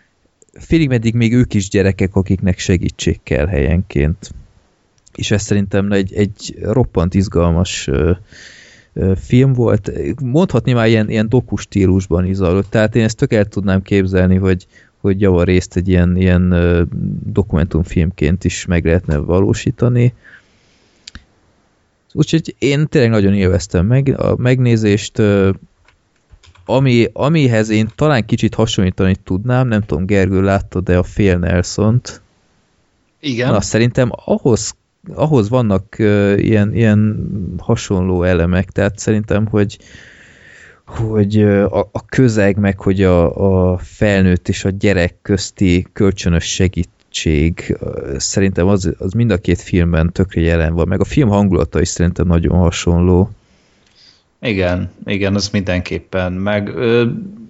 félig meddig még ők is gyerekek, akiknek segítség kell helyenként. És ez szerintem egy, egy roppant izgalmas ö, ö, film volt. Mondhatni már ilyen, ilyen doku stílusban is zajlott. Tehát én ezt tök el tudnám képzelni, hogy, hogy javarészt egy ilyen, ilyen ö, dokumentumfilmként is meg lehetne valósítani. Úgyhogy én tényleg nagyon élveztem meg a megnézést. Ö, Ami, amihez én talán kicsit hasonlítani tudnám, nem tudom, Gergő, láttad, de a Fél Nelsont. Igen. Na, szerintem ahhoz, ahhoz vannak uh, ilyen, ilyen hasonló elemek, tehát szerintem, hogy, hogy uh, a, a közeg, meg hogy a, a felnőtt és a gyerek közti kölcsönös segítség, uh, szerintem az, az mind a két filmben tökre jelen van, meg a film hangulata is szerintem nagyon hasonló. Igen, igen, az mindenképpen. Meg ö,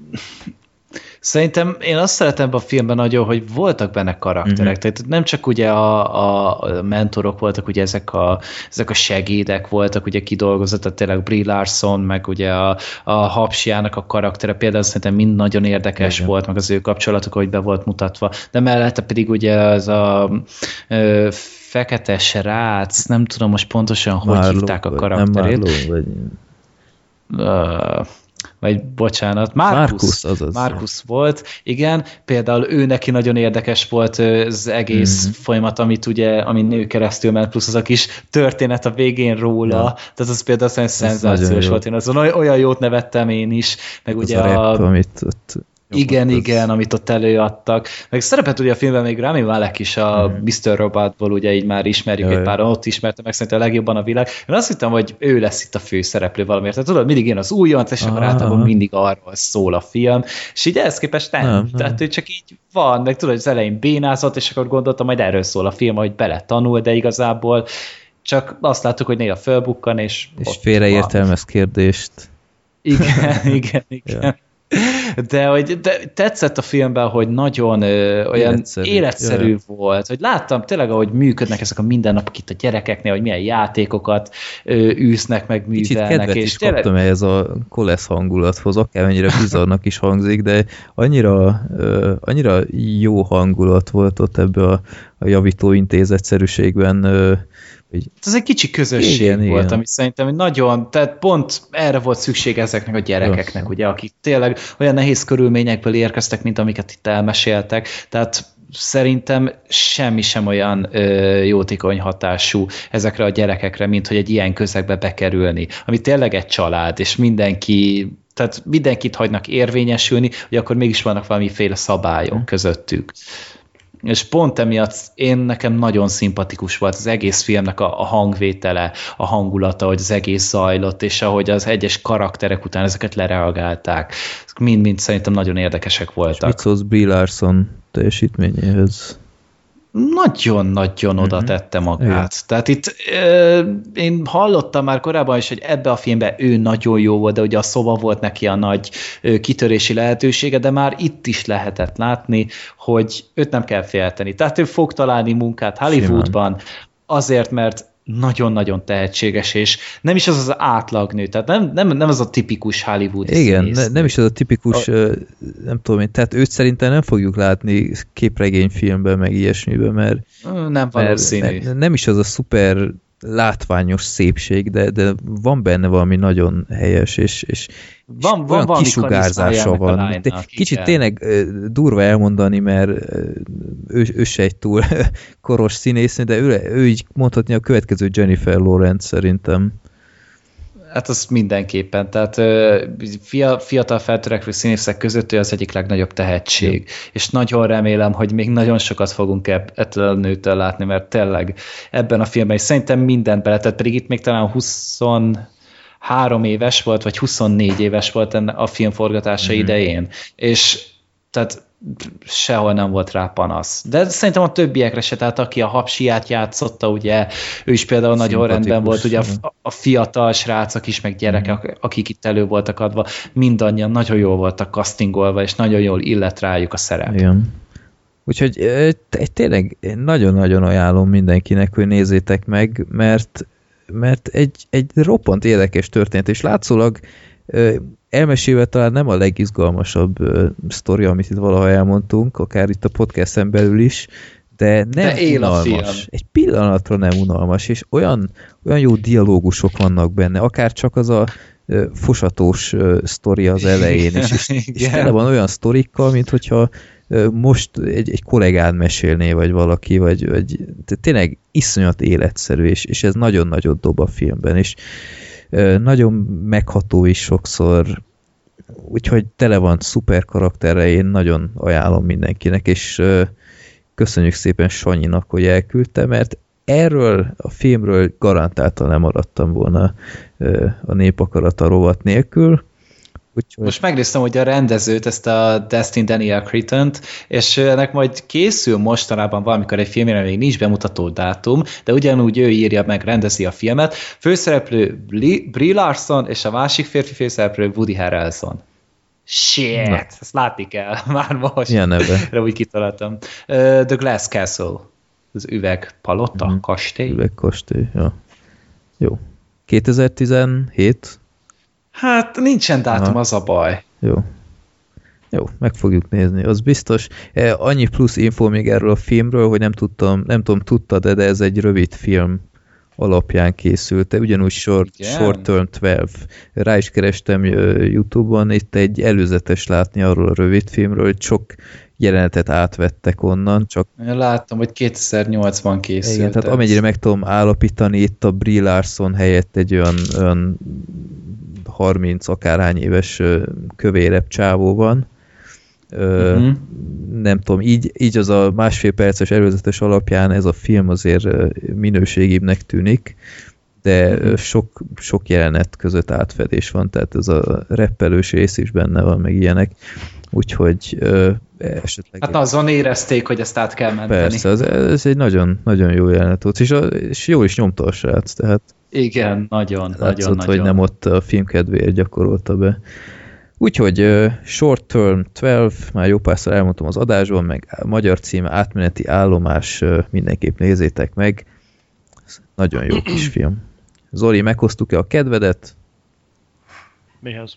szerintem én azt szeretem ebben a filmben nagyon, hogy voltak benne karakterek. Mm-hmm. Tehát nem csak ugye a, a mentorok voltak, ugye ezek a, ezek a segédek voltak, ugye kidolgozott, tehát tényleg Brie Larson, meg ugye a, a Hapsiának a karaktere, például szerintem mind nagyon érdekes igen. volt, meg az ő kapcsolatuk, hogy be volt mutatva. De mellette pedig ugye az a ö, fekete srác, nem tudom most pontosan, hogy Marlo, hívták a karakterét. Nem Marlo, vagy... Uh, vagy bocsánat, Marcus, Marcus, Marcus volt, igen, például ő neki nagyon érdekes volt az egész mm. folyamat, amit ugye, amin ő keresztül ment, plusz az a kis történet a végén róla, ja. tehát az például szerintem szenzációs volt, én azon olyan jót nevettem én is, meg az ugye a... Rap, a... amit ott... Igen, igen, amit ott előadtak. Meg szerepelt ugye a filmben még Rami Malek is a mm. miszter Robotból, ugye így már ismerjük, egy páran ott ismerte meg szerintem a legjobban a világ. Én azt hittem, hogy ő lesz itt a főszereplő valamiért. Tehát tudod, mindig jön az újonc, és akkor általában mindig arról szól a film. És így ehhez képest nem. nem Tehát ő csak így van, meg tudod, hogy az elején bénázott, és akkor gondoltam, majd erről szól a film, hogy bele tanul, de igazából csak azt láttuk, hogy néha fölbukkan, és... És félreértelmez kérdést. Igen, igen, igen. Ja. De hogy de tetszett a filmben, hogy nagyon ö, olyan életszerű, életszerű jaj. volt, hogy láttam tényleg, ahogy működnek ezek a mindennapok itt a gyerekeknél, hogy milyen játékokat ö, űznek, meg művelnek. Kicsit kedvet és is tényleg... kaptam ehhez a kolesz hangulathoz, akármennyire bizarrnak is hangzik, de annyira, ö, annyira jó hangulat volt ott ebbe a, a javítóintézetszerűségben, ö, Hogy... Ez egy kicsi közösség igen, volt, igen. ami szerintem nagyon, tehát pont erre volt szükség ezeknek a gyerekeknek, Rossz. ugye, akik tényleg olyan nehéz körülményekből érkeztek, mint amiket itt elmeséltek, tehát szerintem semmi sem olyan ö, jótékony hatású ezekre a gyerekekre, mint hogy egy ilyen közegbe bekerülni, ami tényleg egy család, és mindenki, tehát mindenkit hagynak érvényesülni, hogy akkor mégis vannak valamiféle szabályok hmm. közöttük. És pont emiatt én nekem nagyon szimpatikus volt az egész filmnek a, a hangvétele, a hangulata, hogy az egész zajlott, és ahogy az egyes karakterek után ezeket lereagálták. Mind-mind szerintem nagyon érdekesek voltak. És mit szólsz Brie Larson teljesítményéhez? Nagyon-nagyon mm-hmm. oda tette magát. Igen. Tehát itt ö, én hallottam már korábban is, hogy ebbe a filmben ő nagyon jó volt, de ugye a szoba volt neki a nagy ö, kitörési lehetősége, de már itt is lehetett látni, hogy őt nem kell félteni. Tehát ő fog találni munkát Hollywoodban, Simán. azért, mert nagyon-nagyon tehetséges, és nem is az az átlagnő, tehát nem, nem, nem az a tipikus Hollywood igen, ne, nem is az a tipikus, a... nem tudom én, tehát őt szerintem nem fogjuk látni képregényfilmben, meg ilyesmiben, mert nem valószínű. Ne, nem is az a szuper látványos szépség, de, de van benne valami nagyon helyes, és, és, van, és van, olyan kisugárzása van. Kicsit igen. tényleg durva elmondani, mert ő, ő se egy túl koros színésznő, de ő, ő így mondhatni a következő Jennifer Lawrence szerintem. Hát az mindenképpen, tehát fiatal feltörekvő színészek között ő az egyik legnagyobb tehetség, jó. és nagyon remélem, hogy még nagyon sokat fogunk ettől a nőtől látni, mert tényleg ebben a filmben is szerintem mindent beletett, pedig itt még talán huszonhárom éves volt, vagy huszonnégy éves volt a film forgatása mm-hmm. idején, és tehát sehol nem volt rá panasz. De szerintem a többiekre se, tehát aki a Hapsiát játszotta, ugye, ő is például nagyon rendben volt, ugye a, a fiatal srácok is, meg gyerekek, mm. akik itt elő voltak adva, mindannyian nagyon jól voltak castingolva, és nagyon jól illet rájuk a szerep. Igen. Úgyhogy tényleg nagyon-nagyon ajánlom mindenkinek, hogy nézzétek meg, mert, mert egy, egy roppant érdekes történet, és látszólag elmesélve talán nem a legizgalmasabb uh, sztori, amit itt valaha elmondtunk, akár itt a podcasten belül is, de nem de él unalmas. Egy pillanatra nem unalmas, és olyan, olyan jó dialógusok vannak benne, akár csak az a uh, fosatós uh, sztori az elején, és, és, és tele van olyan sztorikkal, mint hogyha uh, most egy, egy kollégán mesélné, vagy valaki, vagy, vagy tényleg iszonyat életszerű, és, és ez nagyon-nagyon dob a filmben, és nagyon megható is sokszor, úgyhogy tele van szuper karakterre, én nagyon ajánlom mindenkinek, és köszönjük szépen Sanyinak, hogy elküldte, mert erről a filmről garantáltan nem maradtam volna a Népakarata rovat nélkül, Úgyhogy... Most megnéztem, hogy a rendezőt, ezt a Destin Daniel Cretont, és ennek majd készül mostanában valamikor egy filmére, még nincs bemutató dátum, de ugyanúgy ő írja meg, rendezi a filmet. Főszereplő Brie Larson, és a másik férfi főszereplő Woody Harrelson. Shit! Na. Ezt látni kell már most. Milyen neve? Úgy kitaláltam. Uh, The Glass Castle. Az üvegpalota, mm-hmm. kastély. Üvegkastély, ja. Jó. kétezer-tizenhét? Hát nincsen dátum, aha. Az a baj. Jó. Jó, meg fogjuk nézni, az biztos. Annyi plusz info még erről a filmről, hogy nem tudtam, nem tudom, tudtad, de ez egy rövid film alapján készült, ugyanúgy Short, Short Term tizenkettő. Rá is kerestem YouTube-on, itt egy előzetes látni arról a rövid filmről, hogy sok jelenetet átvettek onnan, csak... Én láttam, hogy kétezer-nyolcban készült. Igen, tehát amennyire meg tudom állapítani, itt a Brie Larson helyett egy olyan, olyan harminc akárhány éves kövérebb csávó van. Uh-huh. Nem tudom, így, így az a másfél perces előzetes alapján ez a film azért minőségibbnek tűnik, de uh-huh. sok, sok jelenet között átfedés van, tehát ez a reppelős rész is benne van, meg ilyenek. Úgyhogy ö, esetleg... Hát azon érezték, hogy ezt át kell menteni. Persze, ez, ez egy nagyon, nagyon jó jelenet volt, és, a, és jó is nyomta a srác, tehát... Igen, nagyon, látszott, nagyon, hogy nagyon. nem ott a film kedvéért gyakorolta be. Úgyhogy uh, Short Term tizenkettő, már jó párszor elmondtam az adásban, meg a magyar címe Átmeneti állomás, uh, mindenképp nézzétek meg. Nagyon jó kis film. Zoli, meghoztuk-e a kedvedet? Mihez?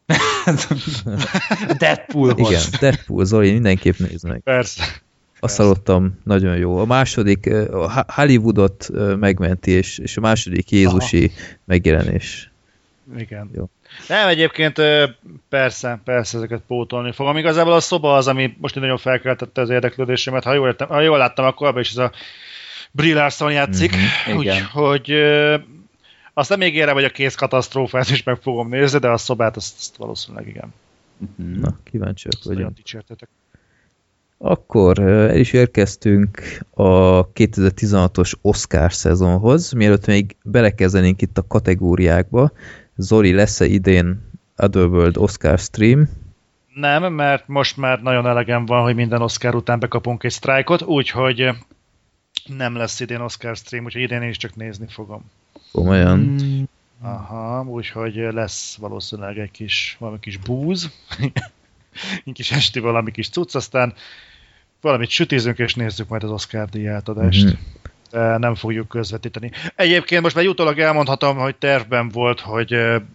Deadpoolhoz. Igen, Deadpool, Zoli, mindenképp nézd meg. Persze. Azt hallottam, nagyon jó. A második, a Hollywoodot megmenti, és, és a második Jézusi aha. megjelenés. Igen. Jó. Nem, egyébként persze, persze ezeket pótolni fogom. Igazából a szoba az, ami most nagyon felkeltette az érdeklődésemet. Ha jól, értem, ha jól láttam, akkor abban is ez a Brie Larson játszik. Mm-hmm. Úgyhogy azt nem ígérem, hogy a kész katasztrófát is meg fogom nézni, de a szobát azt, azt valószínűleg igen. Mm-hmm. Na, kíváncsiak vagyunk. Nagyon dicsértetek. Akkor el is érkeztünk a kétezer-tizenhatos Oscar szezonhoz. Mielőtt még belekezdenénk itt a kategóriákba, Zoli, lesz-e idén Otherworld Oscar stream? Nem, mert most már nagyon elegem van, hogy minden Oscar után bekapunk egy sztrájkot, úgyhogy nem lesz idén Oscar stream, úgyhogy idén én is csak nézni fogom. Komolyan? Mm. Aha, úgyhogy lesz valószínűleg egy kis, valami kis búz, egy kis esti valami kis cucc, aztán valamit sütízünk és nézzük majd az Oscar díj átadást. Mm. De nem fogjuk közvetíteni. Egyébként most már utólag elmondhatom, hogy tervben volt, hogy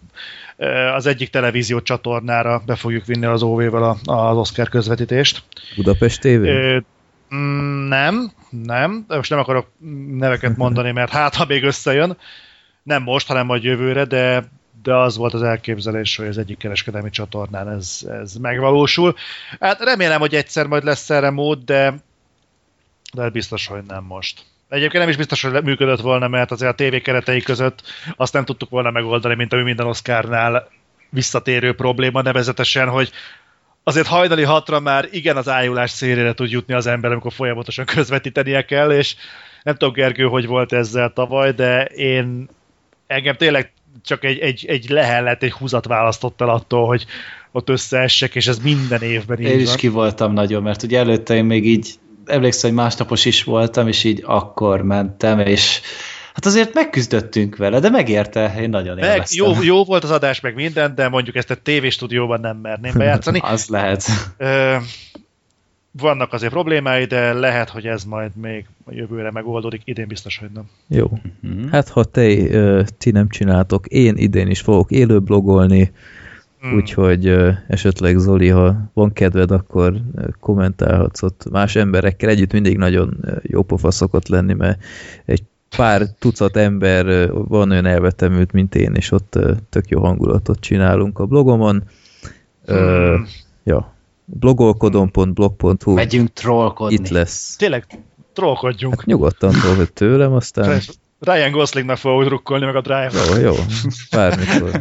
az egyik televízió csatornára be fogjuk vinni az ó vé-vel az Oscar közvetítést. Budapest té vé? Ö, nem, nem. Most nem akarok neveket mondani, mert hát, ha még összejön. Nem most, hanem majd jövőre, de, de az volt az elképzelés, hogy az egyik kereskedelmi csatornán ez, ez megvalósul. Hát remélem, hogy egyszer majd lesz erre mód, de, de biztos, hogy nem most. Egyébként nem is biztos, hogy működött volna, mert azért a tévé keretei között azt nem tudtuk volna megoldani, mint ami minden Oscarnál visszatérő probléma, nevezetesen, hogy azért hajnali hatra már igen az ájulás szélére tud jutni az ember, amikor folyamatosan közvetítenie kell, és nem tudom, Gergő, hogy volt ezzel tavaly, de én engem tényleg csak egy, egy, egy lehellet, egy húzat választott el attól, hogy ott összeessek, és ez minden évben így Én van. is ki voltam nagyon, mert ugye előtte én még így emlékszem, hogy másnapos is voltam, és így akkor mentem, és hát azért megküzdöttünk vele, de megérte, én nagyon meg, élveztem. Jó, jó volt az adás, meg minden, de mondjuk ezt a tévéstúdióban nem merném bejátszani. Az lehet. Ö, vannak azért problémái, de lehet, hogy ez majd még a jövőre megoldódik, idén biztos, hogy nem. Jó. Mm-hmm. Hát ha te, ti nem csináltok, én idén is fogok élő blogolni, Mm. úgyhogy uh, esetleg Zoli, ha van kedved, akkor uh, kommentálhatsz ott más emberekkel együtt, mindig nagyon uh, jó pofa szokott lenni, mert egy pár tucat ember uh, van olyan elvetemült, mint én, és ott uh, tök jó hangulatot csinálunk a blogomon. Uh, mm. Ja, blogolkodom pont blog pont hu. Megyünk trollkodni. Itt lesz. Tényleg, trollkodjunk. Hát nyugodtan trollkod tőlem, aztán... Ryan Goslingnak fogok drukkolni, meg a Drive. Jó, jó, bármikor.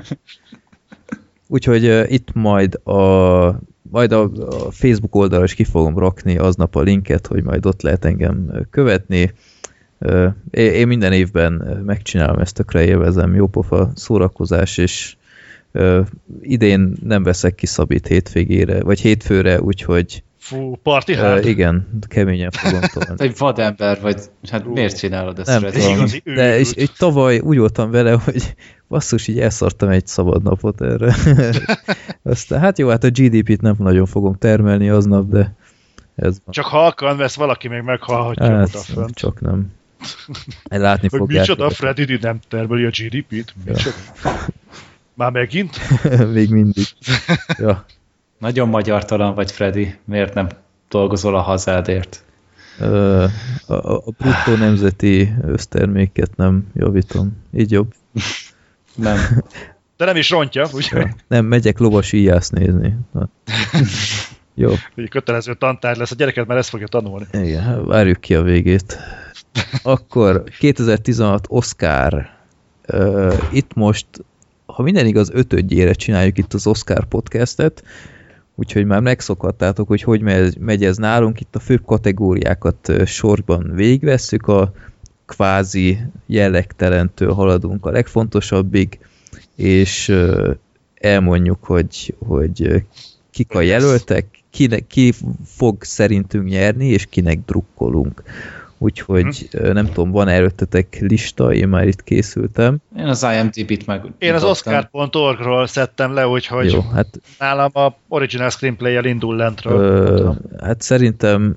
Úgyhogy uh, itt majd a, majd a, a Facebook oldalra is ki fogom rakni aznap a linket, hogy majd ott lehet engem követni. Uh, én minden évben megcsinálom ezt, tökre élvezem, jópofa szórakozás, és Uh, idén nem veszek ki Szabit hétvégére, vagy hétfőre, úgyhogy Fú, party hard? Uh, igen, keményen fogom tolni. Egy vadember vagy, hát uh, miért csinálod ezt? Nem tudom, de és, és tavaly úgy voltam vele, hogy basszus, így elszartam egy szabad napot erre. Aztán, hát jó, hát a gé dé pét nem nagyon fogom termelni aznap, de ez van. Csak halkan vesz, valaki még meghallhatja hát, odafönt. Csak nem. Látni hogy fogják. Micsoda, Freddy nem termeli a gé dé pét? Micsoda? Ja. Már megint? Még mindig. Ja. Nagyon magyartalan vagy, Freddy. Miért nem dolgozol a hazádért? Ö, a, a bruttó nemzeti összterméket nem javítom. Így jobb. Nem. De nem is rontja, úgyhogy... Ja. Nem, megyek lovas íjász nézni. Na. Jó. Egy kötelező tantár lesz, a gyereket már ezt fogja tanulni. Igen, várjuk ki a végét. Akkor kétezer-tizenhat Oscar. Uh, itt most, ha minden igaz, ötödjére csináljuk itt az Oscar podcastet, úgyhogy már megszokhattátok, hogy hogy megy, megy ez nálunk. Itt a főbb kategóriákat sorban végigvesszük, a kvázi jellegtelentől haladunk a legfontosabbig, és uh, elmondjuk, hogy, hogy kik a jelöltek, kinek, ki fog szerintünk nyerni, és kinek drukkolunk. Úgyhogy hm. nem tudom, van előttetek lista, én már itt készültem. Én az i em dé bét meg... Én az oscar pont org-ról szedtem le, úgyhogy jó, hát, nálam a original screenplay-jel indul lentről. Ö, hát szerintem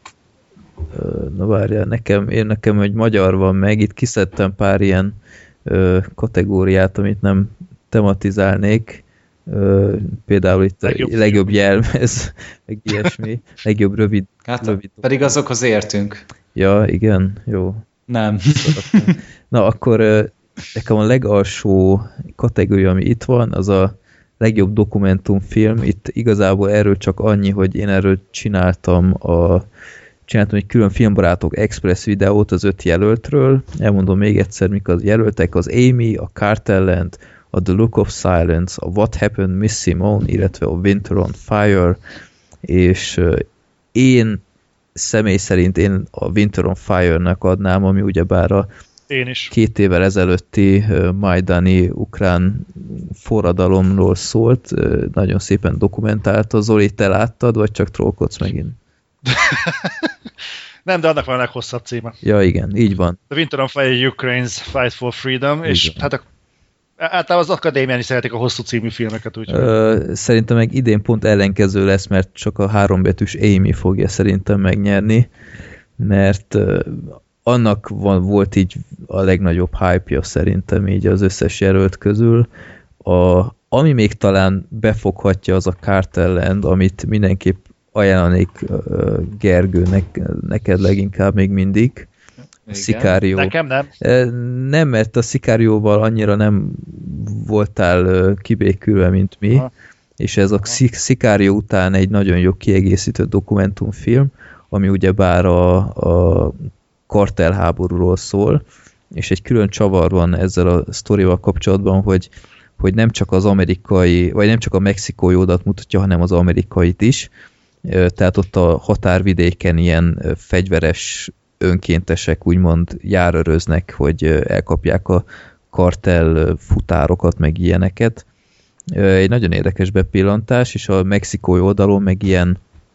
ö, na várjál, nekem, én nekem egy magyar van meg, itt kiszedtem pár ilyen ö, kategóriát, amit nem tematizálnék. Ö, például itt legjobb, a legjobb jelmez, meg ilyesmi, legjobb rövid, hát, rövid pedig azokhoz értünk. Ja, igen, jó. Nem. Na, akkor nekem a legalsó kategória, ami itt van, az a legjobb dokumentumfilm. Itt igazából erről csak annyi, hogy én erről csináltam a csináltam egy külön Filmbarátok Express videót az öt jelöltről. Elmondom még egyszer, mik az jelöltek. Az Amy, a Cartel Land, a The Look of Silence, a What Happened Miss Simone, illetve a Winter on Fire, és én személy szerint én a Winter on Fire-nek adnám, ami ugyebár a én is. két évvel ezelőtti majdani ukrán forradalomról szólt. Nagyon szépen dokumentálta. Zoli, te láttad, vagy csak trollkodsz megint? Nem, de annak van a leghosszabb címe. Ja, igen, így van. The Winter on Fire, Ukraine's Fight for Freedom, így és van. Hát a általában az akadémián is szeretik a hosszú című filmeket, úgyhogy... Ö, szerintem meg idén pont ellenkező lesz, mert csak a hárombetűs Amy fogja szerintem megnyerni, mert ö, annak van, volt így a legnagyobb hype-ja szerintem így az összes jelölt közül. A, ami még talán befoghatja, az a Cartel Land, amit mindenképp ajánlanék ö, Gergőnek, neked leginkább még mindig. Sicario. Nekem nem. Nem, mert a Sicarióval annyira nem voltál kibékülve, mint mi, ha. És ez a Sicario után egy nagyon jó kiegészítő dokumentumfilm, ami ugyebár a, a kartelháborúról szól, és egy külön csavar van ezzel a sztorival kapcsolatban, hogy, hogy nem csak az amerikai, vagy nem csak a mexikói oldalt mutatja, hanem az amerikait is. Tehát ott a határvidéken ilyen fegyveres önkéntesek úgymond járőröznek, hogy elkapják a kartel futárokat, meg ilyeneket. Egy nagyon érdekes bepillantás, és a mexikói oldalon meg ilyen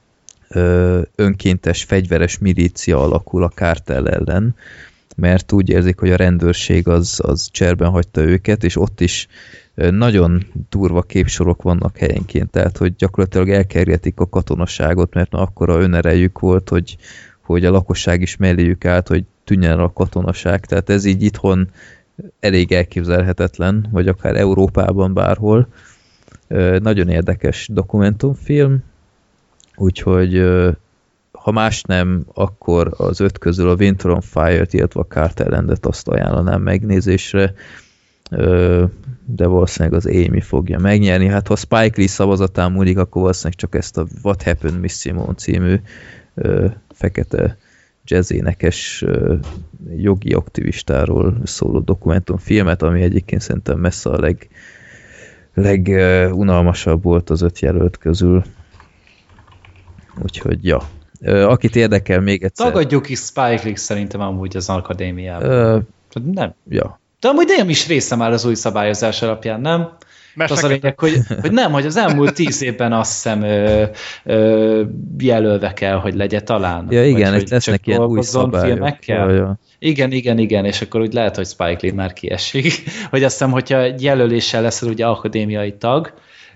önkéntes, fegyveres milícia alakul a kártel ellen, mert úgy érzik, hogy a rendőrség az, az cserben hagyta őket, és ott is nagyon durva képsorok vannak helyenként, tehát hogy gyakorlatilag elkergetik a katonaságot, mert na, akkora önerejük volt, hogy hogy a lakosság is melléjük állt, hogy tűnjen el a katonaság. Tehát ez így itthon elég elképzelhetetlen, vagy akár Európában bárhol. Nagyon érdekes dokumentumfilm, úgyhogy ha más nem, akkor az öt közül a Winter on Fire-t, illetve a Cartel Landet azt ajánlanám megnézésre, de valószínűleg az Amy fogja megnyerni. Hát ha Spike Lee szavazatán múlik, akkor valószínűleg csak ezt a What Happened Miss Simone című fekete jazzénekes jogi aktivistáról szóló dokumentumfilmet, ami egyébként szerintem messze a leg, legunalmasabb volt az öt jelölt közül. Úgyhogy, ja. Akit érdekel még egyszer... Tagadjuk is Spike Lee szerintem amúgy az akadémiában. Ö, nem. Ja. De amúgy nem is része már az új szabályozás alapján, nem? Mert az a lényeg, hogy, hogy nem, hogy az elmúlt tíz évben azt hiszem ö, ö, jelölve kell, hogy legyen talán. Ja igen, vagy, hogy lesznek ilyen új szabályok. Ja, ja. Igen, igen, igen, és akkor úgy lehet, hogy Spike Lee már kiesik. Hogy azt hiszem, hogyha jelöléssel leszel ugye akadémiai tag,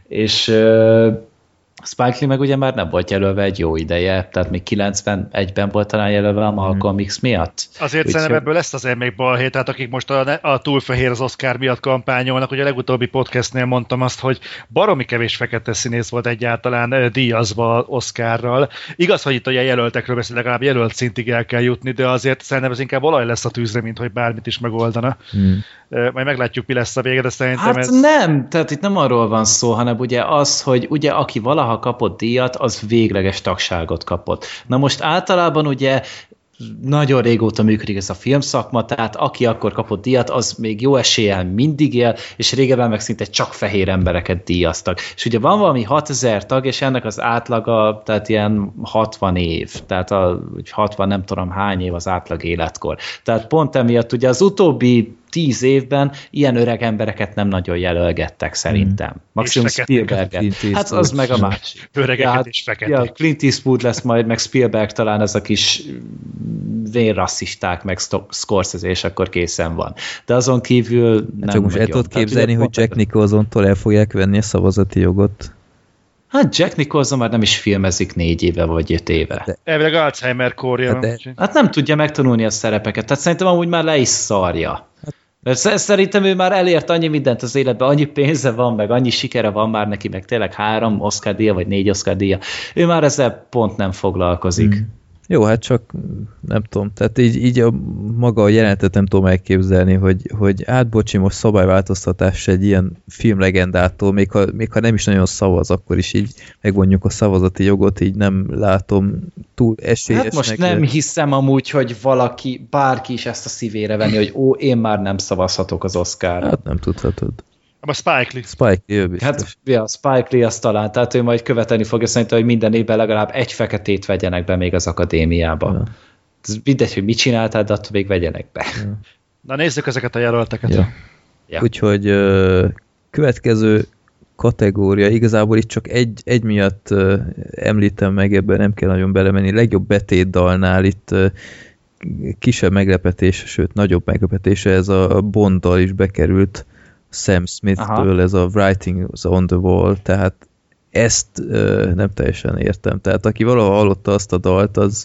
és ö, Spike Lee meg ugye már nem volt jelölve egy jó ideje, tehát még kilencvenegyben volt talán jelölve a Malcolm X miatt. Azért úgy szerintem ebből lesz azért még balhé, tehát akik most a, a túlfehér az Oscar miatt kampányolnak, ugye a legutóbbi podcastnél mondtam azt, hogy baromi kevés fekete színész volt egyáltalán díjazva Oscarral. Igaz, hogy itt a jelöltekről beszél, legalább jelölt szintig el kell jutni, de azért szerintem ez inkább olaj lesz a tűzre, mint hogy bármit is megoldana. Hmm. Majd meglátjuk, mi lesz a vége, de szerintem hát ez... nem, tehát itt nem arról van szó, hanem ugye az, hogy ugye aki valaha kapott díjat, az végleges tagságot kapott. Na most általában ugye nagyon régóta működik ez a filmszakma, tehát aki akkor kapott díjat, az még jó eséllyel mindig él, és régebben meg szinte csak fehér embereket díjaztak. És ugye van valami hatezer tag, és ennek az átlaga, tehát ilyen hatvan év, tehát a hatvan nem tudom hány év az átlag életkor. Tehát pont emiatt ugye az utóbbi tíz évben ilyen öreg embereket nem nagyon jelölgettek szerintem. Maximum Spielberget. Hát az meg a másik. Öregeket ja, és feketék. Ja, Clint Eastwood lesz majd, meg Spielberg talán ez a kis vérrasszisták, meg Scorsese, és akkor készen van. De azon kívül nem. Csak most el tudod képzelni, hogy Jack Nicholsontól el fogják venni a szavazati jogot? Hát Jack Nicholson már nem is filmezik négy éve vagy öt éve. Elvileg Alzheimer-kórja. Hát, de... hát nem tudja megtanulni a szerepeket, tehát szerintem amúgy már le is szarja. Mert szerintem ő már elért annyi mindent az életben, annyi pénze van, meg annyi sikere van már neki, meg tényleg három Oscar díja, vagy négy Oscar díja. Ő már ezzel pont nem foglalkozik. Hmm. Jó, hát csak nem tudom, tehát így, így a maga a jelenetet nem tudom elképzelni, hogy, hogy átbocsi most szabályváltoztatás egy ilyen filmlegendától, még ha, még ha nem is nagyon szavaz, akkor is így megvonjuk a szavazati jogot, így nem látom túl esélyesnek. Hát most nem hiszem amúgy, hogy valaki, bárki is ezt a szívére venni, hogy ó, én már nem szavazhatok az Oscarra. Hát nem tudhatod. A Spike Lee. Spike Lee, ő biztos. Hát, ja, Spike Lee azt talán, tehát ő majd követeni fogja szerintem, hogy minden évben legalább egy feketét vegyenek be még az akadémiába. Ja. Ez mindegy, hogy mit csináltál, de attól még vegyenek be. Ja. Na nézzük ezeket a jelölteket. Ja. Ja. Úgyhogy uh, következő kategória, igazából itt csak egy, egy miatt uh, említem meg, ebben nem kell nagyon belemenni. Legjobb betétdalnál itt uh, kisebb meglepetés, sőt nagyobb meglepetés, ez a Bonddal is bekerült, Sam Smith-től, ez a Writing on the Wall, tehát ezt uh, nem teljesen értem. Tehát aki valaha hallotta azt a dalt, az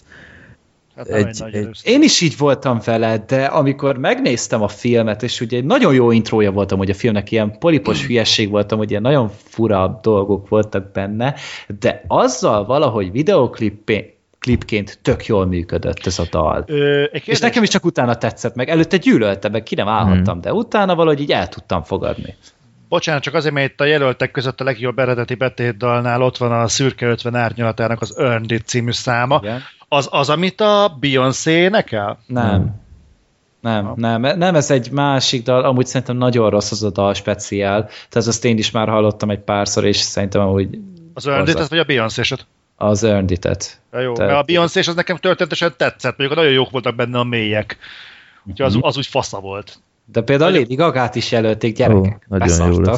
hát egy, egy, egy... Én is így voltam vele, de amikor megnéztem a filmet, és ugye egy nagyon jó intrója voltam, hogy a filmnek ilyen polipos hülyesség voltam, hogy ilyen nagyon fura dolgok voltak benne, de azzal valahogy videoklip klipként tök jól működött ez a dal. Ö, és nekem is csak utána tetszett meg. Előtte gyűlöltem, meg ki nem állhattam, hmm. de utána valahogy így el tudtam fogadni. Bocsánat, csak azért, mert itt a jelöltek között a legjobb eredeti betétdalnál ott van a Szürke ötven árnyalatának az Earned It című száma. Igen. Az az, amit a Beyoncé énekel? Nem. Nem, nem, nem, ez egy másik dal, amúgy szerintem nagyon rossz az a dal speciál, tehát azt én is már hallottam egy párszor, és szerintem amúgy... Az Earned It, vagy a Beyoncé-set? Az Earned It-et. Ja, jó, tehát... mert a Beyoncé-s az nekem történetesen tetszett, mondjuk nagyon jók voltak benne a mélyek. Úgyhogy az, az úgy fasza volt. De például a Lady Gagát is jelölték, gyerekek. Ó, beszartak.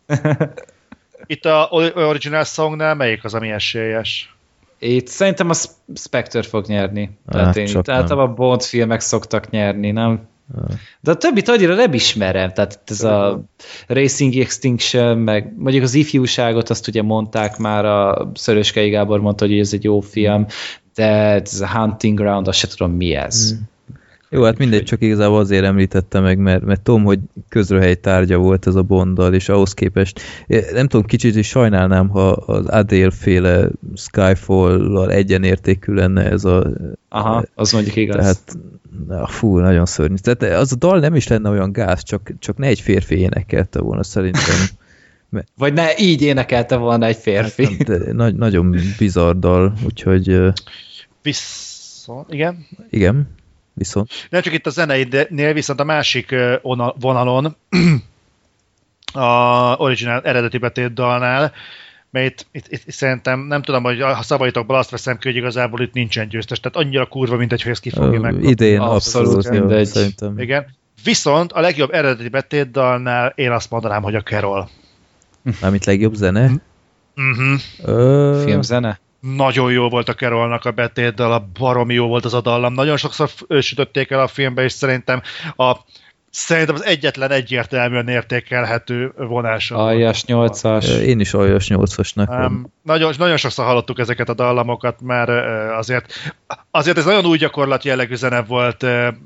Itt a Original Songnál melyik az, ami esélyes? Itt szerintem a Spectre fog nyerni. Tehát én itt általában Bond filmek szoktak nyerni, nem? De a többit annyira nem ismerem, tehát ez a Racing Extinction, meg mondjuk az ifjúságot, azt ugye mondták már, a Szöröskei Gábor mondta, hogy ez egy jó film, de ez a Hunting Ground, azt se tudom mi ez. Mm. Jó, hát mindegy, csak igazából azért említette meg, mert, mert tudom, hogy közröhely tárgya volt ez a Bonddal, és ahhoz képest, nem tudom, kicsit is sajnálnám, ha az Adele-féle Skyfall-lal egyenértékű lenne ez a... Aha, az mondjuk igaz. Tehát, na, fú, nagyon szörnyű. Tehát az a dal nem is lenne olyan gáz, csak, csak ne egy férfi énekelte volna szerintem. Vagy ne így énekelte volna egy férfi. Hát, de nagy, nagyon bizarr dal, úgyhogy... Viszont, igen? Igen. Viszont. Nem csak itt a zeneinél, viszont a másik vonalon, a original eredeti betétdalnál, mert itt, itt, itt szerintem nem tudom, hogy ha szavaitokból azt veszem ki, hogy igazából itt nincsen győztes, tehát annyira kurva, mint egy, hogy ezt ki fogja meg. Idén abszolút, abszolút mindegy. Szerintem. Igen. Viszont a legjobb eredeti betétdalnál én azt mondanám, hogy a Carol. Mármint legjobb zene? Uh-huh. Ö... Filmzene? Nagyon jó volt a Carolnak a betétdal, a baromi jó volt az a dallam. Nagyon sokszor sütötték el a filmbe, és szerintem a Szerintem az egyetlen egyértelműen értékelhető vonása. Aljas nyolcas. Én is aljas nyolcasnak. Um, nagyon, nagyon sokszor hallottuk ezeket a dallamokat, már azért, azért ez nagyon új gyakorlat jellegű zene volt.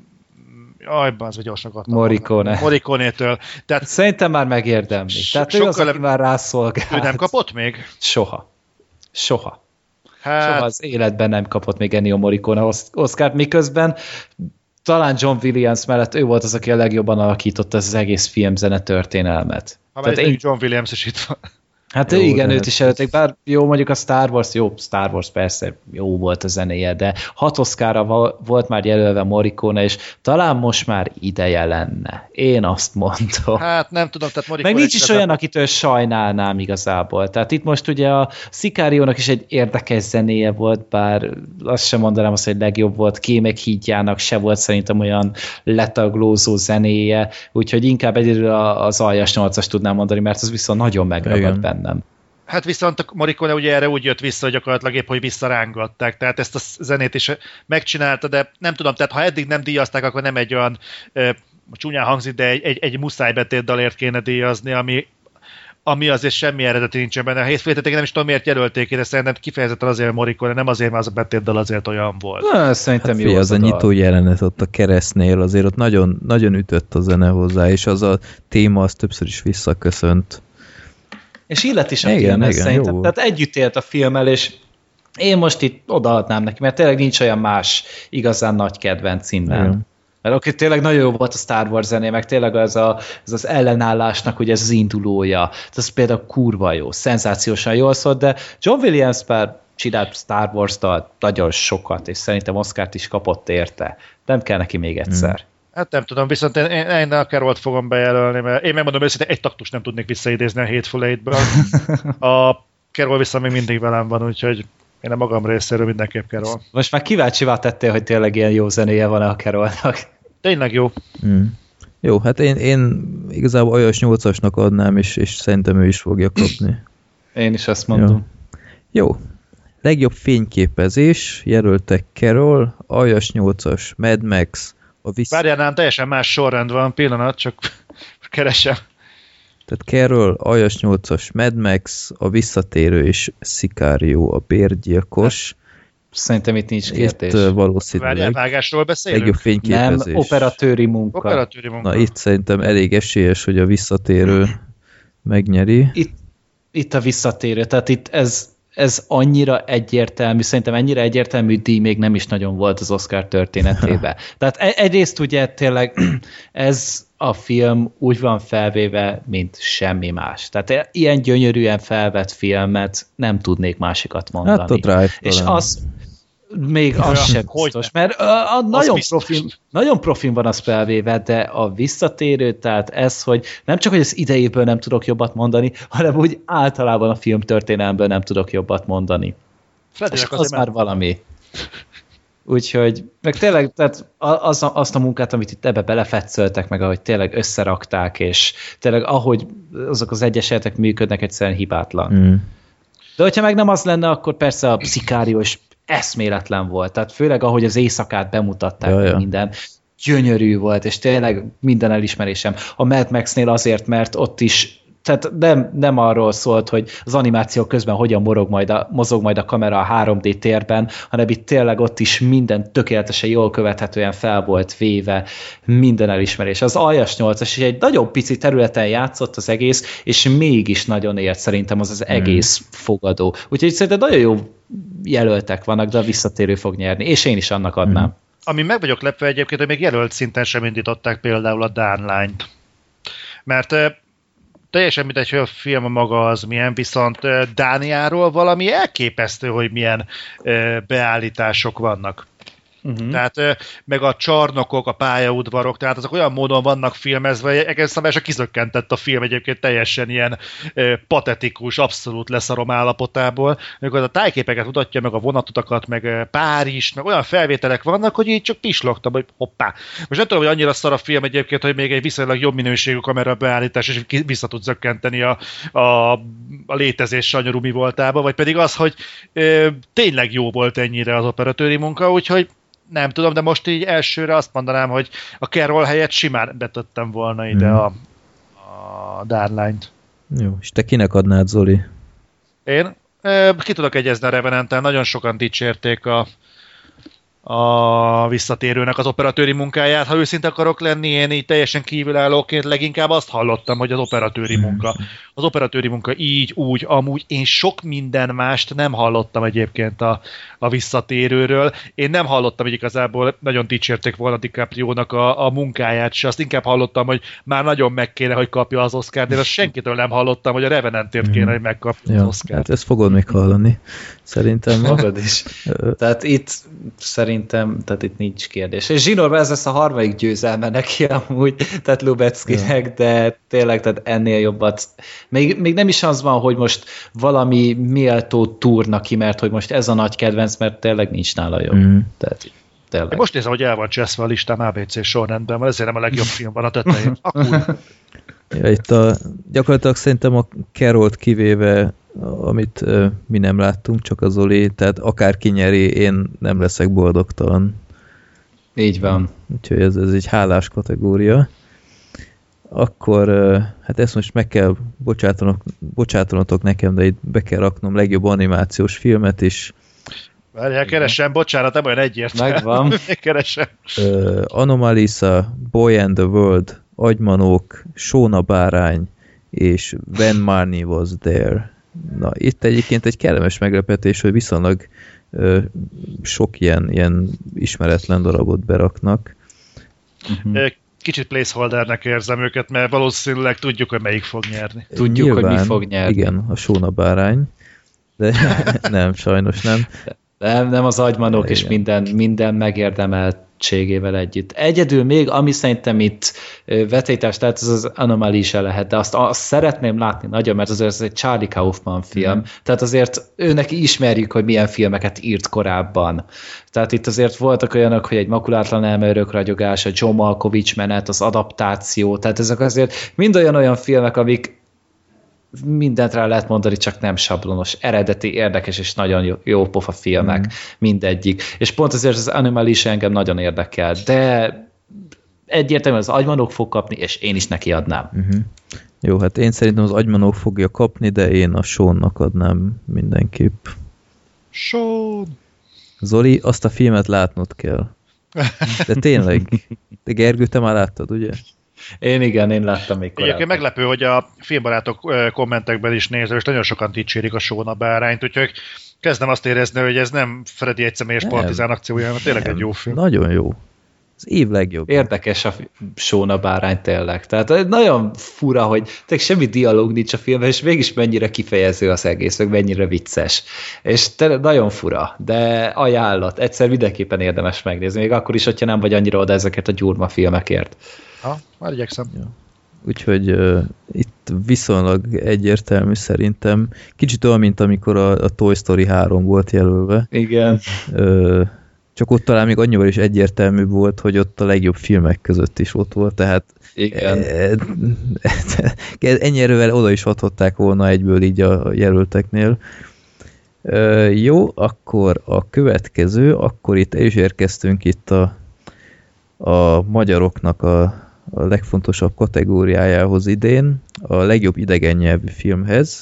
Jaj, az vagy gyorsan akartam. Morricone. Morricone-től. Tehát szerintem már megérdemli. Tehát ő az, aki már rászolgált. Ő nem kapott még? Soha. Soha. Hát... Soha az életben nem kapott még Ennio Morricone Oscart, miközben talán John Williams mellett ő volt az, aki a legjobban alakította az egész filmzene történelmet. Ha Tehát én... John Williams is itt van. Hát jó, igen, őt is előtték, bár jó, mondjuk a Star Wars, jó, Star Wars persze jó volt a zenéje, de hat Oscarra volt már jelölve Morricone, és talán most már ideje lenne. Én azt mondom. Hát nem tudom, tehát Morricone... Meg nincs is olyan, akitől sajnálnám igazából. Tehát itt most ugye a Sicario-nak is egy érdekes zenéje volt, bár azt sem mondanám azt, hogy legjobb volt, Kémek hídjának se volt szerintem olyan letaglózó zenéje, úgyhogy inkább egyedül az aljas nyolcas tudnám mondani, mert az viszont nagyon megragad benne. Nem. Hát viszont a Morricone ugye erre úgy jött vissza, hogy gyakorlatilag épp, hogy visszarángatták, tehát ezt a zenét is megcsinálta, de nem tudom, tehát ha eddig nem díjazták, akkor nem egy olyan, e, csúnyán hangzik, de egy, egy, egy muszáj betétdalért kéne díjazni, ami, ami azért semmi eredeti nincsen benne. A hétfőtétek nem is tudom, miért jelölték, de szerintem kifejezetten azért Morricone, nem azért, mert az a betétdal azért olyan volt. Na, szerintem hát jó az, az a nyitó jelenet ott a keresztnél, azért ott nagyon, nagyon ütött a zene hozzá, és az a téma az többször is visszaköszönt. És illet is a filmhez szerintem. Jó. Tehát együtt élt a filmmel, és én most itt odaadnám neki, mert tényleg nincs olyan más igazán nagy kedvenc innen. Igen. Mert oké, tényleg nagyon jó volt a Star Wars zené, meg tényleg ez, a, ez az ellenállásnak ugye ez az indulója. Ez például kurva jó, szenzációsan jól szólt, de John Williams már csinált Star Wars-tal nagyon sokat, és szerintem Oscart is kapott érte. Nem kell neki még egyszer. Hmm. Hát nem tudom, viszont én, én a Carolt fogom bejelölni, mert én megmondom őszintén, egy taktust nem tudnék visszaidézni a Hateful Eight-ből. A Carol viszont még mindig velem van, úgyhogy én a magam részéről mindenképp Carol. Most már kíváncsivá tettél, hogy tényleg ilyen jó zenéje van a Carolnak. Tényleg jó. Mm. Jó, hát én, én igazából aljas nyolcasnak adnám, és, és szerintem ő is fogja kapni. Én is azt mondom. Jó. jó. Legjobb fényképezés, jelöltek Carol, aljas nyolcas, Mad Max, Vissz... Várjál, nem, teljesen más sorrend van, pillanat, csak keresem. Tehát Carol, aljas nyolcas, Mad Max, a visszatérő és Sicario, a bérgyilkos. Szerintem itt nincs kérdés. Itt valószínűleg. Várjál, vágásról beszélünk? Legjobb fényképezés. Nem, operatőri munka. Operatőri munka. Na itt szerintem elég esélyes, hogy a visszatérő megnyeri. Itt, itt a visszatérő, tehát itt ez ez annyira egyértelmű, szerintem ennyire egyértelmű díj még nem is nagyon volt az Oscar történetében. Tehát egyrészt ugye tényleg ez a film úgy van felvéve, mint semmi más. Tehát ilyen gyönyörűen felvett filmet nem tudnék másikat mondani. Hát a Drive és az még az ja, sem biztos, mert a, a nagyon, biztos. Profin, nagyon profin van az felvéve, de a visszatérő, tehát ez, hogy nem csak, hogy az idejéből nem tudok jobbat mondani, hanem úgy általában a film történelmből nem tudok jobbat mondani. És az, az már valami. Úgyhogy, meg tényleg, tehát az, azt a munkát, amit itt ebbe belefetszöltek, meg ahogy tényleg összerakták, és tényleg ahogy azok az egyesetek működnek, egyszerűen hibátlan. Mm. De hogyha meg nem az lenne, akkor persze a Sicario is eszméletlen volt. Tehát főleg, ahogy az éjszakát bemutatták, ja, ja. minden gyönyörű volt, és tényleg minden elismerésem. A Mad Max-nél azért, mert ott is tehát nem, nem arról szólt, hogy az animáció közben hogyan morog majd a, mozog majd a kamera a három dé térben, hanem itt tényleg ott is minden tökéletesen jól követhetően fel volt véve, minden elismerés. Az aljas nyolcas is egy nagyon pici területen játszott az egész, és mégis nagyon ért szerintem az az egész mm. fogadó. Úgyhogy szerintem nagyon jó jelöltek vannak, de a visszatérő fog nyerni, és én is annak adnám. Mm. Ami meg vagyok lepve egyébként, hogy még jelölt szinten sem indították például a Dán lányt. Mert teljesen mindegy, hogy a film maga az milyen, viszont Dániáról valami elképesztő, hogy milyen beállítások vannak. Uh-huh. Tehát meg a csarnokok, a pályaudvarok, tehát azok olyan módon vannak filmezve, hogy egész szabályosan kizökkentett a film egyébként teljesen ilyen patetikus, abszolút leszarom állapotából. Amikor a tájképeket mutatja, meg a vonatutakat, meg Párizs, meg olyan felvételek vannak, hogy így csak pislogtam, hogy hoppá. Most nem tudom, hogy annyira szar a film egyébként, hogy még egy viszonylag jobb minőségű kamera beállítás, és vissza tud zökkenteni a, a, a létezés sanyarú mi voltába, vagy pedig az, hogy ö, tényleg jó volt ennyire az operatőri munka, úgyhogy nem tudom, de most így elsőre azt mondanám, hogy a Carol helyett simán betettem volna ide hmm. a, a Darline-t. Jó, és te kinek adnád, Zoli? Én? E, ki tudok egyezni a Revenant-tel, nagyon sokan dicsérték a, a visszatérőnek az operatőri munkáját. Ha őszinte akarok lenni, én így teljesen kívülállóként leginkább azt hallottam, hogy az operatőri munka. Az operatőri munka így, úgy, amúgy. Én sok minden mást nem hallottam egyébként a, a visszatérőről. Én nem hallottam, hogy igazából nagyon dicsérték volna DiCaprio-nak a, a munkáját se. Azt inkább hallottam, hogy már nagyon meg kéne, hogy kapja az Oscart, de azt senkitől nem hallottam, hogy a Revenantért kéne, hogy megkapja ja, az Oscart. Hát ezt fogod még hallani. Szerintem magad is. Tehát itt szerintem, tehát itt nincs kérdés. És Zsinórban ez lesz a harmadik győzelme neki amúgy, tehát Lubeckinek, ja. De tényleg, tehát ennél jobbat. Még, még nem is az van, hogy most valami méltó túrna ki, mert hogy most ez a nagy kedvenc, mert tényleg nincs nála jobb. Mm. Tehát tényleg. Én most nézem, hogy el van cseszve a listám á bé cé sorrendben, mert ezért nem a legjobb film van a tetején. Akkor... Ja, itt a, gyakorlatilag szerintem a Carolt kivéve, amit uh, mi nem láttunk, csak az Zoli, tehát akár kinyeri, én nem leszek boldogtalan. Így van. Úgyhogy ez, ez egy hálás kategória. Akkor, uh, hát ezt most meg kell bocsátanotok nekem, de itt be kell raknom legjobb animációs filmet is. Várjál, keresem, bocsánat, nem olyan egyértelmű. Megvan. Keresem. Uh, Anomalisa, Boy and the World, Agymanók, Sóna bárány, és When Marnie Was There. Na, itt egyébként egy kellemes meglepetés, hogy viszonylag ö, sok ilyen, ilyen ismeretlen darabot beraknak. Uh-huh. Kicsit placeholdernek érzem őket, mert valószínűleg tudjuk, hogy melyik fog nyerni. Tudjuk, nyilván, hogy mi fog nyerni. Igen, a Sóna bárány. De nem, sajnos nem. Nem, nem az Agymanók, és minden, minden megérdemeltségével együtt. Egyedül még, ami szerintem itt vetélytárs, tehát ez az Anomaly se lehet, de azt, azt szeretném látni nagyon, mert azért ez egy Charlie Kaufman film, mm. tehát azért őnek ismerjük, hogy milyen filmeket írt korábban. Tehát itt azért voltak olyanok, hogy egy makulátlan elme örökragyogás, a John Malkovich menet, az adaptáció, tehát ezek azért mind olyan-olyan filmek, amik mindent rá lehet mondani, csak nem sablonos, eredeti, érdekes és nagyon jó, jó pofa filmek, mm. mindegyik. És pont azért az Anomaly is engem nagyon érdekel, de egyértelműen az Agymanók fog kapni, és én is neki adnám. Mm-hmm. Jó, hát én szerintem az Agymanók fogja kapni, de én a Seannak adnám mindenképp. Sean! Zoli, azt a filmet látnod kell. De tényleg, de Gergő, te már láttad, ugye? Én igen, én láttam még korábban. Egyébként meglepő, hogy a filmbarátok kommentekben is nézve, és nagyon sokan dicsérik a Sóna bárányt, úgyhogy kezdem azt érezni, hogy ez nem Freddy egyszemélyes partizán akciója, hanem tényleg nem. Egy jó film. Nagyon jó. Az év legjobb. Érdekes a Sóna bárány tényleg. Tehát nagyon fura, hogy tényleg semmi dialóg nincs a filmben, és mégis mennyire kifejező az egész, meg mennyire vicces. És nagyon fura, de ajánlat. Egyszer mindenképpen érdemes megnézni, még akkor is, hogyha nem vagy annyira oda ezeket a gyurma filmekért. Ha, már igyekszem. Ja. Úgyhogy uh, itt viszonylag egyértelmű szerintem. Kicsit olyan, mint amikor a, a Toy Story három volt jelölve. Igen. Uh, csak ott talán még annyival is egyértelmű volt, hogy ott a legjobb filmek között is ott volt, tehát igen. Ennyi erővel oda is adhatták volna egyből így a jelölteknél. Uh, jó, akkor a következő, akkor itt el is érkeztünk itt a, a magyaroknak a, a legfontosabb kategóriájához idén, a legjobb idegen nyelvű filmhez,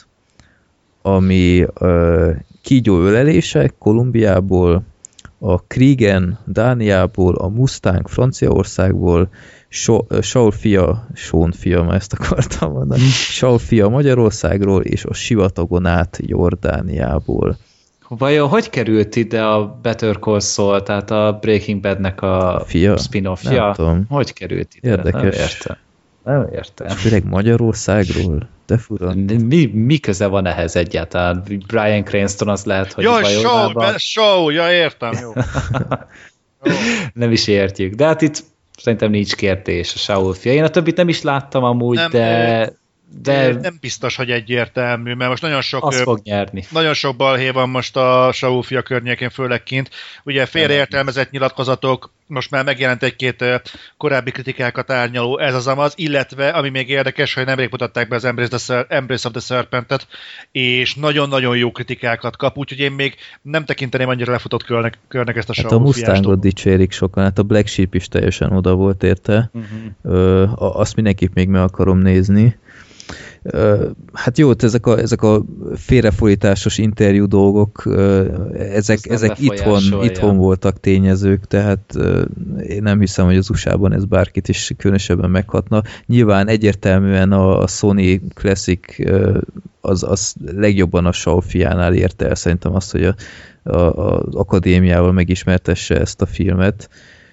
ami uh, Kígyó ölelése Kolumbiából, a Kriegen Dániából, a Mustang Franciaországból, Saul fia, Sean fia, már ezt akartam mondani, Saul fia Magyarországról, és a Sivatagon át Jordániából. Vajon hogy került ide a Better Call Saul, tehát a Breaking Badnek a fia? spin-offja? Nem tudom. Hogy került ide? Érdekes. Nem értem. Nem értem. Főleg Magyarországról? De fura. Mi, mi köze van ehhez egyáltalán? Bryan Cranston az lehet, hogy ja, bajolában... show, show, ja értem, jó. Nem is értjük. De hát itt szerintem nincs kérdés a Saul fia. Én a többit nem is láttam amúgy, nem, de... De nem biztos, hogy egyértelmű, mert most nagyon sok, azt fog nyerni. Nagyon sok balhé van most a Saul fia környékén, főleg kint. Ugye félreértelmezett nyilatkozatok, most már megjelent egy-két korábbi kritikákat árnyaló ez az amaz, illetve, ami még érdekes, hogy nemrég mutatták be az Embrace of the Serpentet, és nagyon-nagyon jó kritikákat kap, úgyhogy én még nem tekinteném annyira lefutott körnek, körnek ezt a hát Saul a Mustangot dicsérik sokan, hát a Black Sheep is teljesen oda volt érte. Uh-huh. Ö, azt mindenképp még meg akarom nézni. Hát jó, ezek a, ezek a félrefolytásos interjú dolgok, ezek, ezek itthon, itthon voltak tényezők, tehát én nem hiszem, hogy az u es á-ban ez bárkit is különösebben meghatna. Nyilván egyértelműen a Sony Classic az, az legjobban a Saul fiánál érte el szerintem azt, hogy a, a, az akadémiával megismertesse ezt a filmet.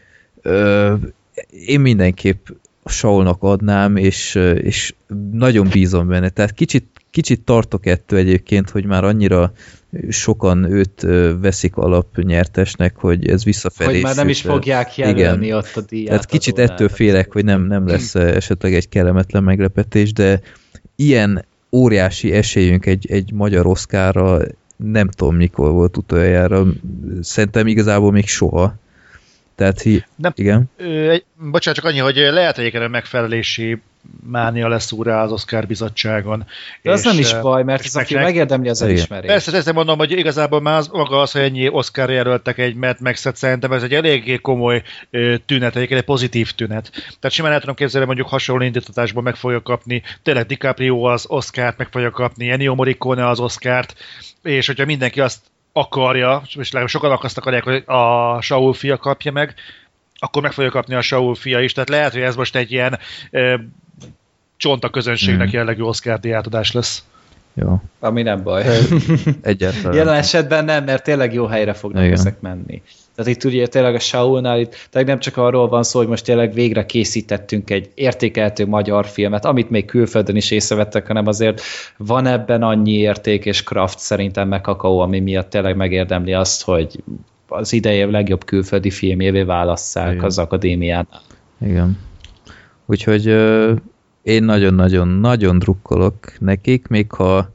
Én mindenképp a Saulnak adnám, és, és nagyon bízom benne. Tehát kicsit, kicsit tartok ettől egyébként, hogy már annyira sokan őt veszik alapnyertesnek, hogy ez visszafelé. Hogy már nem is fogják jelölni ott a díját. Tehát kicsit ettől félek, hogy nem, nem lesz esetleg egy kellemetlen meglepetés, de ilyen óriási esélyünk egy, egy magyar Oscarra, nem tudom mikor volt utoljára, szerintem igazából még soha. Tehát, hi- nem, igen. Ö, bocsánat, csak annyi, hogy lehet egyébként megfelelési mánia lesz úr rá az Oscar bizottságon. De az nem is baj, mert ez a film megérdemli az elismerést. Persze, ezt mondom, hogy igazából már az, maga az, hogy ennyi Oscar jelöltek egy Mad Max-et, szerintem ez egy eléggé komoly tünet, egyébként egy pozitív tünet. Tehát simán el tudom képzelni, mondjuk hasonló indítatásból meg fogja kapni, tényleg DiCaprio az Oscart meg fogja kapni, Ennio Morricone az Oscart, és hogyha mindenki azt akarja, és legalább sokan azt akarják, hogy a Saul fia kapja meg, akkor meg fogja kapni a Saul fia is. Tehát lehet, hogy ez most egy ilyen e, csont a közönségnek mm. jellegű Oscar díjátadás lesz. Jó. Ami nem baj. Egyáltalán. Jelen esetben nem, mert tényleg jó helyre fognak igen. ezek menni. Tehát itt ugye tényleg a Saulnál itt tényleg nem csak arról van szó, hogy most tényleg végre készítettünk egy értékelhető magyar filmet, amit még külföldön is észrevettek, hanem azért van ebben annyi érték és kraft szerintem meg Kakao, ami miatt tényleg megérdemli azt, hogy az ideje legjobb külföldi filmjévé válasszák igen. az akadémiánál. Igen. Úgyhogy euh, én nagyon-nagyon-nagyon drukkolok nekik, még ha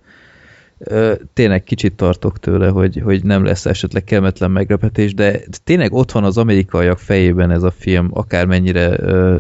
tényleg kicsit tartok tőle, hogy, hogy nem lesz esetleg kellemetlen meglepetés, de tényleg ott van az amerikaiak fejében ez a film, akármennyire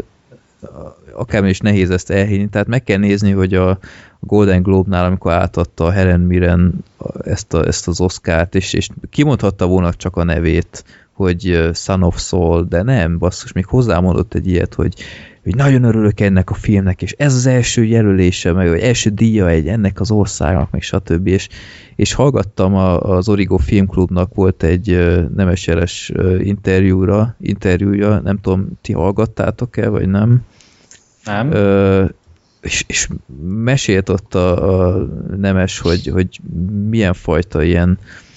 akármennyire is nehéz ezt elhinni, tehát meg kell nézni, hogy a Golden Globe-nál, amikor átadta a Helen Mirren ezt, a, ezt az Oscart, és, és kimondhatta volna csak a nevét, hogy Son of Saul, de nem, basszus, még hozzámondott egy ilyet, hogy hogy nagyon örülök ennek a filmnek, és ez az első jelölése, meg vagy első díja egy ennek az országnak, meg stb. És, és hallgattam a, az Origo Filmklubnak volt egy nemesjeles interjúra, interjúja, nem tudom, ti hallgattátok-e, vagy nem? Nem. Ö, és, és mesélt ott a, a nemes, hogy, hogy milyen fajta ilyen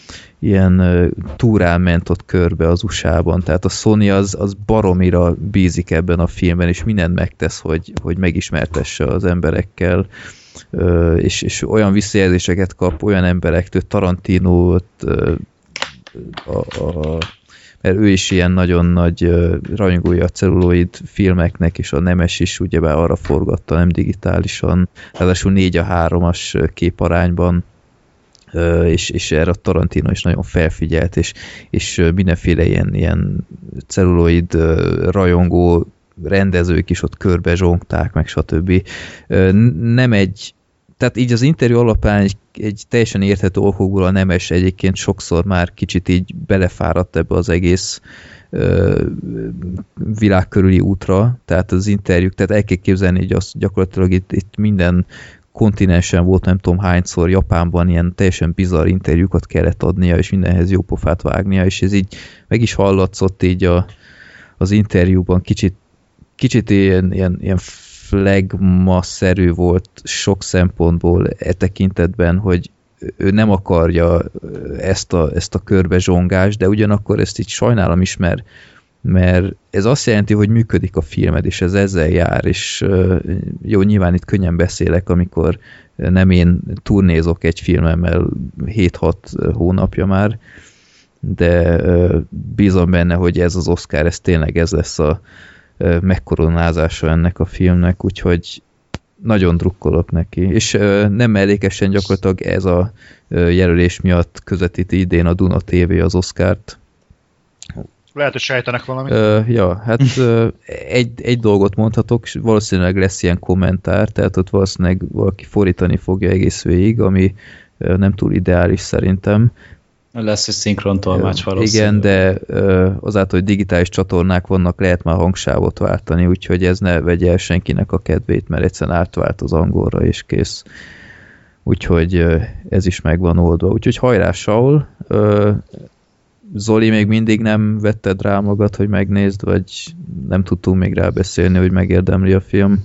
ilyen túrán ment ott körbe az u es á-ban, tehát a Sony az, az baromira bízik ebben a filmben, és mindent megtesz, hogy, hogy megismertesse az emberekkel, és, és olyan visszajelzéseket kap olyan emberektől, Tarantinót, a, a, mert ő is ilyen nagyon nagy rajongója a celluloid filmeknek, és a Nemes is ugyebár arra forgatta, nem digitálisan, ráadásul négy a háromas képarányban, és, és erre a Tarantino is nagyon felfigyelt, és, és mindenféle ilyen, ilyen celluloid rajongó rendezők is ott körbe zsongták, meg stb. Nem egy, tehát így az interjú alapján egy, egy teljesen érthető okokból a Nemes egyébként sokszor már kicsit így belefáradt ebbe az egész világ körüli útra, tehát az interjúk, tehát el kell képzelni, hogy az gyakorlatilag itt, itt minden kontinensen volt, nem tudom hányszor, Japánban ilyen teljesen bizarr interjúkat kellett adnia, és mindenhez jó pofát vágnia, és ez így meg is hallatszott így a, az interjúban, kicsit, kicsit ilyen, ilyen, ilyen flagma-szerű volt sok szempontból e tekintetben, hogy ő nem akarja ezt a, ezt a körbe zsongást, de ugyanakkor ezt így sajnálom is, mert mert ez azt jelenti, hogy működik a filmed, és ez ezzel jár, és jó, nyilván itt könnyen beszélek, amikor nem én turnézok egy filmemmel hét-hat hónapja már, de bízom benne, hogy ez az Oscar, ez tényleg ez lesz a megkoronázása ennek a filmnek, úgyhogy nagyon drukkolok neki. És nem mellékesen gyakorlatilag ez a jelölés miatt közvetíti idén a Duna té vé az Oscart. Lehet, hogy sejtenek valamit. Uh, ja, hát uh, egy, egy dolgot mondhatok, valószínűleg lesz ilyen kommentár, tehát ott valószínűleg valaki fordítani fogja egész végig, ami uh, nem túl ideális szerintem. Lesz egy szinkron tolmács valószínűleg. Igen, de uh, azáltal, hogy digitális csatornák vannak, lehet már hangsávot váltani, úgyhogy ez ne vegye el senkinek a kedvét, mert egyszerűen átvált az angolra, és kész. Úgyhogy uh, ez is meg van oldva. Úgyhogy hajrá, Saul! Uh, Zoli, még mindig nem vetted rá magad, hogy megnézd, vagy nem tudtunk még rá beszélni, hogy megérdemli a film?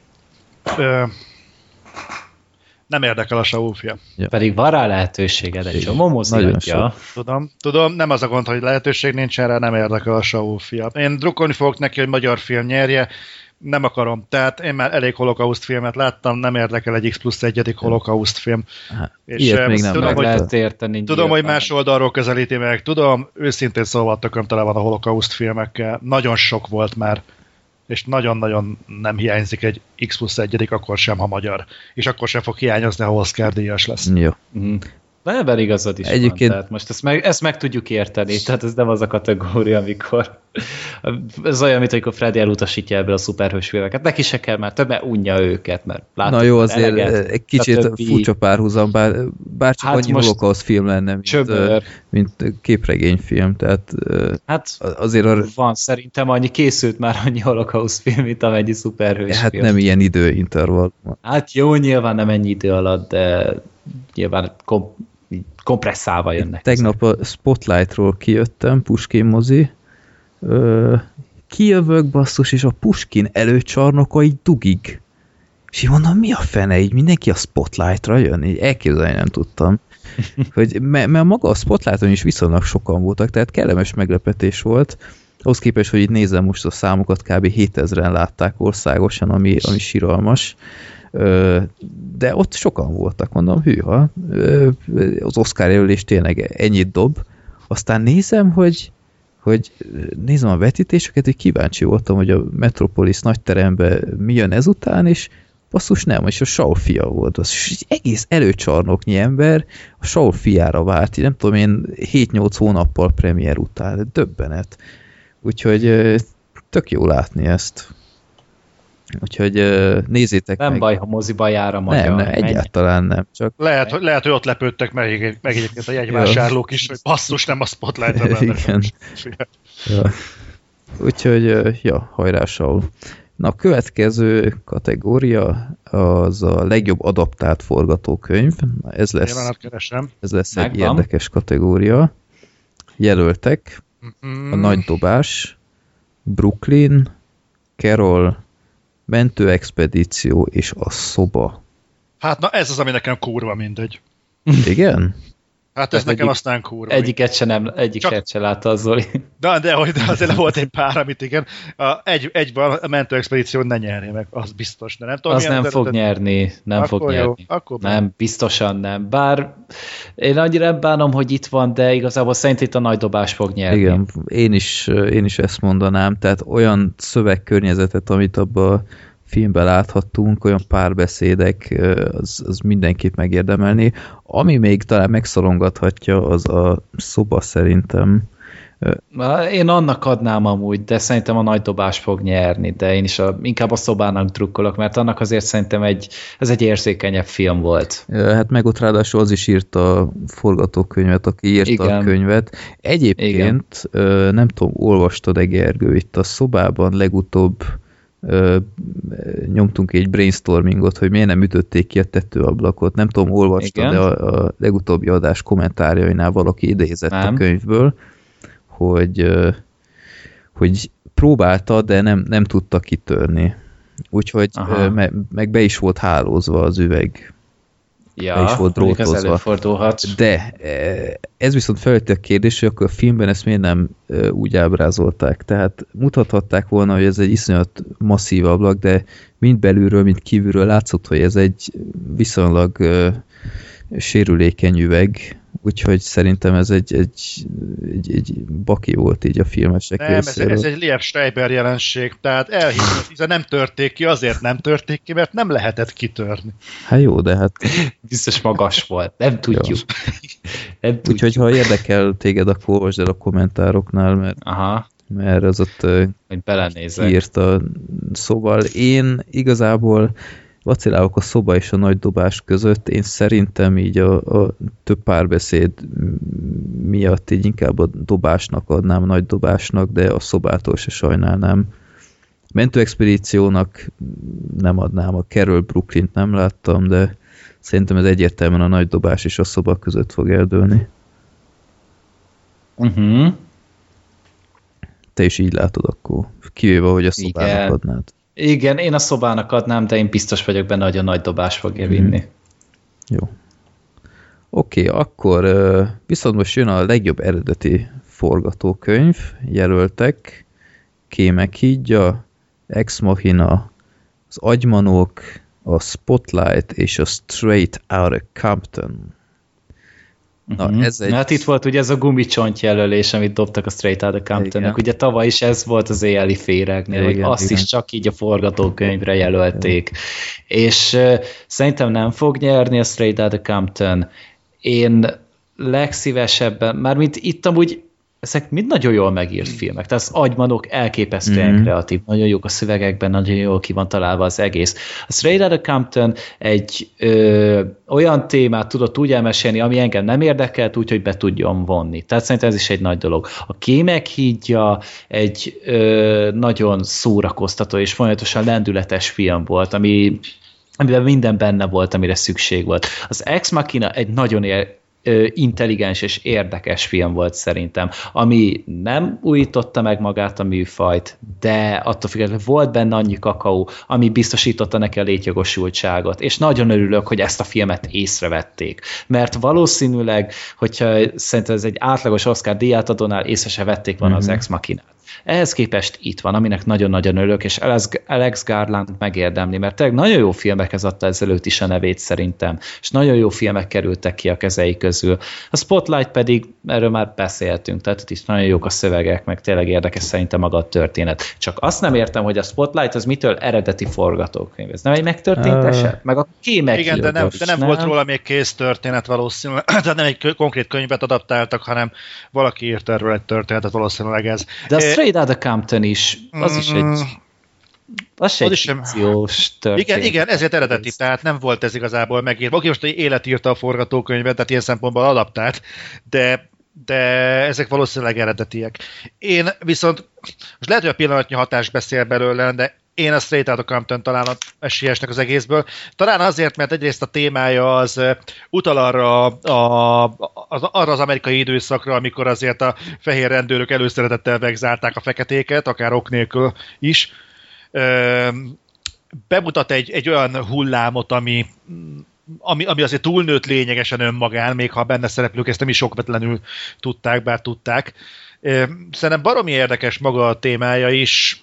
Ö, nem érdekel a Saul film. Ja. Pedig van rá lehetőséged, egy csomó moziatja. Tudom, tudom, nem az a gond, hogy lehetőség nincsen rá, nem érdekel a Saul film. Én drukkolni fogok neki, hogy magyar film nyerje, nem akarom. Tehát én már elég holokauszt filmet láttam, nem érdekel egy X plusz egyedik holokauszt film. Hát, és ilyet még nem tudom, hogy, lehet érteni. tudom, hogy más oldalról közelíti meg. Tudom, őszintén szóval tököm tele van a holokauszt filmekkel. Nagyon sok volt már. És nagyon-nagyon nem hiányzik egy X plusz egyedik, akkor sem, ha magyar. És akkor sem fog hiányozni, ha Oscar díjas lesz. Jó. Mm. De ebben igazad is Egyébként... van, tehát most ezt meg, ezt meg tudjuk érteni, tehát ez nem az a kategória, amikor ez olyan, mint amikor Freddy elutasítja ebből a szuperhős filmeket. Neki se kell már több, mert unja őket, mert látom. Na jó, azért eleget, egy kicsit többi... furcsa párhuzam, bár, bár csak hát annyi holokausz film lenne, mint, mint képregényfilm, tehát hát azért a... van, szerintem annyi készült már annyi holokausz film, mint amennyi szuperhős hát film. Nem ilyen időintervall. Hát jó, nyilván nem ennyi idő alatt, de nyilván kom- kompresszálva jönnek. Tegnap a Spotlightról kijöttem, Puskin mozi. Ö, kijövök, basszus, és a Puskin előcsarnoka így dugig. És így mondom, mi a fene, így mindenki a Spotlightra jön? Így elképzelni nem tudtam. Hogy, mert maga a Spotlighton is viszonylag sokan voltak, tehát kellemes meglepetés volt. Ahhoz képest, hogy itt nézem most a számokat, kb. hétezren látták országosan, ami, ami siralmas. De ott sokan voltak, mondom, hűha, az Oscar jelölés tényleg ennyit dob. Aztán nézem, hogy, hogy nézem a vetítéseket, hogy kíváncsi voltam, hogy a Metropolis nagyteremben mi jön ezután, és basszus nem, és a Saul fia volt. És egész előcsarnoknyi ember a Saul fiára várt, nem tudom én, hét-nyolc hónappal premier után, döbbenet. Úgyhogy tök jó látni ezt. Úgyhogy uh, nézzétek nem meg. baj, ha moziba jár a magyar. Nem, nem, egyáltalán nem. Csak... Lehet, hogy, lehet, hogy ott lepődtek meg, meg egyébként a jegyvásárlók is, hogy basszus, nem a Spotlight-ra benne. Igen. Ja. Úgyhogy, uh, ja, hajrá, Saul. Na, a következő kategória az a legjobb adaptált forgatókönyv. Ez lesz, ez lesz egy érdekes kategória. Jelöltek mm-hmm. a Nagy dobás, Brooklyn, Carol, Mentőexpedíció és a szoba. Hát na ez az, ami nekem kurva mindegy. Igen? Hát ez nekem egyik, aztán kurva. Egyiket se, nem, egyiket Csak... se látta az Zoli. De, de, de azért volt egy pár, amit igen. A, egy, egyben a mentőexpedíció ne nyerje meg, az biztos. De nem tudom, az nem fog de... nyerni, nem akkor fog jó, nyerni. Akkor nem, nem, biztosan nem. Bár én annyira nem bánom, hogy itt van, de igazából szerint itt a Nagy dobás fog nyerni. Igen, én is, én is ezt mondanám. Tehát olyan szövegkörnyezetet, amit abban a filmben láthattunk, olyan párbeszédek, az, az mindenképp megérdemelni. Ami még talán megszorongathatja, az a szoba szerintem. Én annak adnám amúgy, de szerintem a Nagy dobás fog nyerni, de én is a, inkább a szobának drukkolok, mert annak azért szerintem egy, ez egy érzékenyebb film volt. Hát meg ott ráadásul az is írta a forgatókönyvet, aki írta Igen. a könyvet. Egyébként Igen. nem tudom, olvastad-e, Gergő, itt a szobában legutóbb Ö, nyomtunk egy brainstormingot, hogy miért nem ütötték ki a tetőablakot. Nem tudom, olvastad, de a, a legutóbbi adás kommentárjainál valaki idézett nem. a könyvből, hogy, ö, hogy próbálta, de nem, nem tudta kitörni. Úgyhogy ö, me, meg be is volt hálózva az üveg. Ja, be is volt drótozva. De ez viszont felütti a kérdés, hogy akkor a filmben ezt miért nem úgy ábrázolták. Tehát mutathatták volna, hogy ez egy iszonyat masszív ablak, de mind belülről, mind kívülről látszott, hogy ez egy viszonylag sérülékeny üveg, úgyhogy szerintem ez egy, egy, egy, egy baki volt így a filmesek Nem, ez, ez egy Liev Schreiber jelenség, tehát elhívni, hiszen nem törték ki, azért nem törték ki, mert nem lehetett kitörni. Hát jó, de hát... Biztos magas volt, nem tudjuk. nem tudjuk. Úgyhogy ha érdekel téged, akkor olvasd el a kommentároknál, mert, Aha. mert az ott hogy belenézek. írta. Szóval én igazából vacilálok a szoba és a nagy dobás között. Én szerintem így a, a több párbeszéd miatt így inkább a dobásnak adnám, nagy dobásnak, de a szobától se sajnálnám. Mentőexpedíciónak nem adnám, a Carol Brooklyn-t nem láttam, de szerintem ez egyértelműen a nagy dobás és a szoba között fog eldőlni. Uh-huh. Te is így látod akkor, kivéve, hogy a szobának Igen. adnád. Igen, én a szobának adnám, de én biztos vagyok benne, hogy a nagy dobás fogja Mhm. vinni. Jó. Oké, okay, akkor uh, viszont most jön a legjobb eredeti forgatókönyv, jelöltek, Kémek hídja, Ex Machina, az Agymanók, a Spotlight és a Straight Outta Compton. Na, Uh-huh. ez egy... Hát itt volt ugye ez a gumicsont jelölés, amit dobtak a Straight Outta Comptonnak. Ugye tavaly is ez volt az éjjeli féregnél, hogy azt igen. is csak így a forgatókönyvre jelölték. Igen. És uh, szerintem nem fog nyerni a Straight Outta Compton. Én legszívesebben, mármint itt amúgy ezek mind nagyon jól megírt filmek. Tehát az Agymanok elképesztően mm-hmm. kreatív, nagyon jók a szövegekben, nagyon jól ki van találva az egész. A Straight Outta Compton egy ö, olyan témát tudott úgy elmesélni, ami engem nem érdekelt, úgyhogy be tudjon vonni. Tehát szerintem ez is egy nagy dolog. A Kémek hídja egy ö, nagyon szórakoztató és folyamatosan lendületes film volt, ami, amiben minden benne volt, amire szükség volt. Az Ex Machina egy nagyon ér, intelligens és érdekes film volt szerintem, ami nem újította meg magát a műfajt, de attól függetlenül volt benne annyi kakaó, ami biztosította neki a létjogosultságot, és nagyon örülök, hogy ezt a filmet észrevették, mert valószínűleg, hogyha szerintem ez egy átlagos Oscar díjátadónál észre se vették volna mm-hmm. az Ex Machinát. Ehhez képest itt van, aminek nagyon-nagyon örülök, és Alex Garland megérdemli, mert tényleg nagyon jó filmekhez adta ezelőtt is a nevét szerintem, és nagyon jó filmek kerültek ki a kezei közül. A Spotlight pedig, erről már beszéltünk, tehát itt is nagyon jók a szövegek, meg tényleg érdekes szerintem maga a történet. Csak azt nem értem, hogy a Spotlight az mitől eredeti forgatókönyv. Ez nem egy megtörtént uh, eset? Meg a Kémek igen, de nem, de nem, nem volt róla még kész történet valószínűleg. Tehát nem egy konkrét könyvet adaptáltak, hanem valaki írt erről egy történetet, valószínűleg ez. De a Straight Outta Compton is, az is egy az se egy fikciós történet. Igen, igen, ezért eredeti, tehát nem volt ez igazából megírva. Oké, most egy élet írta a forgatókönyvet, tehát ilyen szempontból adaptált, de, de ezek valószínűleg eredetiek. Én viszont, most lehet, hogy a pillanatnyi hatás beszél belőle, de én a Straight Outta Compton talán a esélyesnek az egészből. Talán azért, mert egyrészt a témája az utal arra, a, az, arra az amerikai időszakra, amikor azért a fehér rendőrök előszeretettel megzárták a feketéket, akár ok nélkül is. Bemutat egy, egy olyan hullámot, ami, ami, ami azért túlnőtt lényegesen önmagán, még ha benne szereplők ezt nem is okvetlenül tudták, bár tudták. Szerintem baromi érdekes maga a témája is.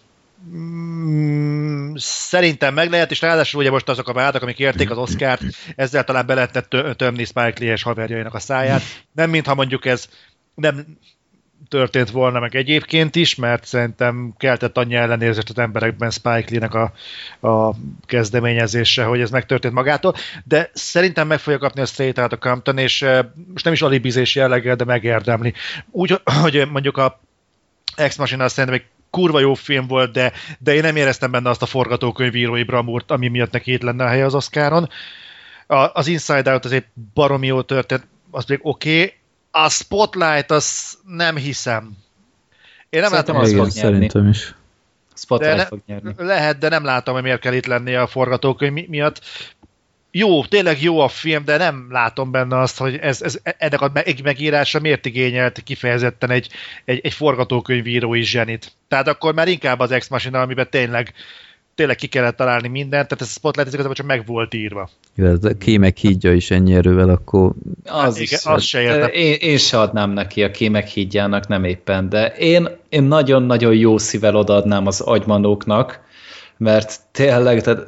Szerintem meg lehet, és ráadásul ugye most azok a vádak, amik érték az Oscart, ezzel talán be lehetne tömni Spike Lee és haverjainak a száját. Nem mintha mondjuk ez nem történt volna meg egyébként is, mert szerintem keltett annyi ellenérzést az emberekben Spike Lee-nek a, a kezdeményezése, hogy ez megtörtént magától, de szerintem meg fogja kapni a Straight Outta Compton, és most nem is alibizés jelleggel, de megérdemli. Úgy, hogy mondjuk a Ex Machina szerintem egy kurva jó film volt, de, de én nem éreztem benne azt a forgatókönyvírói bramúrt, ami miatt neki itt lenne a helye az Oscaron. A, az Inside Out az egy baromi jó történet, az még oké. Okay. A Spotlight, az nem hiszem. Én nem Szerintem látom, az igen, fog nyerni. szerintem is. Spotlight ne, fog nyerni. Lehet, de nem látom, hogy miért kell itt lennie a forgatókönyv miatt. Jó, tényleg jó a film, de nem látom benne azt, hogy ez, ez, ennek a meg, megírása miért igényelt kifejezetten egy, egy, egy forgatókönyvírói zsenit. Tehát akkor már inkább az Ex Machina, amiben tényleg, tényleg ki kellett találni mindent, tehát ez a Spotlight ez igazából csak meg volt írva. A Kémek hídja is ennyi erővel, akkor... Az igen, is. azt se értem. Én, én se adnám neki a Kémek hídjának, nem éppen, de én, én nagyon-nagyon jó szívvel odaadnám az Agymanóknak, mert tényleg, tehát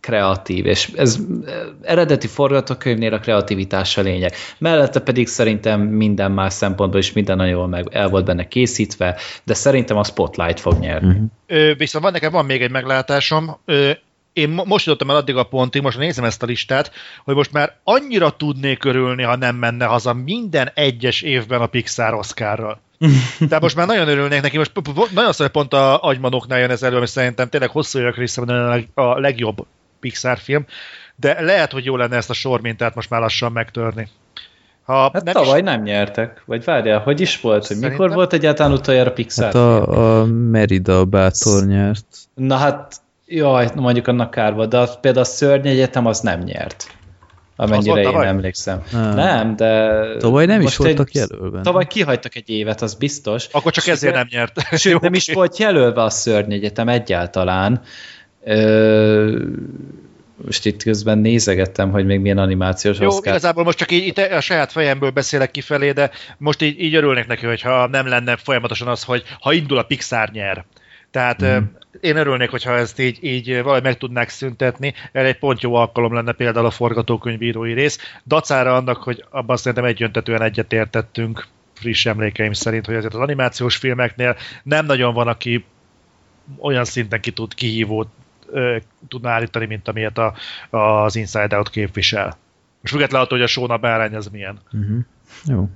kreatív, és ez eredeti forgatókönyvnél a kreativitás a lényeg. Mellette pedig szerintem minden más szempontból is minden nagyon jól meg el volt benne készítve, de szerintem a Spotlight fog nyerni. Uh-huh. Ö, viszont van nekem van még egy meglátásom, Ö, én most jutottam el addig a pontig, most nézem ezt a listát, hogy most már annyira tudnék örülni, ha nem menne haza minden egyes évben a Pixar Oscarral. De most már nagyon örülnék neki, most nagyon szó, pont a Agymanoknál jön ez elő, ami szerintem tényleg hosszú évek részben a legjobb Pixar film, de lehet, hogy jó lenne ezt a sormintát most már lassan megtörni. Ha hát nem tavaly is... nem nyertek, vagy várjál, hogy is volt, hogy szerintem... mikor volt egyáltalán utoljára Pixar hát a, a Merida bátor nyert. Na hát, jaj, mondjuk annak kár volt, de az, például a Szörny Egyetem az nem nyert. Amennyire én emlékszem. Nem, nem de... Tavaly nem is voltak egy, jelölve. Tavaly kihagytak egy évet, az biztos. Akkor csak ezért nem nyert. Sőt, nem is volt jelölve a Szörny Egyetem egyáltalán. Ö... Most itt közben nézegettem, hogy még milyen animációs Jó, Oscar. Igazából most csak így, így a saját fejemből beszélek kifelé, de most így, így örülnék neki, hogyha nem lenne folyamatosan az, hogy ha indul a Pixar nyer. Tehát mm. én örülnék, hogyha ezt így, így valahogy meg tudnák szüntetni. Erre egy pont jó alkalom lenne például a forgatókönyvírói rész. Dacára annak, hogy abban szerintem egyöntetően egyetértettünk friss emlékeim szerint, hogy azért az animációs filmeknél nem nagyon van, aki olyan szinten ki tud kihívót ö, tudna állítani, mint amilyet a, az Inside Out képvisel. És függetlenül attól, hogy a Sóna bárány az milyen. Uh-huh. Jó.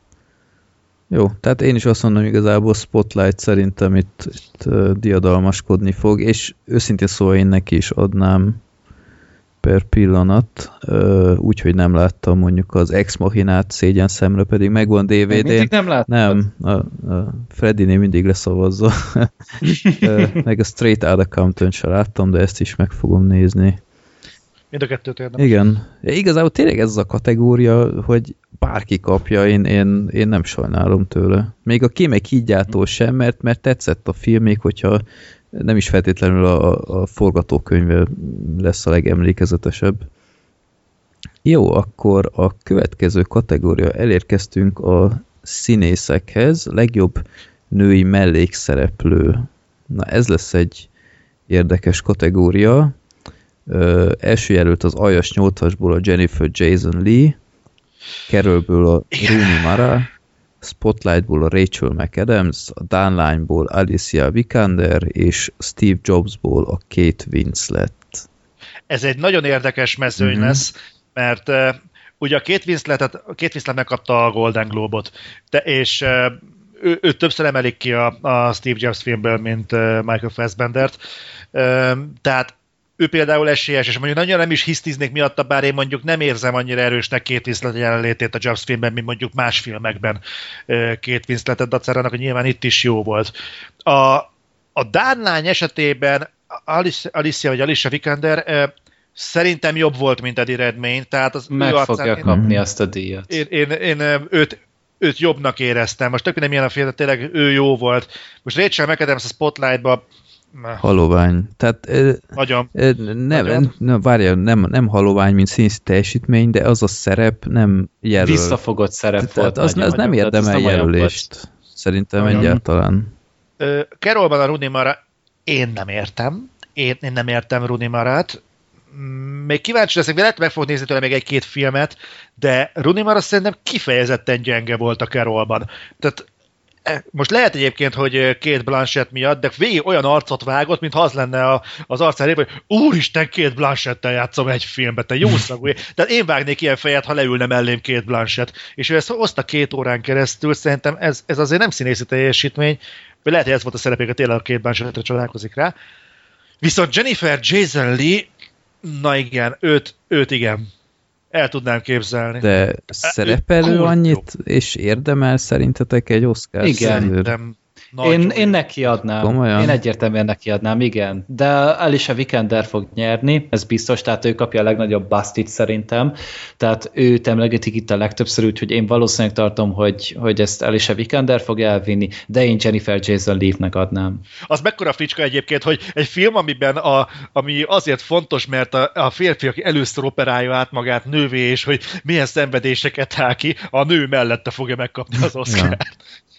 Jó, tehát én is azt mondom, igazából Spotlight szerintem itt, itt uh, diadalmaskodni fog, és őszintén szóval én neki is adnám per pillanat, uh, úgyhogy nem láttam mondjuk az Ex Machinát szégyen szemre, pedig megvan dé vé dén. Mindig nem láttam. Nem, a, a Freddynél mindig leszavazza. uh, meg a Straight Outta Compton sem láttam, de ezt is meg fogom nézni. Mind a kettőt érdemes. Igen. Ja, igazából tényleg ez az a kategória, hogy bárki kapja, én, én, én nem sajnálom tőle. Még a Kémek hídjától sem, mert, mert tetszett a film, még hogyha nem is feltétlenül a, a forgatókönyve lesz a legemlékezetesebb. Jó, akkor a következő kategória, elérkeztünk a színészekhez, legjobb női mellékszereplő. Na ez lesz egy érdekes kategória. Ö, első jelölt az Aljas nyolcasból a Jennifer Jason Leigh, Carolből a Rooney Mara, Spotlightból a Rachel McAdams, a Dan Line-ból Alicia Vikander, és Steve Jobsból a Kate Winslet. Ez egy nagyon érdekes mezőny uh-huh. lesz, mert uh, ugye a Kate Winslet, a Kate Winslet megkapta a Golden Globe-ot, de, és uh, ő, ő többször emelik ki a, a Steve Jobs filmből, mint uh, Michael Fassbendert. Uh, tehát ő például esélyes, és mondjuk nagyon nem is hisztiznék miatta, bár én mondjuk nem érzem annyira erősnek Kate Winslet jelenlétét a Jobs filmben, mint mondjuk más filmekben Kate Winsletet, dacárának, hogy nyilván itt is jó volt. A, a Dan lány esetében Alicia, Alicia vagy Alicia Vikander szerintem jobb volt, mint Eddie Redmayne. Tehát az meg fogja én, kapni én, azt a díjat. Én, én, én őt, őt jobbnak éreztem. Most tök nem ilyen a film, de tényleg ő jó volt. Most Rachel McAdams a Spotlightba halovány. Tehát Nagyon. Nem, nem, nem, várjál, nem, nem halovány, mint színészi teljesítmény, de az a szerep nem jelöl. Visszafogott szerep tehát volt. Az, az nem érdemel jelölést. Szerintem nagyon. Egyáltalán. Carolban a Rooney Mara én nem értem. Én, én nem értem Rooney Marát. Még kíváncsi leszek, lehet meg fogok nézni tőle még egy-két filmet, de Rooney Mara szerintem kifejezetten gyenge volt a Carolban. Tehát most lehet egyébként, hogy Kate Blanchett miatt, de végig olyan arcot vágott, mintha az lenne a, az arcán, hogy úristen, Kate Blanchett-tel játszom egy filmbe, te jó szagú. Tehát én vágnék ilyen fejet, ha leülne mellém Kate Blanchett. És ő ezt hozta két órán keresztül, szerintem ez, ez azért nem színészi teljesítmény, vagy lehet, hogy ez volt a szerepéket, tényleg a Kate Blanchett-re csodálkozik rá. Viszont Jennifer Jason Leigh, na igen, őt, őt igen. El tudnám képzelni. De szerepelő annyit, és érdemel szerintetek egy Oscar? Igen. Én, én neki adnám. Komolyan? Én egyértelműen neki adnám, igen. De Alicia Vikander fog nyerni, ez biztos, tehát ő kapja a legnagyobb bustit szerintem. Tehát őt emlegetik itt a legtöbbször, úgyhogy én valószínűleg tartom, hogy, hogy ezt Alicia Vikander fog elvinni, de én Jennifer Jason Leigh-nek adnám. Az mekkora fricska egyébként, hogy egy film, amiben a, ami azért fontos, mert a, a férfi, aki először operálja át magát nővé, és hogy milyen szenvedéseket áll ki, a nő mellette fogja megkapni az Oscart. Ja.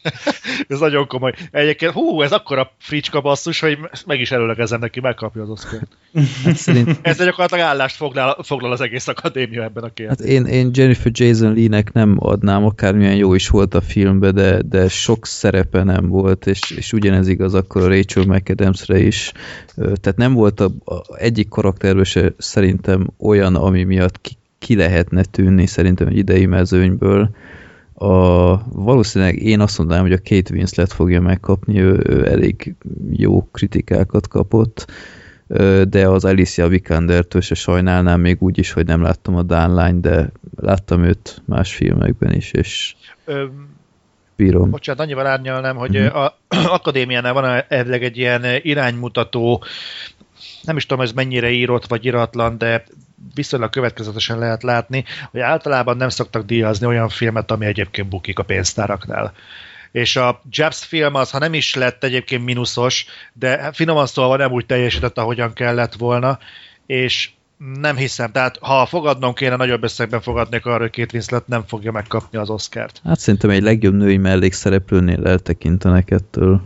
Ez nagyon komoly. Egyébként, hú, ez akkora fricska basszus, hogy meg is előlegezem neki, megkapja az Oscart. Hát szerint... Ez gyakorlatilag állást foglal, foglal az egész akadémia ebben a kérdésben. Hát én, én Jennifer Jason Leigh-nek nem adnám, akármilyen jó is volt a filmbe, de, de sok szerepe nem volt, és, és ugyanez igaz akkor a Rachel McAdamsre is. Tehát nem volt a, a egyik karakterben se szerintem olyan, ami miatt ki, ki lehetne tűnni szerintem egy idei mezőnyből. A, valószínűleg én azt mondanám, hogy a Kate Winslet fogja megkapni, ő, ő elég jó kritikákat kapott, de az Alicia Vikandertől se sajnálnám, még úgy is, hogy nem láttam a Dán lányt, de láttam őt más filmekben is, és Ö, bírom. Bocsánat, annyival árnyalnám, hogy uh-huh. a akadémiánál van elvileg egy ilyen iránymutató, nem is tudom, ez mennyire írott vagy iratlan, de viszonylag következetesen lehet látni, hogy általában nem szoktak díjazni olyan filmet, ami egyébként bukik a pénztáraknál. És a Jabs film az, ha nem is lett egyébként mínuszos, de finoman szólva nem úgy teljesített, ahogyan kellett volna, és nem hiszem. Tehát ha fogadnom kéne, nagyobb összegben fogadnék arra, hogy Kate Winslet nem fogja megkapni az Oscart. Hát szerintem egy legjobb női mellékszereplőnél eltekintenek ettől.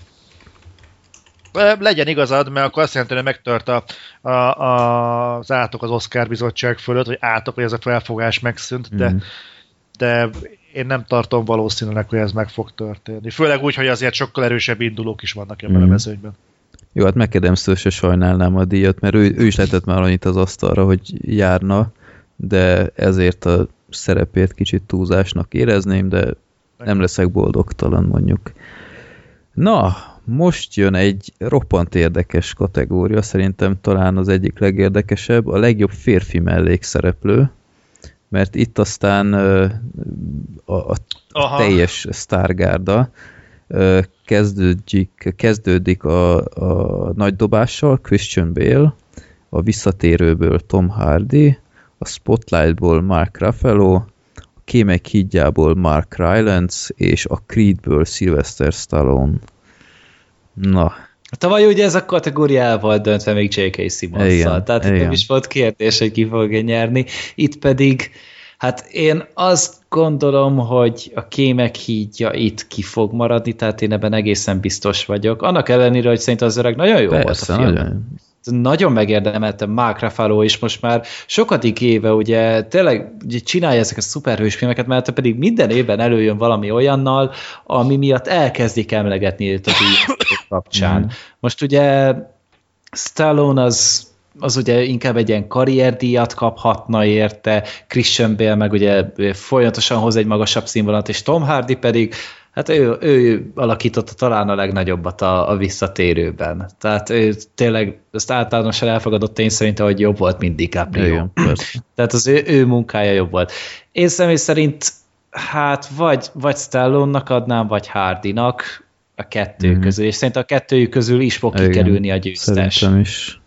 Legyen igazad, mert akkor azt jelenti, hogy megtört a, a, a, az átok az Oscar bizottság fölött, hogy átok, hogy ez a felfogás megszűnt, de, mm. de én nem tartom valószínűleg, hogy ez meg fog történni. Főleg úgy, hogy azért sokkal erősebb indulók is vannak ebben mm. a mezőnyben. Jó, hát McAdamstől se sajnálnám a díjat, mert ő, ő is lehetett már annyit az asztalra, hogy járna, de ezért a szerepét kicsit túlzásnak érezném, de nem leszek boldogtalan, mondjuk. Na, most jön egy roppant érdekes kategória, szerintem talán az egyik legérdekesebb, a legjobb férfi mellékszereplő, mert itt aztán a, a, a teljes sztárgárda kezdődik, kezdődik a, a nagy dobással, Christian Bale, a visszatérőből Tom Hardy, a Spotlightból Mark Ruffalo, a Kémek hídjából Mark Rylance, és a Creedből Sylvester Stallone. Na. Tavaly ugye ez a kategória el volt döntve még J K. Simmons-szal, tehát igen. Itt nem is volt kérdés, hogy ki fogja nyerni. Itt pedig, hát én azt gondolom, hogy a Kémek hídja itt ki fog maradni, tehát én ebben egészen biztos vagyok. Annak ellenére, hogy szerintem az öreg nagyon jó Persze, volt a film. Nagyon. Nagyon megérdemelte Mark Ruffalo is most már sokadik éve, ugye tényleg csinálja ezeket a szuperhős filmeket, mert pedig minden évben előjön valami olyannal, ami miatt elkezdik emlegetni őt a díjak kapcsán. Mm. Most ugye Stallone az, az ugye inkább egy ilyen karrierdíjat kaphatna érte, Christian Bale meg ugye folyamatosan hoz egy magasabb színvonalat, és Tom Hardy pedig hát ő, ő alakította talán a legnagyobbat a, a visszatérőben. Tehát ő tényleg ezt általánosan elfogadott én szerintem, hogy jobb volt, mint DiCaprio. Tehát az ő, ő munkája jobb volt. Én személy szerint hát vagy, vagy Stallone-nak adnám, vagy Hardynak a kettő mm. közül, és szerintem a kettőjük közül is fog igen, kikerülni a győztes. Szerintem is.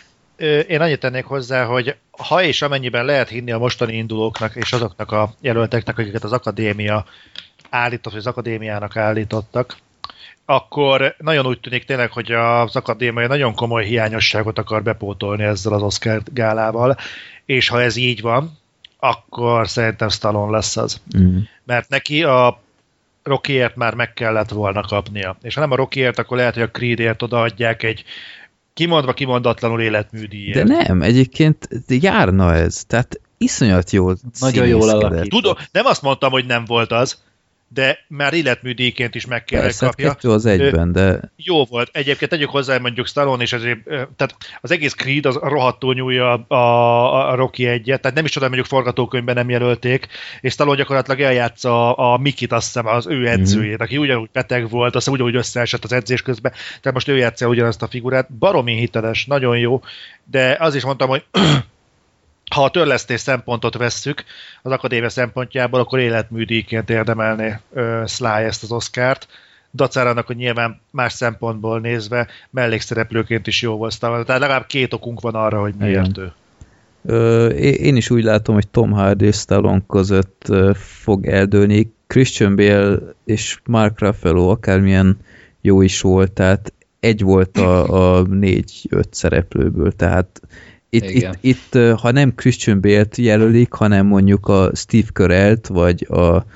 Én annyit tennék hozzá, hogy ha és amennyiben lehet hinni a mostani indulóknak és azoknak a jelölteknek, akiket az akadémia állított, hogy az akadémiának állítottak, akkor nagyon úgy tűnik tényleg, hogy az akadémia nagyon komoly hiányosságot akar bepótolni ezzel az Oscar gálával, és ha ez így van, akkor szerintem Stallone lesz az. Mm. Mert neki a Rockyért már meg kellett volna kapnia. És ha nem a Rockyért, akkor lehet, hogy a Creedért odaadják egy kimondva kimondatlanul életműdíjért. De nem, egyébként járna ez. Tehát iszonyat jól nagyon jól alakított. Tudom, nem azt mondtam, hogy nem volt az, de már életműdíjként is meg kell Persze, kapja. Kettő az egyben, de... Jó volt. Egyébként tegyük hozzá, mondjuk Stallone és ezért, tehát az egész Creed az rohadtul nyúlja a, a, a Rocky egyet, tehát nem is tudom, mondjuk forgatókönyvben nem jelölték, és Stallone gyakorlatilag eljátsza a, a Mikit, azt hiszem, az ő edzőjét, mm-hmm. aki ugyanúgy beteg volt, azt ugyanúgy összeesett az edzés közben, tehát most ő játsza ugyanazt a figurát. Baromi hiteles, nagyon jó, de az is mondtam, hogy ha a törlesztés szempontot vesszük az akadémia szempontjából, akkor életműdíjként érdemelné uh, Sly ezt az Oscart. Dacára annak, hogy nyilván más szempontból nézve mellékszereplőként is jó volt. Tehát legalább két okunk van arra, hogy miért ő. Ö, én is úgy látom, hogy Tom Hardy és Stallone között fog eldőlni. Christian Bale és Mark Ruffalo akármilyen jó is volt, tehát egy volt a, a négy-öt szereplőből, tehát Itt, itt, itt, ha nem Christian Bale-t jelölik, hanem mondjuk a Steve Carell-t, vagy a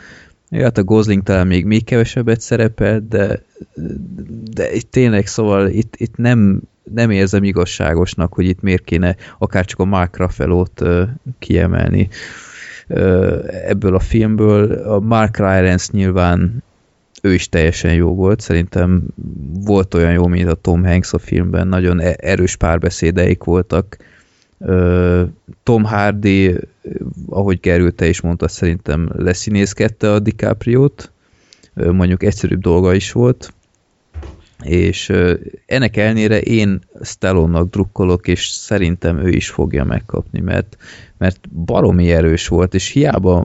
Ja, hát a Gosling talán még, még kevesebbet szerepelt, de, de itt tényleg, szóval itt, itt nem, nem érzem igazságosnak, hogy itt miért kéne akár csak a Mark Ruffalo-t uh, kiemelni uh, ebből a filmből. A Mark Rylance nyilván ő is teljesen jó volt, szerintem volt olyan jó, mint a Tom Hanks a filmben, nagyon erős párbeszédeik voltak. Tom Hardy, ahogy Gergő, te is mondta, szerintem leszínészkedte a DiCaprio-t, mondjuk egyszerűbb dolga is volt, és ennek ellenére én Stallone-nak drukkolok, és szerintem ő is fogja megkapni, mert, mert baromi erős volt, és hiába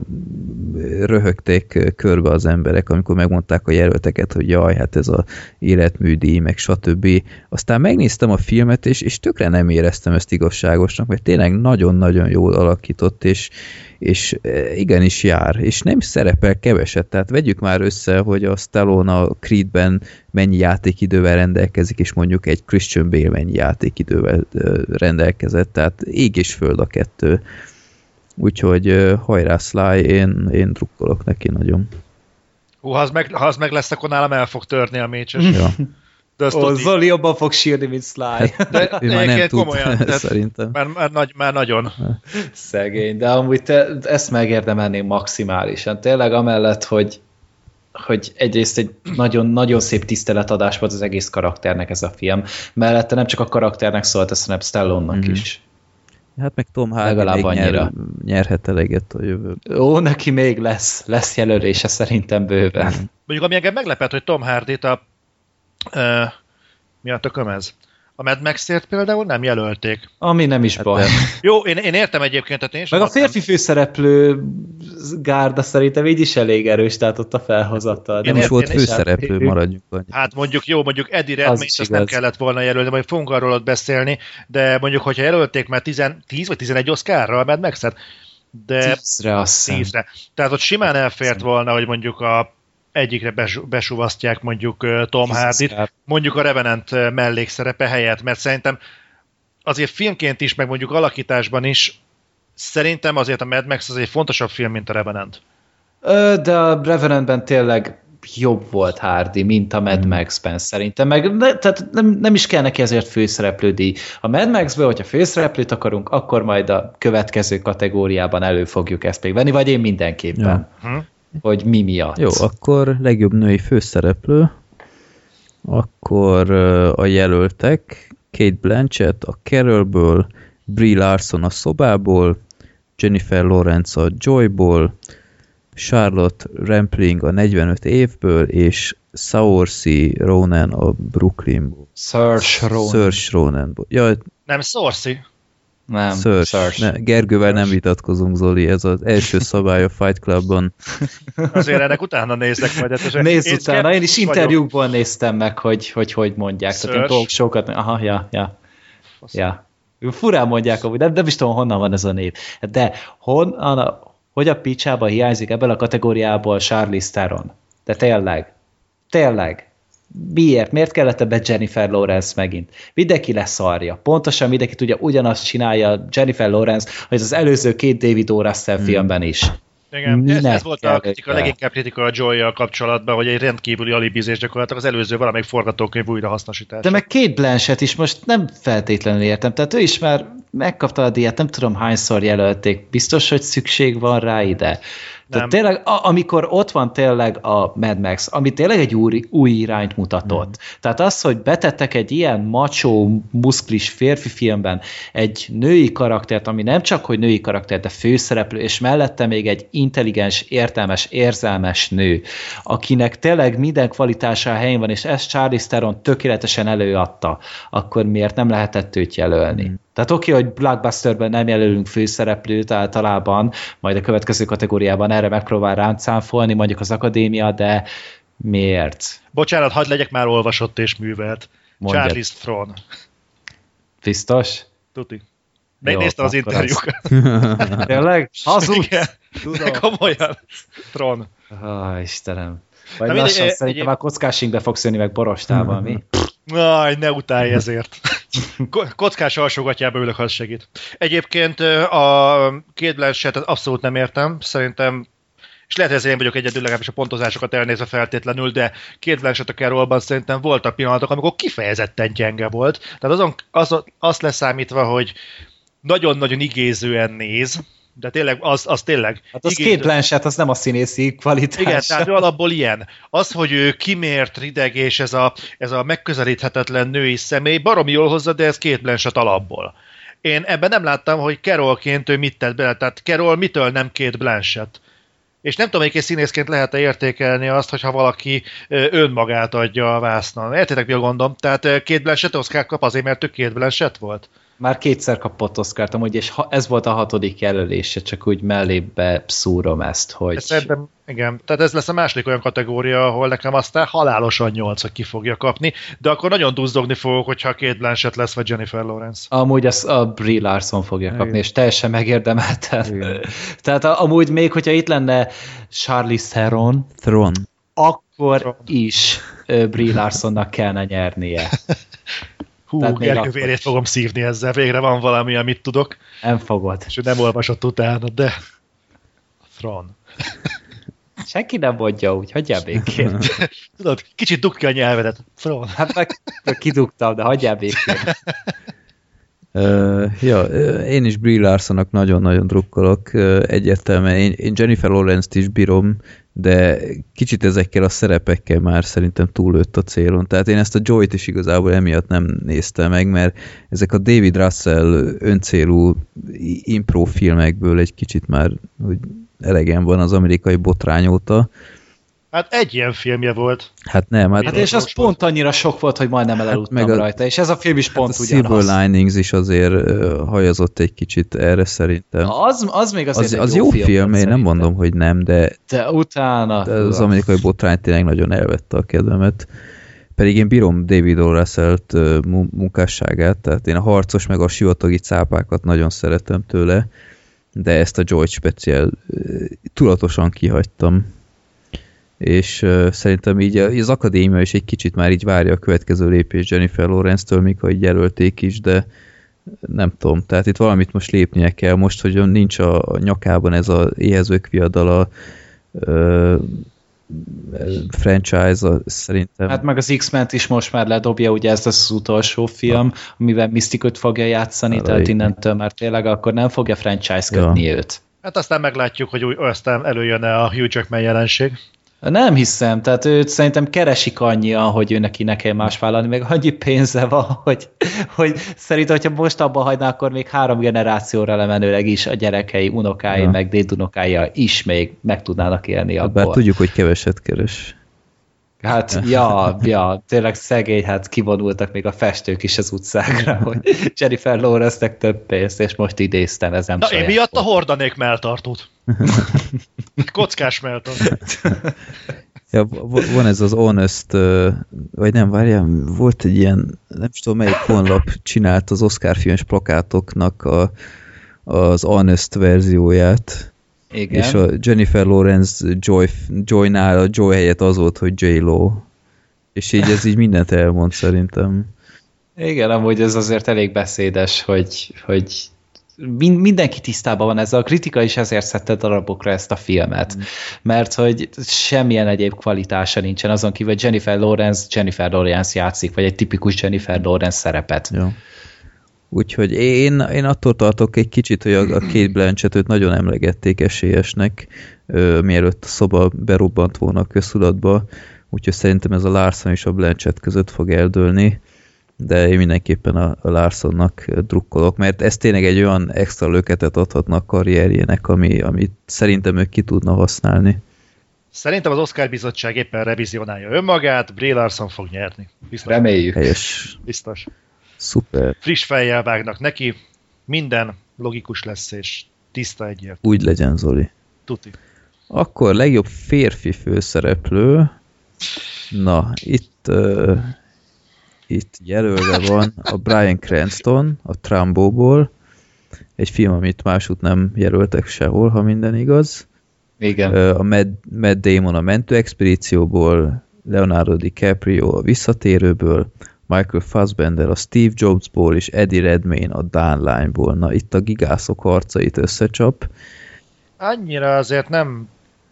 röhögték körbe az emberek, amikor megmondták a jelölteket, hogy jaj, hát ez az életműdíj, meg stb. Aztán megnéztem a filmet, és, és tökre nem éreztem ezt igazságosnak, mert tényleg nagyon-nagyon jól alakított, és, és igenis jár, és nem szerepel keveset, tehát vegyük már össze, hogy a Stallone a Creedben mennyi játékidővel rendelkezik, és mondjuk egy Christian Bale mennyi játékidővel rendelkezett, tehát ég és föld a kettő. Úgyhogy hajrá Sly, én, én drukkolok neki nagyon. Hú, ha az meg, ha az meg lesz, akkor nálam el fog törni a mécses. Ja. De Ó, Zoli jobban fog sírni, mint Sly. Hát, de ő már nem tud, komolyan, szerintem. Már, már, nagy, már nagyon. Szegény, de amúgy te, ezt megérdemelném maximálisan. Tényleg amellett, hogy, hogy egyrészt egy nagyon-nagyon szép tiszteletadás volt az egész karakternek ez a film. Mellette nem csak a karakternek szólt, hanem Stallone-nak mm-hmm. is. Hát meg Tom Hardy még nyer, nyerhet eleget a jövőben. Ó, neki még lesz, lesz jelölése szerintem bőven. Mondjuk ami engem meglepett, hogy Tom Hardyt a uh, mi a tököm ez? A Mad Max-ért például nem jelölték. Ami nem is hát baj. Jó, én, én értem egyébként, tehát én is meg a férfi nem. Főszereplő gárda szerintem így is elég erős, tehát ott a felhozattal. Nem is volt főszereplő, maradjunk annyi. Hát mondjuk jó, mondjuk Eddie Redmayne azt nem kellett volna jelölni, majd fogunk arról ott beszélni, de mondjuk, hogyha jelölték már tíz vagy tizenegy Oscarra a Mad Max-et, de tízre azt tízre. Tehát ott simán elfért volna, hogy mondjuk a egyikre besuvasztják mondjuk Tom Hardyt, mondjuk a Revenant mellékszerepe helyett, mert szerintem azért filmként is, meg mondjuk alakításban is szerintem azért a Mad Max az egy fontosabb film, mint a Revenant. De a Revenantben tényleg jobb volt Hardy, mint a Mad Max-ben szerintem, meg ne, tehát nem, nem is kell neki ezért főszereplődíj. A Mad Max-ből, hogyha főszereplőt akarunk, akkor majd a következő kategóriában elő fogjuk ezt még venni, vagy én mindenképpen. Ja. Hm? Hogy mi miatt. Jó, akkor legjobb női főszereplő, akkor uh, a jelöltek Cate Blanchett a Carolből, Brie Larson a Szobából, Jennifer Lawrence a Joyból, Charlotte Rampling a negyvenöt évből, és Saoirse Ronan a Brooklynból. Saoirse Ronan. Saoirse Ronanból. Ja, nem Saoirse. Nem, ne, Gergővel nem vitatkozunk, Zoli, ez az első szabály a Fight Clubban. Azért ennek utána nézek majd. Hát Nézz én utána, én is interjúkból vagyok. Néztem meg, hogy hogy, hogy mondják. Tehát én tudok sokat, aha, ja, ja. ja. Furán mondják, amúgy, nem, nem is tudom, honnan van ez a név. De honnan, hogy a picsába hiányzik ebből a kategóriából Charlize Theron? De tényleg, tényleg. Miért? Miért kellett ebbe Jennifer Lawrence megint? Mindenki leszarja. Pontosan mindenki tudja, ugyanazt csinálja Jennifer Lawrence, hogy az előző két David O. Russell hmm. filmben is. Igen, ez, ez volt a, kritika, a leginkább kritika a Joy-jal kapcsolatban, hogy egy rendkívüli alibizés gyakorlatilag az előző valamelyik forgatókönyv újrahasznosítása. De meg Cate Blanchett is most nem feltétlenül értem, tehát ő is már megkapta a díjat, nem tudom hányszor jelölték, biztos, hogy szükség van rá ide. Tehát tényleg, a, amikor ott van tényleg a Mad Max, ami tényleg egy új, új irányt mutatott. Mm. Tehát az, hogy betettek egy ilyen macho, muszklis férfi filmben egy női karaktert, ami nem csak, hogy női karakter, de főszereplő, és mellette még egy intelligens, értelmes, érzelmes nő, akinek tényleg minden kvalitása a helyén van, és ezt Charlize Theron tökéletesen előadta, akkor miért nem lehetett őt jelölni? Mm. Tehát oké, okay, hogy blockbusterben nem jelölünk főszereplőt általában, majd a következő kategóriában erre megpróbál ráncáfolni, mondjuk az akadémia, de miért? Bocsánat, hagyd legyek már olvasott és művelt. Mondjad. Charlize Theron. Biztos? Tuti. Megnéztem az interjúkat. Tényleg? Hazud? Tudom. Komolyan. Theron. Ah, Istenem. Vagy Na, lassan mindegy, szerintem már kockásingbe fogsz jönni meg borostával, mi? Aj, ne utálj ezért. Kockás alsógatjába ülök, az segít. Egyébként a Cate Blanchett abszolút nem értem. Szerintem és lehet, hogy ezért én vagyok egyedül, legalábbis a pontozásokat elnézve feltétlenül, de Kate Blanchett a Carolban szerintem voltak pillanatok, amikor kifejezetten gyenge volt. Tehát azon, az, azt leszámítva, hogy nagyon-nagyon igézően néz, de tényleg, az, az tényleg... Hát az Kate Blanchett, az nem a színészi kvalitás. Igen, tehát alapból ilyen. Az, hogy ő kimért, rideg, és ez a, ez a megközelíthetetlen női személy, baromi jól hozza, de ez Kate Blanchett alapból. Én ebben nem láttam, hogy Carolként ő mit tett bele. Tehát Carol mitől nem Kate Blanchett? És nem tudom, hogy egy színészként lehet-e értékelni azt, hogyha valaki önmagát adja a vásznon. Értitek, mi a gondom? Tehát Kate Blanchett Oscar kap azért, mert ő Kate Blanchett volt? Már kétszer kapott Oscart amúgy, és ez volt a hatodik jelölése, csak úgy mellébe szúrom ezt, hogy... Szerintem, igen, tehát ez lesz a második olyan kategória, ahol nekem aztán halálosan nyolc, hogy ki fogja kapni, de akkor nagyon duzzogni fogok, hogyha Kate Blanchett lesz, vagy Jennifer Lawrence. Amúgy az a Brie Larson fogja kapni, igen. És teljesen megérdemelten. Tehát amúgy még, hogyha itt lenne Charlize Theron, Theron. akkor Theron. is uh, Brie Larsonnak kellene nyernie. Hú, Gergő vérét fogom szívni ezzel, végre van valami, amit tudok. Nem fogod. És nem olvasott utána, de... Thron. Senki nem mondja úgy, hagyjál békén. Tudod, kicsit dugd ki a nyelvedet. Thron. Hát meg, meg kidugtam, de hagyjál békén. Uh, ja, én is Brie Larsonnak nagyon-nagyon drukkolok. Uh, egyértelműen én, én Jennifer Lawrence-t is bírom, de kicsit ezekkel a szerepekkel már szerintem túlőtt a célon. Tehát én ezt a Joy-t is igazából emiatt nem néztem meg, mert ezek a David Russell öncélú impro filmekből egy kicsit már úgy elegem van az amerikai botrány óta. Hát egy ilyen filmje volt. Hát nem. Hát, hát és az pont annyira sok volt, hogy majdnem eleludtam hát rajta, és ez a film is pont hát ugyanaz. A Silver Linings is azért uh, hajazott egy kicsit erre szerintem. Az, az még azért az, egy az jó, jó film, film, én szerintem. nem mondom, hogy nem, de, de utána... de az amerikai botrány tényleg nagyon elvette a kedvemet. Pedig én bírom David O. Russell-t uh, munkásságát, tehát én a harcos meg a sivatagi cápákat nagyon szeretem tőle, de ezt a George speciál uh, tudatosan kihagytam. És uh, szerintem így az akadémia is egy kicsit már így várja a következő lépést Jennifer Lawrence-től, mikor így jelölték is, de nem tudom, tehát itt valamit most lépnie kell, most, hogy nincs a, a nyakában ez a éhezők viadala uh, franchise, szerintem. Hát meg az X-Men-t is most már ledobja, ugye ez az utolsó film, ha. amivel Mysticot fogja játszani, Arra tehát innentől már tényleg akkor nem fogja franchise kötni ja. őt. Hát aztán meglátjuk, hogy úgy, aztán előjön-e a Hugh Jackman jelenség. Nem hiszem, tehát őt szerintem keresik annyian, hogy ő neki ne kell más vállalni, meg annyi pénze van, hogy, hogy szerintem, hogyha most abba hagyná, akkor még három generációra lemenőleg is a gyerekei, unokái, ja. meg dédunokája is még meg tudnának élni abból. Bár tudjuk, hogy keveset keres. Hát, ja, ja, tényleg szegény, hát kivonultak még a festők is az utcákra, hogy Jennifer Lawrence-nek több pénzt, és most idéztem, ez nem Na, én miatt a hordanék melltartót. Kockás melltartót. Ja, van ez az Honest, vagy nem, várjál, volt egy ilyen, nem tudom melyik honlap csinált az Oscar filmes plakátoknak a, az Honest verzióját. Igen. És a Jennifer Lawrence Joy, Joy-nál a Joy helyett az volt, hogy J-Lo. És így ez így mindent elmond szerintem. Igen, amúgy ez azért elég beszédes, hogy, hogy mindenki tisztában van ezzel. A kritika is ezért szedte darabokra ezt a filmet. Mm. Mert hogy semmilyen egyéb kvalitása nincsen azon kívül, hogy Jennifer Lawrence Jennifer Lawrence játszik, vagy egy tipikus Jennifer Lawrence szerepet. Ja. Úgyhogy én, én attól tartok egy kicsit, hogy a, a Kate Blanchett-öt nagyon emlegették esélyesnek, ö, mielőtt a szoba berobbant volna a köztudatba, úgyhogy szerintem ez a Larson és a Blanchett között fog eldőlni, de én mindenképpen a, a Larsonnak drukkolok, mert ez tényleg egy olyan extra löketet adhatna a karrierjének, ami, amit szerintem ő ki tudna használni. Szerintem az Oscar bizottság éppen revizionálja önmagát, Brie Larson fog nyerni. Biztos. Reméljük. Helyes. Biztos. Szuper. Friss fejjel vágnak neki, minden logikus lesz, és tiszta egyért. Úgy legyen, Zoli. Tuti. Akkor legjobb férfi főszereplő. Na, itt, uh, itt jelölve van a Bryan Cranston, a Trumbo-ból. Egy film, amit másút nem jelöltek sehol, ha minden igaz. Igen. Uh, a Matt, Matt Damon a Mentőexpedícióból, Leonardo DiCaprio a Visszatérőből, Michael Fassbender a Steve Jobsból, és Eddie Redmayne a Dan Line-ból. Na, itt a gigászok harcait összecsap. Annyira azért nem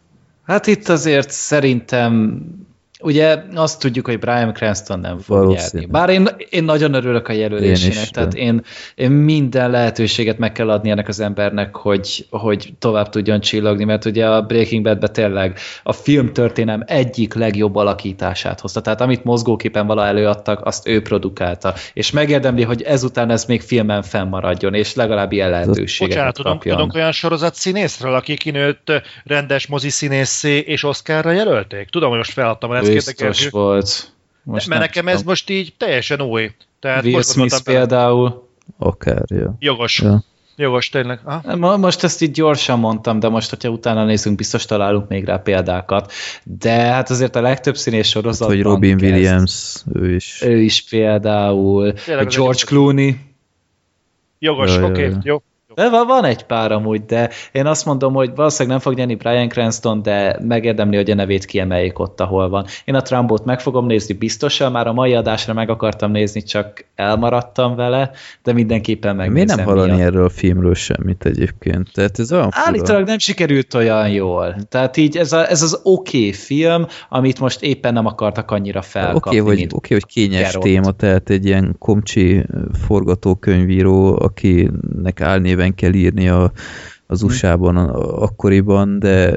Hát itt azért szerintem ugye azt tudjuk, hogy Bryan Cranston nem fog nyerni. Bár én, én nagyon örülök a jelölésének, én tehát én, én minden lehetőséget meg kell adni ennek az embernek, hogy, hogy tovább tudjon csillogni, mert ugye a Breaking Badben tényleg a filmtörténelem egyik legjobb alakítását hozta. Tehát amit mozgóképen vala előadtak, azt ő produkálta. És megérdemli, hogy ezután ez még filmen fennmaradjon, és legalább ilyen lehetőséget Bocsánat, kapjon. tudunk, tudunk olyan sorozat színészről, aki kinőtt rendes mozi színészé és Oscarra jelölték? Tudom, hogy most feladtam a biztos volt. Most mert nekem tudom. Ez most így teljesen új. Tehát Will Smith például. Akár, ja. Jogos. Ja. Jogos, tényleg. Ma, most ezt így gyorsan mondtam, de most, hogyha utána nézzünk, biztos találunk még rá példákat. De hát azért a legtöbb színész sorozatban... Hát, hogy Robin kezd, Williams, ő is. Ő is például. Tényleg, George Clooney. Jogos, oké, okay, jó. De van egy pár amúgy, de én azt mondom, hogy valószínűleg nem fog nyerni Bryan Cranston, de megérdemli, hogy a nevét kiemeljék ott, ahol van. Én a Trumbot meg fogom nézni biztosan, már a mai adásra meg akartam nézni, csak elmaradtam vele, de mindenképpen megnézem. Miért nem hallani miatt. Erről a filmről semmit egyébként? Tehát ez olyan állítólag nem sikerült olyan jól. Tehát így ez, a, ez az oké okay film, amit most éppen nem akartak annyira felkapni. Oké, okay, hogy, okay, hogy kényes Geralt. Téma, tehát egy ilyen komcsi forgatókönyvíró, akinek álnéven kell írni a, az u es á-ban akkoriban, de...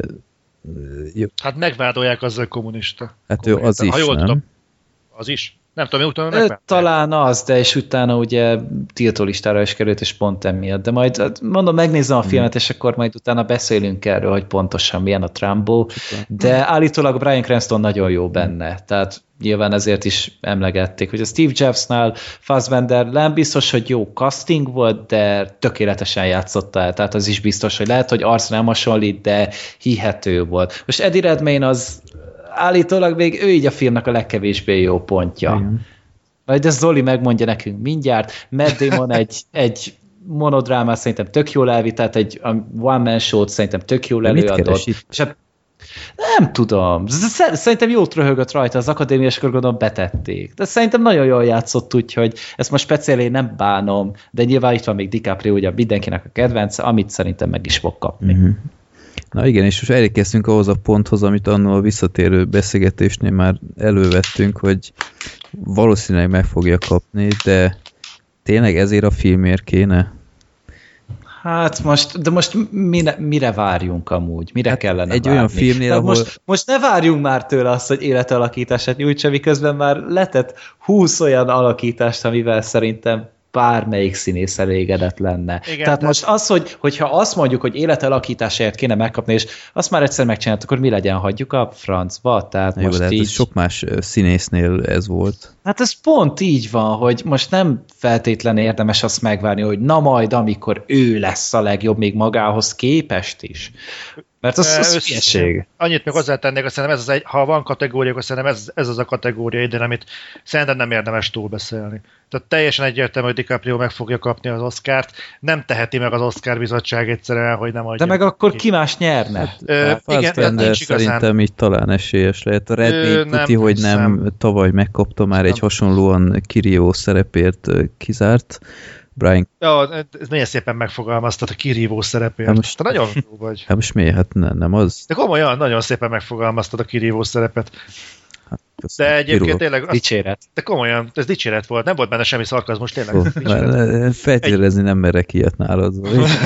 Jó. Hát megvádolják azzal kommunista. Hát ő az is, ha jól nem? Tudom, az is. Nem tudom, utána megválták. Talán az, de és utána ugye tiltólistára is került, és pont emiatt. De majd mondom, megnézem a filmet, hmm. és akkor majd utána beszélünk erről, hogy pontosan milyen a Trumbo. De állítólag Bryan Cranston nagyon jó benne. Tehát nyilván ezért is emlegették, hogy a Steve Jobsnál Fassbender nem biztos, hogy jó casting volt, de tökéletesen játszotta el. Tehát az is biztos, hogy lehet, hogy arcra nem hasonlít, de hihető volt. Most Eddie Redmayne az állítólag még ő így a filmnek a legkevésbé jó pontja. Igen. Majd ezt Zoli megmondja nekünk mindjárt. Matt Damon egy, egy monodrámát szerintem tök jól elvitt, tehát egy one-man show-t szerintem tök jól előadott. És hát nem tudom. Szerintem jót röhögött rajta az akadémia, és akkor gondolom betették. De szerintem nagyon jól játszott, úgyhogy ezt most speciálén nem bánom, de nyilván itt van még DiCaprio, ugye mindenkinek a kedvence, amit szerintem meg is fog kapni. Mm-hmm. Na igen, és most elérkeztünk ahhoz a ponthoz, amit annól a visszatérő beszélgetésnél már elővettünk, hogy valószínűleg meg fogja kapni, de tényleg ezért a filmért kéne? Hát most, de most mire, mire várjunk amúgy? Mire hát kellene egy várni? Olyan filmnél, ahol... most, most ne várjunk már tőle azt, hogy életalakítását nyújtsa, miközben már letett húsz olyan alakítást, amivel szerintem bármelyik színész elégedett lenne. Igen, Tehát de... most az, hogy, hogyha azt mondjuk, hogy életalakításért kéne megkapni, és azt már egyszer megcsinált, akkor mi legyen, hagyjuk a francba? Tehát jó, most de így... ez sok más színésznél ez volt. Hát ez pont így van, hogy most nem feltétlenül érdemes azt megvárni, hogy na majd, amikor ő lesz a legjobb, még magához képest is. Mert az, az hülyeség. Annyit még hozzátennék, hogy szerintem ez az egy, ha van kategória, akkor szerintem ez, ez az a kategória idén, amit szerintem nem érdemes túlbeszélni. Tehát teljesen egyértelmű, hogy DiCaprio meg fogja kapni az Oscárt, nem teheti meg az Oscar bizottság egyszerűen, hogy nem adja. De meg akkor ki, ki más nyerne? Hát, Ö, igen, de szerintem így talán esélyes lehet. A Redmayne tuti, hogy nem szem. tavaly megkapta már nem. egy hasonlóan kirívó szerepért kizárt. Brian... Ja, ez milyen szépen megfogalmaztad a kirívó szerepért. Hát most, te nagyon jó vagy. Hát most miért? Hát ne, nem az. De komolyan, nagyon szépen megfogalmaztad a kirívó szerepet. Hát, de egyébként tényleg... Dicséret. De komolyan, ez dicséret volt. Nem volt benne semmi szarkazmus, tényleg. Oh, feltételezni Egy... nem merek ilyet nálad.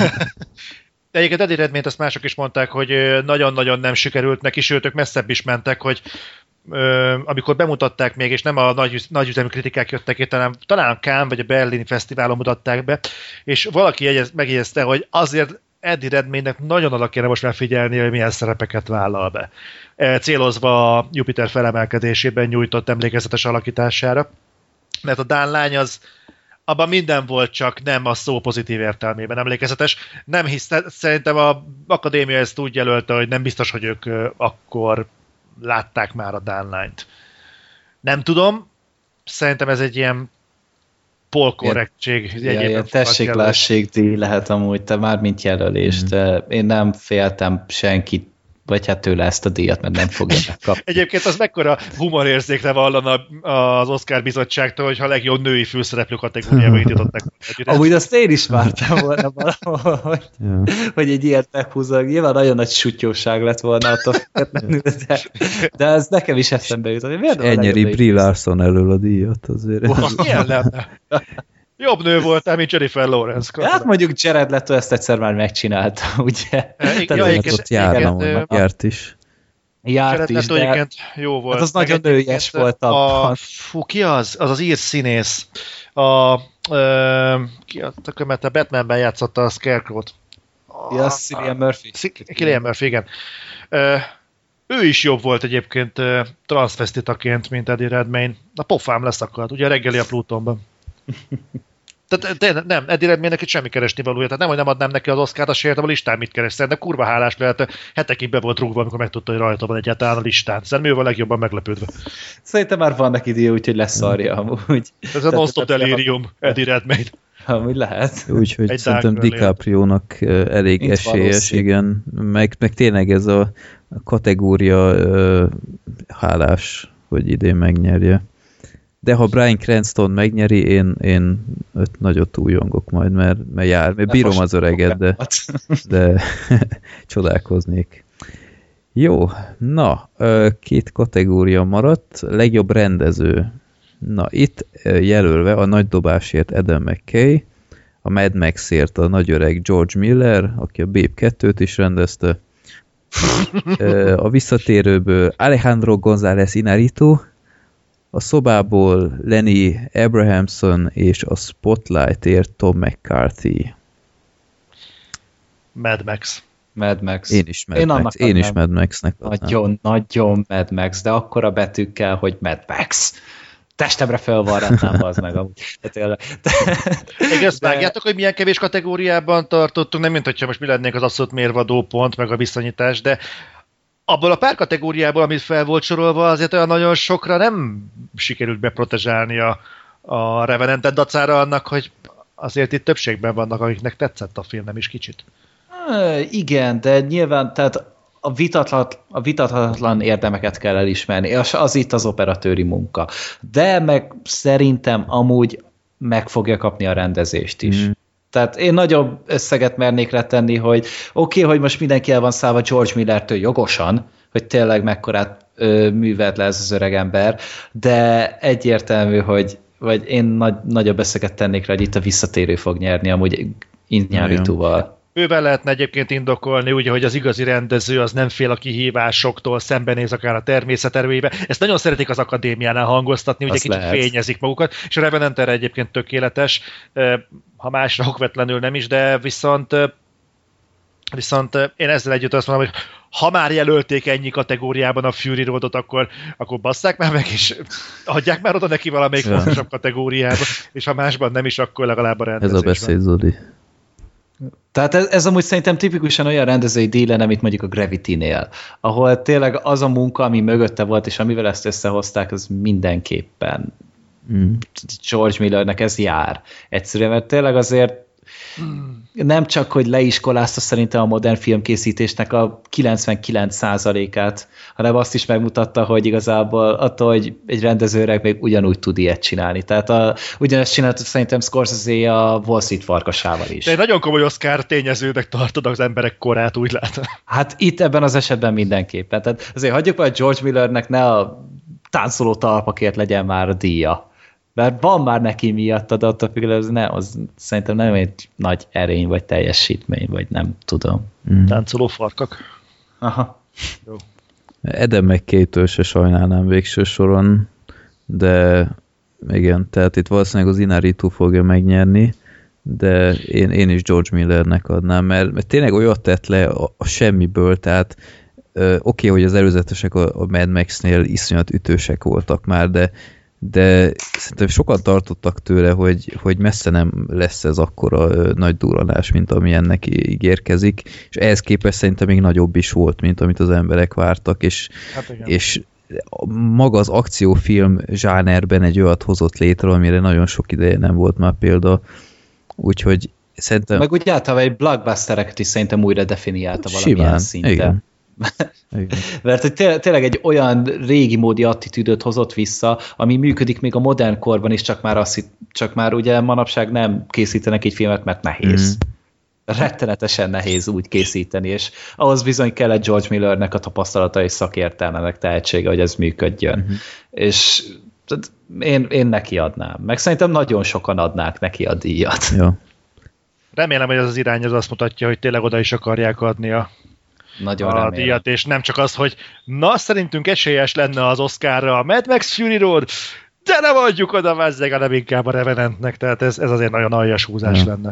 De egyébként Eddie Redmayne-t azt mások is mondták, hogy nagyon-nagyon nem sikerült neki, sőt, ők messzebb is mentek, hogy Ö, amikor bemutatták még, és nem a nagy, nagyüzemű kritikák jöttek ki, talán, talán a Cannes vagy a Berlini Fesztiválon mutatták be, és valaki jegyez, megjegyezte, hogy azért Eddie Redmayne-nek nagyon oda kéne most már figyelni, hogy milyen szerepeket vállal be. E, célozva a Jupiter felemelkedésében nyújtott emlékezetes alakítására. Mert a Dán lány az abban minden volt, csak nem a szó pozitív értelmében emlékezetes. Nem hisz, szerintem a akadémia ezt úgy jelölte, hogy nem biztos, hogy ők akkor látták már a Dán lányt. Nem tudom, szerintem ez egy ilyen polkorrektség. Ja, ja, tessék-lássék díj lehet amúgy, te már mint jelölés, mm. de én nem féltem senkit vagy hát tőle ezt a díjat, mert nem fogja megkapni. Egyébként az mekkora humorérzékre vallana az Oscar bizottságtól, hogyha a legjobb női főszereplő kategóriába indították. Amúgy azt én is vártam volna valahol, hogy, ja. hogy egy ilyet meghúzzanak. Nyilván nagyon nagy sutyóság lett volna attól, de, de ez nekem is eszembe jutott. Elnyeri Brie Larson elől a díjat azért. Wow. Milyen lenne? Jobb nő voltál, mint Jennifer Lawrence. Hát mondjuk Jared Leto ezt egyszer már megcsinálta, ugye? Ja, igen, ott járna, járt is. Járt is, de igen, jó volt. Hát az nagyon nőies volt abban. Fú, ki az? Az az ír színész. A, ö, ki az, a Batmanben játszotta a Scarecrow-t. Ja, Cillian Murphy. Cillian Murphy, igen. Ö, ő is jobb volt egyébként transvestitaként, mint Eddie Redmayne. A pofám leszakadt, ugye reggeli a Plutonban. Tehát de nem, Eddie Redmayne-nek itt semmi keresni valója. Tehát nem, hogy nem adnám neki az Oscart, azt sértem a listán, mit keres. Szerintem kurva hálás lehet, hetekig be volt rúgva, amikor megtudta, hogy rajta van egyáltalán a listán. Szerintem ő van legjobban meglepődve. Szerintem már van neki díja, úgyhogy leszarja amúgy. Ez a non-stop delirium, Eddie Redmayne. Amúgy lehet. Úgyhogy szerintem DiCaprio-nak elég Itt esélyes, igen. Meg, meg tényleg ez a kategória uh, hálás, hogy idén megnyerje. De ha Bryan Cranston megnyeri, én, én öt nagyot túljongok majd, mert, mert jár. Mert bírom az öreget, de, de csodálkoznék. Jó, na, két kategória maradt. Legjobb rendező. Na, itt jelölve a nagy dobásért Adam McKay, a Mad Maxért a nagy öreg George Miller, aki a Babe kettőt is rendezte. A visszatérőből Alejandro González Inarritu, a szobából Lenny Abrahamson és a Spotlightért Tom McCarthy. Mad Max. Mad Max. Én is Mad Én Max. Én is Mad Maxnek adnám. Nagyon, nagyon Mad Max, de akkora betűkkel, hogy Mad Max. Testemre felvarratnám az meg amúgy. Igen, ezt vágjátok, hogy milyen kevés kategóriában tartottunk, nem mint hogyha most mi lennénk az abszolút mérvadó pont, meg a viszonyítás, de abból a pár kategóriából, amit fel volt sorolva, azért olyan nagyon sokra nem sikerült beprotezsálni a, a Revenantet dacára annak, hogy azért itt többségben vannak, akiknek tetszett a film, nem is kicsit. Igen, de nyilván, tehát a, vitatlan, a vitathatatlan érdemeket kell elismerni, és az itt az operatőri munka. De meg szerintem amúgy meg fogja kapni a rendezést is. Mm. Tehát én nagyobb összeget mernék letenni, hogy oké, okay, hogy most mindenki el van szállva George Millertől jogosan, hogy tényleg mekkorát ö, művelt le ez az öreg ember, de egyértelmű, hogy vagy én nagy, nagyobb összeget tennék rá, hogy itt a visszatérő fog nyerni, amúgy Inarrituval. Ővel lehetne egyébként indokolni, ugye, hogy az igazi rendező az nem fél a kihívásoktól, szembenéz akár a természet erőibe. Ezt nagyon szeretik az akadémiánál hangoztatni, ugye kicsit lehet. Fényezik magukat, és a Revenant erre egyébként tökéletes, ha másra okvetlenül nem is, de viszont viszont én ezzel együtt azt mondom, hogy ha már jelölték ennyi kategóriában a Fury Roadot, akkor, akkor basszák már meg, és adják már oda neki valamelyik ja. fontosabb kategóriába, és ha másban nem is, akkor legalább a rendezésben. Ez a beszéd, Zoli. Tehát ez, ez amúgy szerintem tipikusan olyan rendezői díj lenne, mint mondjuk a Gravity-nél, ahol tényleg az a munka, ami mögötte volt, és amivel ezt összehozták, az mindenképpen mm. George Millernek ez jár. Egyszerűen, mert tényleg azért nem csak, hogy leiskolázta szerintem a modern filmkészítésnek a kilencvenkilenc százalékát, hanem azt is megmutatta, hogy igazából attól, hogy egy rendezőreg még ugyanúgy tud ilyet csinálni. Tehát a, ugyanezt csinálta szerintem Scorsese a Wall Street farkasával is. De egy nagyon komoly Oscar tényezőnek tartod az emberek korát, úgy látom. Hát itt ebben az esetben mindenképpen. Tehát azért hagyjuk meg, hogy George Millernek ne a táncoló talpakért legyen már a díja. Mert van már neki miatt de attól függően, az, ne, az szerintem nem egy nagy erény, vagy teljesítmény, vagy nem tudom. Mm. Táncoló farkak. Aha. Jó. Adam McKay-től se sajnálnám végső soron, de igen, tehát itt valószínűleg az Inarritu fogja megnyerni, de én, én is George Millernek adnám, mert, mert tényleg olyat tett le a, a semmiből, tehát oké, okay, hogy az előzetesek a, a Mad Max-nél iszonyat ütősek voltak már, de de szerintem sokan tartottak tőle, hogy, hogy messze nem lesz ez akkora ö, nagy durranás, mint ami ennek ígérkezik, és ehhez képest szerintem még nagyobb is volt, mint amit az emberek vártak, és, hát és maga az akciófilm zsánerben egy olyat hozott létre, amire nagyon sok ideje nem volt már példa, úgyhogy szerintem... Meg úgy általában egy blockbustereket is szerintem újra definiálta valamilyen szinten. Igen. Mert hogy té- tényleg egy olyan régi módi attitűdöt hozott vissza, ami működik még a modern korban is, csak már, azt, csak már ugye manapság nem készítenek egy filmet, mert nehéz. Mm. Rettenetesen nehéz úgy készíteni, és ahhoz bizony kellett George Millernek a tapasztalata és szakértelme, meg tehetsége, hogy ez működjön. Mm-hmm. És én, én neki adnám. Meg szerintem nagyon sokan adnák neki a díjat. Ja. Remélem, hogy ez az irány az azt mutatja, hogy tényleg oda is akarják adni a, nagyon a díjat, és nem csak az, hogy na, szerintünk esélyes lenne az Oscarra a Mad Max Fury Road, de nem adjuk oda vázzeg, hanem inkább a Revenantnek, tehát ez, ez azért nagyon aljas húzás ja. lenne.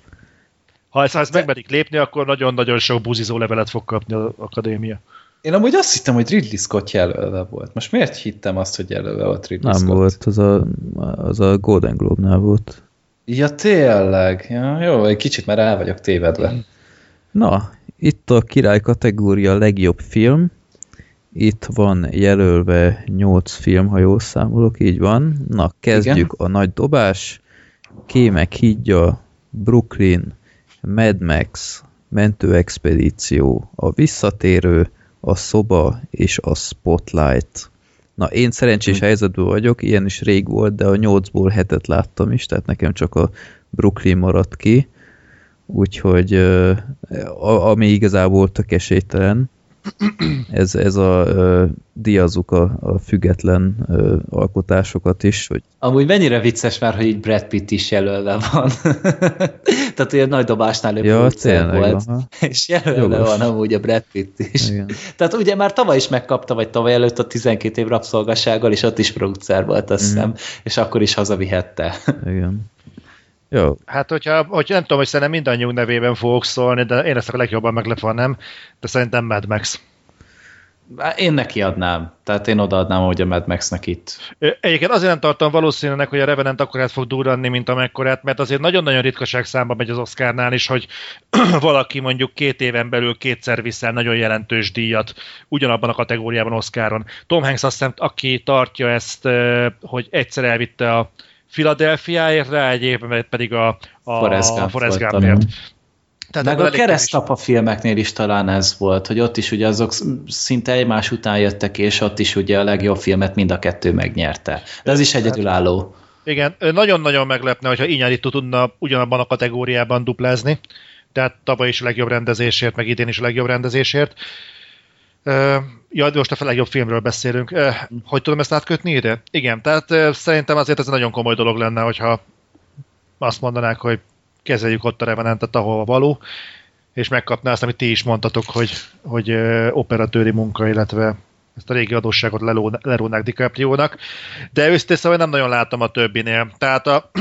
Ha ezt, ha ezt megmerik lépni, akkor nagyon-nagyon sok buzizó levelet fog kapni az akadémia. Én amúgy azt hittem, hogy Ridley Scott jelölve volt. Most miért hittem azt, hogy jelölve volt Ridley nem Scott? Nem volt, az a, az a Golden Globe-nál volt. Ja, tényleg. Ja, jó, egy kicsit már el vagyok tévedve. Na, itt a király kategória legjobb film. Itt van jelölve nyolc film, ha jól számolok, így van. Na, kezdjük. Igen? A Nagy dobás, Kémek hídja, Brooklyn, Mad Max, Mentőexpedíció, A visszatérő, A szoba és A Spotlight. Na, én szerencsés hmm. helyzetben vagyok, ilyen is rég volt, de a nyolcból hetet láttam is, tehát nekem csak a Brooklyn maradt ki, úgyhogy a, ami igazából tök esélytelen, ez, ez a uh, díjazzuk a, a független uh, alkotásokat is. Hogy... Amúgy mennyire vicces már, hogy így Brad Pitt is jelölve van. Tehát ilyen Nagy dobásnál ő ja, volt, aha. És jelölve Jogos. Van amúgy a Brad Pitt is. Igen. Tehát ugye már tavaly is megkapta, vagy tavaly előtt a tizenkét év rabszolgassággal, és ott is producer volt, azt hiszem, mm. és akkor is hazavihette. Igen. Jó. Hát, hogyha, hogyha nem tudom, hogy szerintem mindannyiunk nevében fogok szólni, de én ezt a legjobban meglepve nem, de szerintem Mad Max. Én neki adnám. Tehát én odaadnám, hogy a Mad Maxnek itt. Egyébként azért nem tartom valószínűleg, hogy a Revenant akkorát fog durranni, mint amekkorát, mert azért nagyon-nagyon ritkaság számba megy az Oscarnál is, hogy valaki mondjuk két éven belül kétszer viszel nagyon jelentős díjat ugyanabban a kategóriában Oscaron. Tom Hanks azt hiszem, aki tartja ezt, hogy egyszer elvitte a Philadelphiaért, rá egy évben pedig a, a Forrest Gumpért. Tehát meg a keresztapa filmeknél is talán ez volt, hogy ott is ugye azok szinte egymás után jöttek, és ott is ugye a legjobb filmet mind a kettő megnyerte. De ez is egyedülálló. Igen, nagyon-nagyon meglepne, hogyha Iñárritu tudna ugyanabban a kategóriában duplázni, tehát tavaly is a legjobb rendezésért, meg idén is a legjobb rendezésért. Uh, ja, most a legjobb filmről beszélünk. Uh, hogy tudom ezt átkötni ide? Igen, tehát uh, szerintem azért ez egy nagyon komoly dolog lenne, hogyha azt mondanák, hogy kezeljük ott a Revenantet, ahol való, és megkapná azt, amit ti is mondtatok, hogy, hogy uh, operatőri munka, illetve ezt a régi adósságot lerónák DiCaprio-nak. De őszintén szóval nem nagyon látom a többinél. Tehát a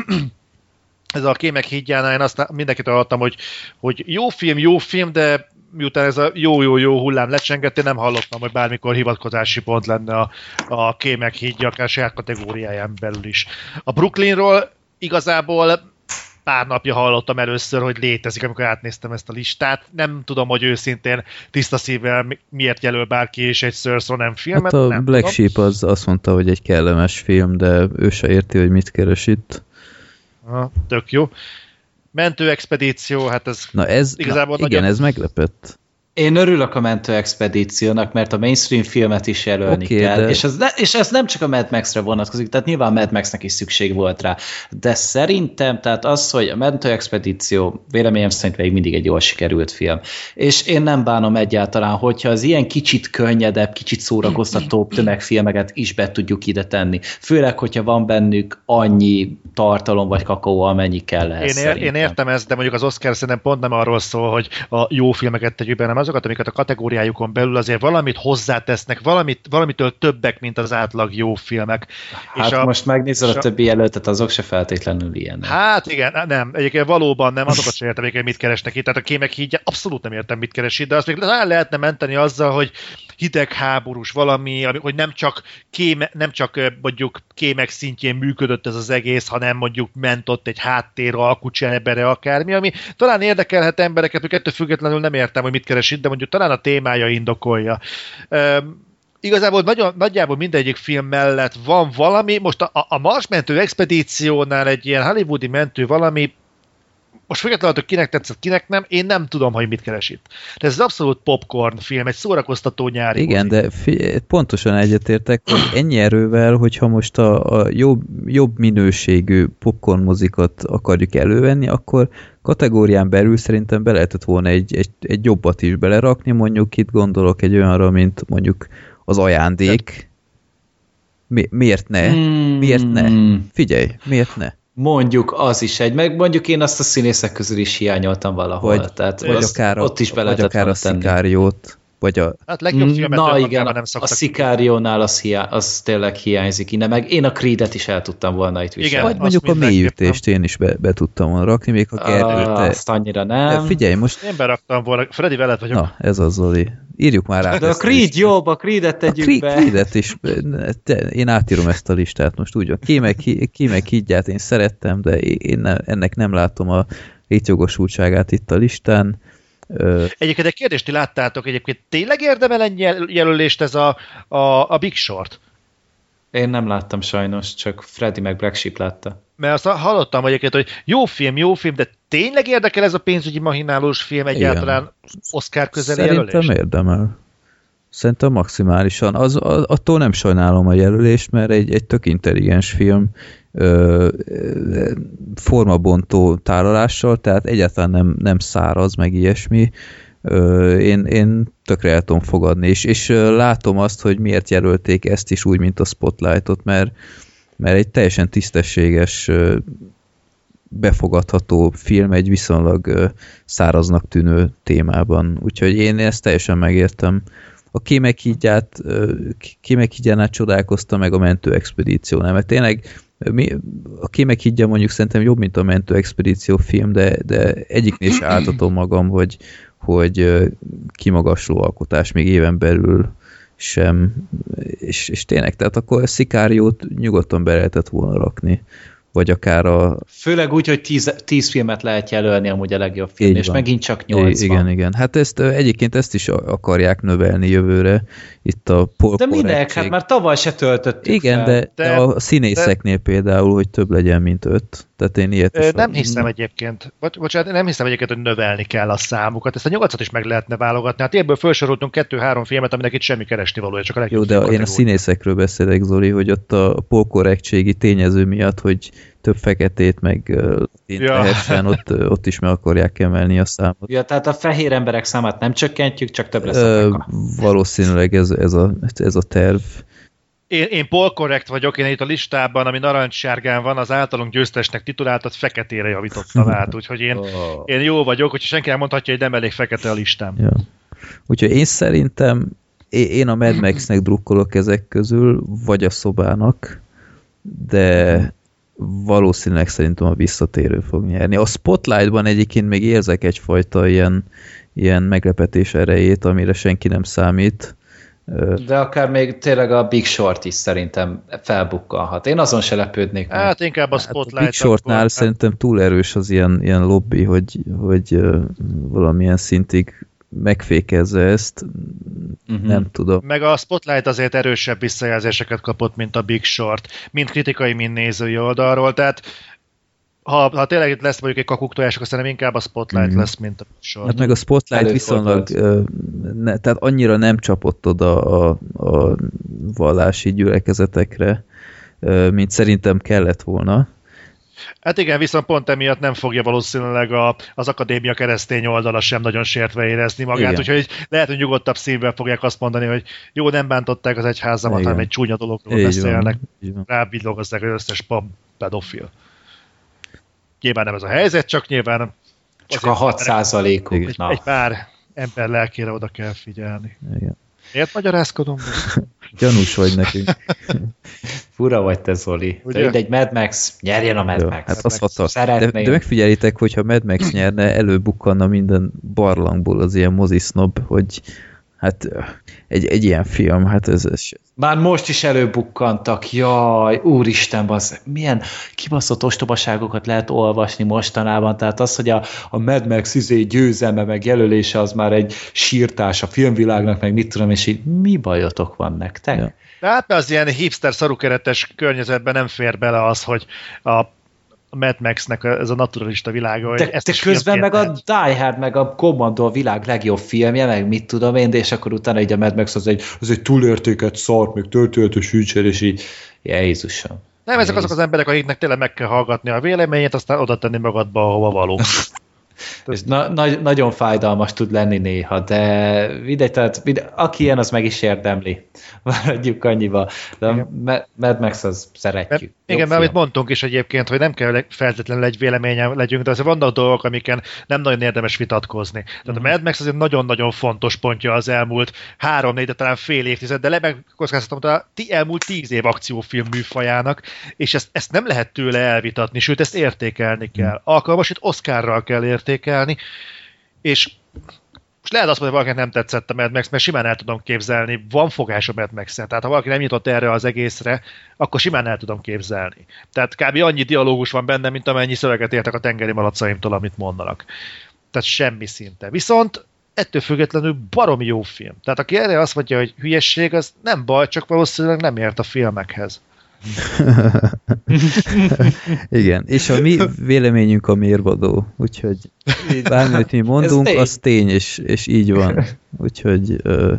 ez a Kémek hídjánál én azt mindenkit hallottam, hogy, hogy jó film, jó film, de miután ez a jó-jó-jó hullám lecsengett, én nem hallottam, hogy bármikor hivatkozási pont lenne a, a Kémek hídja, akár saját kategóriáján belül is. A Brooklynról igazából pár napja hallottam először, hogy létezik, amikor átnéztem ezt a listát. Nem tudom, hogy őszintén tiszta szívvel miért jelöl bárki és egy Saoirse Ronan filmet. Hát a nem Black tudom. Sheep az azt mondta, hogy egy kellemes film, de ő se érti, hogy mit keres itt. Ha, tök jó. Mentőexpedíció, hát ez na ez, igazából na, igen, nagyon... ez meglepett. Én örülök a Mentőexpedíciónak, mert a mainstream filmet is jelölni okay, kell, de... és, ez ne, és ez nem csak a Mad Max-re vonatkozik, tehát nyilván a Mad Max-nek is szükség volt rá, de szerintem, tehát az, hogy a Mentőexpedíció véleményem szerint még mindig egy jól sikerült film, és én nem bánom egyáltalán, hogyha az ilyen kicsit könnyedebb, kicsit szórakoztatóbb tömegfilmeket is be tudjuk ide tenni, főleg, hogyha van bennük annyi tartalom vagy kakaó, amennyi kell ehhez. Én, ér, én értem ezt, de mondjuk az Oscar szerintem pont nem arról szól, hogy a jó filmeket tegyük be, nem azokat, amiket a kategóriájukon belül azért valamit hozzátesznek, valamit, valamitől többek, mint az átlag jó filmek. Hát és a, most megnézed a, a többi jelöltet, azok se feltétlenül ilyen. Hát igen, nem, egyébként valóban nem, azokat sem értem, egyébként mit keresnek itt, tehát a Kémek hídja, abszolút nem értem, mit keres itt, de azt még el lehetne menteni azzal, hogy hidegháborús valami, hogy nem csak, kéme, nem csak mondjuk kémek szintjén működött ez az egész, hanem mondjuk ment ott egy háttér alkucselebere akármi, ami talán érdekelhet embereket, hogy ettől függetlenül nem értem, hogy mit keres itt, de mondjuk talán a témája indokolja. Um, igazából nagyon, nagyjából mindegyik film mellett van valami, most a, a Mars mentő expedíciónál egy ilyen hollywoodi mentő valami, most függetlenül, hogy kinek tetszett, kinek nem, én nem tudom, hogy mit keres itt. De ez az abszolút popcorn film, egy szórakoztató nyári. Igen, mozi. De fi- pontosan egyetértek, hogy ennyi erővel, hogyha most a, a jobb, jobb minőségű popcorn mozikat akarjuk elővenni, akkor kategórián belül szerintem be lehetett volna egy, egy, egy jobbat is belerakni, mondjuk itt gondolok egy olyanra, mint mondjuk az Ajándék. Mi, miért ne? Hmm. Miért ne? Figyelj, miért ne? Mondjuk az is egy, meg mondjuk én azt a színészek közül is hiányoltam valahol. Vagy, tehát vagy akár a, ott is be vagy akár a Szikáriót, vagy a... Hát legjobb filmet Na igen, nem a Szikáriónál az, hiá- az tényleg hiányzik innen, meg én a Creedet is el tudtam volna itt viselni. Vagy mondjuk a mélyütést én is be, be tudtam volna rakni, még ha Gergő, te... Azt annyira nem. Figyelj, most... Én beraktam volna, Freddy veled vagyok. Na, ez az, Zoli. Írjuk már át. De a Creed jobb, a Creedet tegyük a be. A Creedet is, te, én átírom ezt a listát most úgy. Ki meg, ki, ki meg higgyát én szerettem, de én ne, ennek nem látom a létjogosultságát itt a listán. Egyébként egy kérdést ti láttátok, egyébként tényleg érdemel ennyi jelölést ez a, a, a Big Short? Én nem láttam sajnos, csak Freddy meg Black Sheep látta. Mert azt hallottam egyébként, hogy jó film, jó film, de tényleg érdekel ez a pénzügyi machinálós film egyáltalán igen. Oscar közeli jelölés? Szerintem érdemel. Szerintem maximálisan. Az, az, attól nem sajnálom a jelölést, mert egy, egy tök intelligens film ö, ö, formabontó tárolással, tehát egyáltalán nem, nem száraz, meg ilyesmi. Ö, én, én tökre el tudom fogadni, és, és látom azt, hogy miért jelölték ezt is úgy, mint a Spotlightot, mert, mert egy teljesen tisztességes, befogadható film egy viszonylag száraznak tűnő témában. Úgyhogy én ezt teljesen megértem. A Kémeghídját, Kémeghídjánál csodálkoztam, meg a Mentőexpedíciónál, mert tényleg a Kémeghídja mondjuk szerintem jobb, mint a Mentőexpedíció film, de, de egyiknél is áltatom magam, hogy, hogy kimagasló alkotás még éven belül sem, és, és tényleg, tehát akkor a Szikáriót nyugodtan be lehetett volna rakni, vagy akár a... Főleg úgy, hogy tíz, tíz filmet lehet jelölni amúgy a legjobb film, és megint csak nyolc igen, van. Igen, hát ezt egyébként ezt is akarják növelni jövőre, itt a De minek? Hát már tavaly se töltöttük igen, fel. De, de a színészeknél de... például, hogy több legyen, mint öt. Tehát én ilyet is nem hiszem egyébként, bocs, bocsánat, nem hiszem egyébként, hogy növelni kell a számukat. Ezt a nyolcat is meg lehetne válogatni. Hát ebből felsoroltunk kettő-három filmet, aminek itt semmi keresni valója, csak a jó, de én a színészekről beszélek, Zoli, hogy ott a polkorrektségi tényező miatt, hogy több feketét meg uh, lehessen, ott, uh, ott is meg akarják emelni a számot. Ja, tehát a fehér emberek számát nem csökkentjük, csak több lesz a uh, Valószínűleg ez, ez, a, ez a terv. Én, én polkorrekt vagyok, én itt a listában, ami narancssárgán van, az általunk győztesnek tituláltat feketére javítottam át, úgyhogy én, oh. én jó vagyok, úgyhogy senki nem mondhatja, hogy nem elég fekete a listám. Ja. Úgyhogy én szerintem, én a Mad Max-nek drukkolok ezek közül, vagy a Szobának, de valószínűleg szerintem a Visszatérő fog nyerni. A Spotlightban egyébként még érzek egyfajta ilyen, ilyen meglepetés erejét, amire senki nem számít. De akár még tényleg a Big Short is szerintem felbukkanhat. Én azon se lepődnék meg. Hát inkább a Spotlight. Hát a Big Shortnál akkor, szerintem túl erős az ilyen, ilyen lobby, hogy, hogy uh, valamilyen szintig megfékezze ezt. Uh-huh. Nem tudom. Meg a Spotlight azért erősebb visszajelzéseket kapott, mint a Big Short. Mind kritikai, mind nézői oldalról. Tehát ha, ha tényleg itt lesz mondjuk egy kakuktojás, akkor szerintem inkább a Spotlight mm. lesz, mint a Big Short. Hát meg a Spotlight Előtt viszonylag uh, ne, tehát annyira nem csapott oda a, a vallási gyülekezetekre, uh, mint szerintem kellett volna. Hát igen, viszont pont emiatt nem fogja valószínűleg a, az akadémia keresztény oldala sem nagyon sértve érezni magát, igen. Úgyhogy lehet, hogy nyugodtabb szívvel fogják azt mondani, hogy jó, nem bántották az egyházamat, igen. hanem egy csúnya dologról így beszélnek, rábillogozzák az összes pap pedofil. Nyilván nem ez a helyzet, csak nyilván... Csak a hat százalékuk. Egy, egy pár ember lelkére oda kell figyelni. Igen. Miért magyarázkodom? Gyanús vagy nekünk. Fura vagy te, Zoli. Te mindegy, Mad Max, nyerjen a Mad jó, Max. Hát az hatal. De, de megfigyelitek, hogyha Mad Max nyerne, előbukkanna minden barlangból az ilyen mozisnob, hogy hát egy, egy ilyen film, hát ez, ez... Már most is előbukkantak, jaj, úristen, az milyen kibaszott ostobaságokat lehet olvasni mostanában, tehát az, hogy a, a Mad Max izé győzelme meg jelölése az már egy sírtás a filmvilágnak, meg mit tudom, és így mi bajotok van nektek? Ja. De hát az ilyen hipster szarukeretes környezetben nem fér bele az, hogy a a Mad Max-nek ez a naturalista világa. De, de közben meg a Die Hard, meg a Commando a világ legjobb filmje, meg mit tudom én, de és akkor utána így a Mad Max az egy, az egy túlértéket szart, meg történetes hűtség, és így, Jézusom. Nem, ezek azok az emberek, akiknek tényleg meg kell hallgatni a véleményét, aztán oda tenni magadba, ahova való. Ez na, na, nagyon fájdalmas tud lenni néha, de mindegy, tehát mindegy, aki ilyen, az meg is érdemli. Maradjuk annyiba. De a Mad Max az szeretjük. Mert, igen, mert amit mondtunk is egyébként, hogy nem kell feltétlenül egy véleményen legyünk, de azért vannak dolgok, amiken nem nagyon érdemes vitatkozni. Tehát mm. a Mad Max azért nagyon-nagyon fontos pontja az elmúlt három-négy, de talán fél évtized, de lebegkockáztatom, a elmúlt tíz év akciófilm műfajának, és ezt, ezt nem lehet tőle elvitatni, sőt, ezt értékelni kell. Mm. Alkalmas, itt Oscarral kell értékelni, és most lehet azt mondani, hogy valakinek nem tetszett a Mad Max, mert simán el tudom képzelni, van fogás a Mad Max-en. Tehát ha valaki nem nyitott erre az egészre, akkor simán el tudom képzelni. Tehát kb. Annyi dialógus van benne, mint amennyi szöveget értek a tengeri malacaimtól, amit mondanak. Tehát semmi szinte. Viszont ettől függetlenül baromi jó film. Tehát aki erre azt mondja, hogy hülyesség, az nem baj, csak valószínűleg nem ért a filmekhez. Igen, és a mi véleményünk a mérvadó, úgyhogy bármit mi mondunk, az tény, és, és így van. Úgyhogy uh,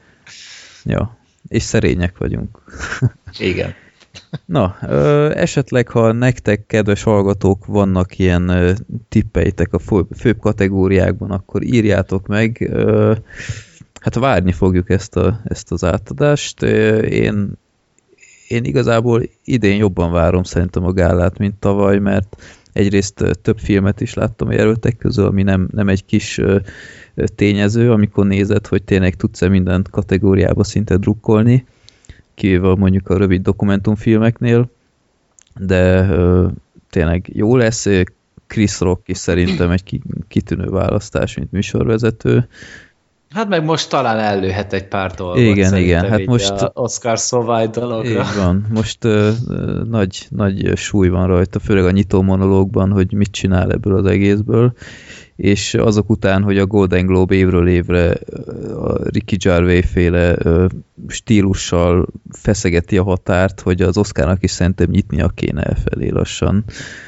ja, és szerények vagyunk. Igen. Na, uh, esetleg, ha nektek, kedves hallgatók, vannak ilyen uh, tippeitek a fő, főbb kategóriákban, akkor írjátok meg. Uh, hát várni fogjuk ezt, a, ezt az átadást. Uh, én Én igazából idén jobban várom szerintem a gálát, mint tavaly, mert egyrészt több filmet is láttam a jelöltek közül, ami nem, nem egy kis tényező, amikor nézed, hogy tényleg tudsz-e minden kategóriába szinte drukkolni, kivéve mondjuk a rövid dokumentumfilmeknél, de tényleg jó lesz. Chris Rock is szerintem egy kitűnő választás, mint műsorvezető. Hát meg most talán ellőhet egy pár dolgot. Igen, igen. Hát most Oscar Sovai dologra. Így van. Most uh, nagy, nagy súly van rajta, főleg a nyitó monológban, hogy mit csinál ebből az egészből, és azok után, hogy a Golden Globe évről évre a Ricky Gervais féle uh, stílussal feszegeti a határt, hogy az Oscarnak is szerintem nyitnia kéne elfelé lassan.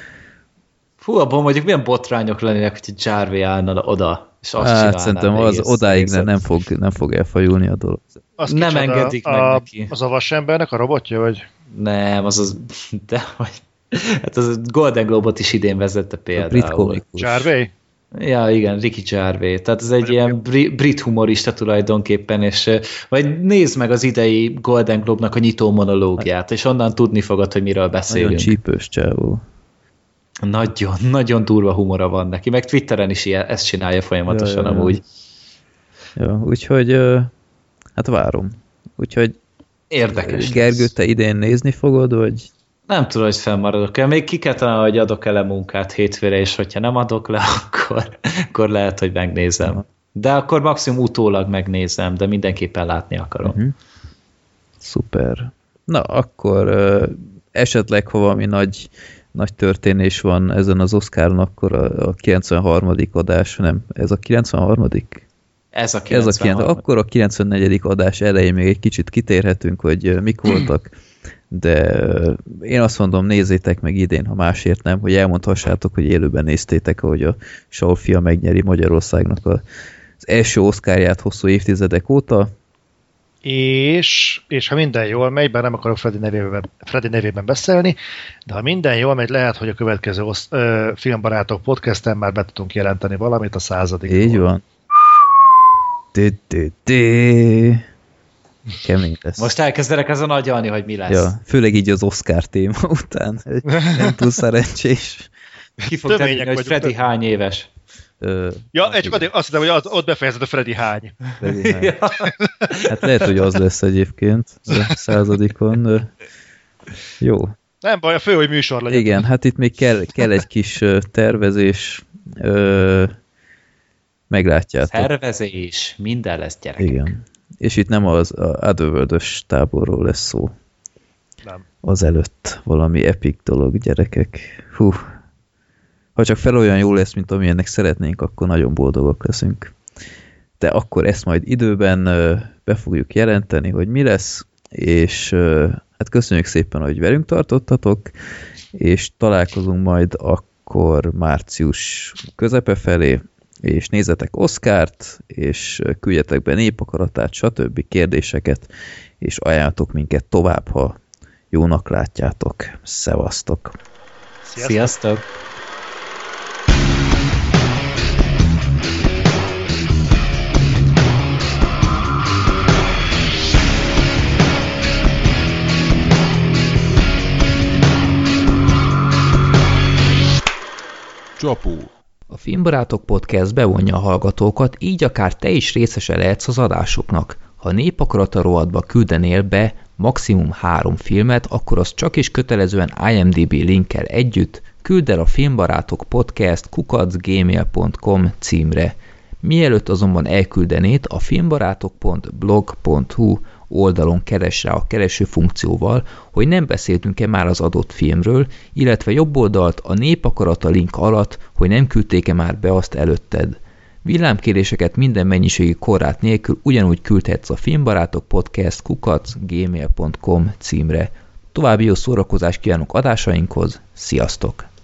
Hú, abban mondjuk milyen botrányok lennének, hogy Gervais állna oda. Hát szerintem az odáig ne, nem, fog, nem fog elfajulni a dolog. Az nem engedik a, meg a, neki. Az a vasembernek a robotja, vagy? Nem, az az... De, vagy, hát az Golden Globe-ot is idén vezette például. A brit komikus. Gervais? Ja, igen, Ricky Gervais. Tehát ez egy ilyen brit humorista tulajdonképpen, és vagy nézd meg az idei Golden Globe-nak a nyitó monológiát, és onnan tudni fogod, hogy miről beszélünk. Nagyon csípős csávó. Nagyon, nagyon durva humora van neki, meg Twitteren is ilyen, ezt csinálja folyamatosan ja, ja, ja. amúgy. Ja, úgyhogy uh, hát várom. Úgyhogy érdekes. Gergő, te idén nézni fogod, vagy? Nem tudom, hogy fennmaradok el. Még ki kell talán, hogy adok el munkát hétfőre, és hogyha nem adok le, akkor, akkor lehet, hogy megnézem. De akkor maximum utólag megnézem, de mindenképpen látni akarom. Uh-huh. Szuper. Na, akkor uh, esetleg, ha valami nagy nagy történés van ezen az Oscaron, akkor a, a kilencvenharmadik adás, nem, ez a kilencvenharmadik? Ez a kilencvenharmadik. Ez a, akkor a kilencvennegyedik adás elején még egy kicsit kitérhetünk, hogy mik voltak, de én azt mondom, nézzétek meg idén, ha másért nem, hogy elmondhassátok, hogy élőben néztétek, ahogy a Saul fia megnyeri Magyarországnak a, az első Oscarját hosszú évtizedek óta. És, és ha minden jól megy, bár nem akarok Freddy nevében, Freddy nevében beszélni, de ha minden jól megy, lehet, hogy a következő osz, ö, Filmbarátok podcasten már be tudunk jelenteni valamit a századik. Így van. Dé, dé, dé. Kemény lesz. Most elkezdenek ezen agyalni, hogy mi lesz. Ja, főleg így az Oscar téma után. Nem túl szerencsés. Ki fog tenni, hogy Freddy hány éves? Ö, ja, egy csak addig azt hiszem, hogy az, ott befejezed a Freddy hány. Freddy hány. Ja. Hát lehet, hogy az lesz egyébként a századikon. Jó. Nem baj, a fő, hogy műsor legyen. Igen, hát itt még kell, kell egy kis tervezés. Ö, meglátjátok. Tervezés, minden lesz, gyerekek. Igen. És itt nem az Otherworld-ös táborról lesz szó. Nem. Az előtt valami epic dolog, gyerekek. Hú. Ha csak fel olyan jó lesz, mint amilyennek szeretnénk, akkor nagyon boldogok leszünk. De akkor ezt majd időben be fogjuk jelenteni, hogy mi lesz, és hát köszönjük szépen, hogy velünk tartottatok, és találkozunk majd akkor március közepe felé, és nézzetek Oscart, és küldjetek be népakaratát, stb. Kérdéseket, és ajánlatok minket tovább, ha jónak látjátok. Szevasztok! Sziasztok! Sziasztok. Csapó. A Filmbarátok Podcast bevonja a hallgatókat, így akár te is részese lehetsz az adásoknak. Ha népakarata rovatba küldenél be maximum három filmet, akkor az csak is kötelezően IMDb linkkel együtt küld el a Filmbarátok Podcast kukac gmail pont com címre. Mielőtt azonban elküldenéd, a filmbarátok pont blog pont hu oldalon keres rá a kereső funkcióval, hogy nem beszéltünk-e már az adott filmről, illetve jobb oldalt a népakarata link alatt, hogy nem küldték-e már be azt előtted. Villámkéréseket minden mennyiségi korlát nélkül ugyanúgy küldhetsz a Filmbarátok Podcast kukac gmail pont com címre. További jó szórakozást kívánok adásainkhoz, sziasztok!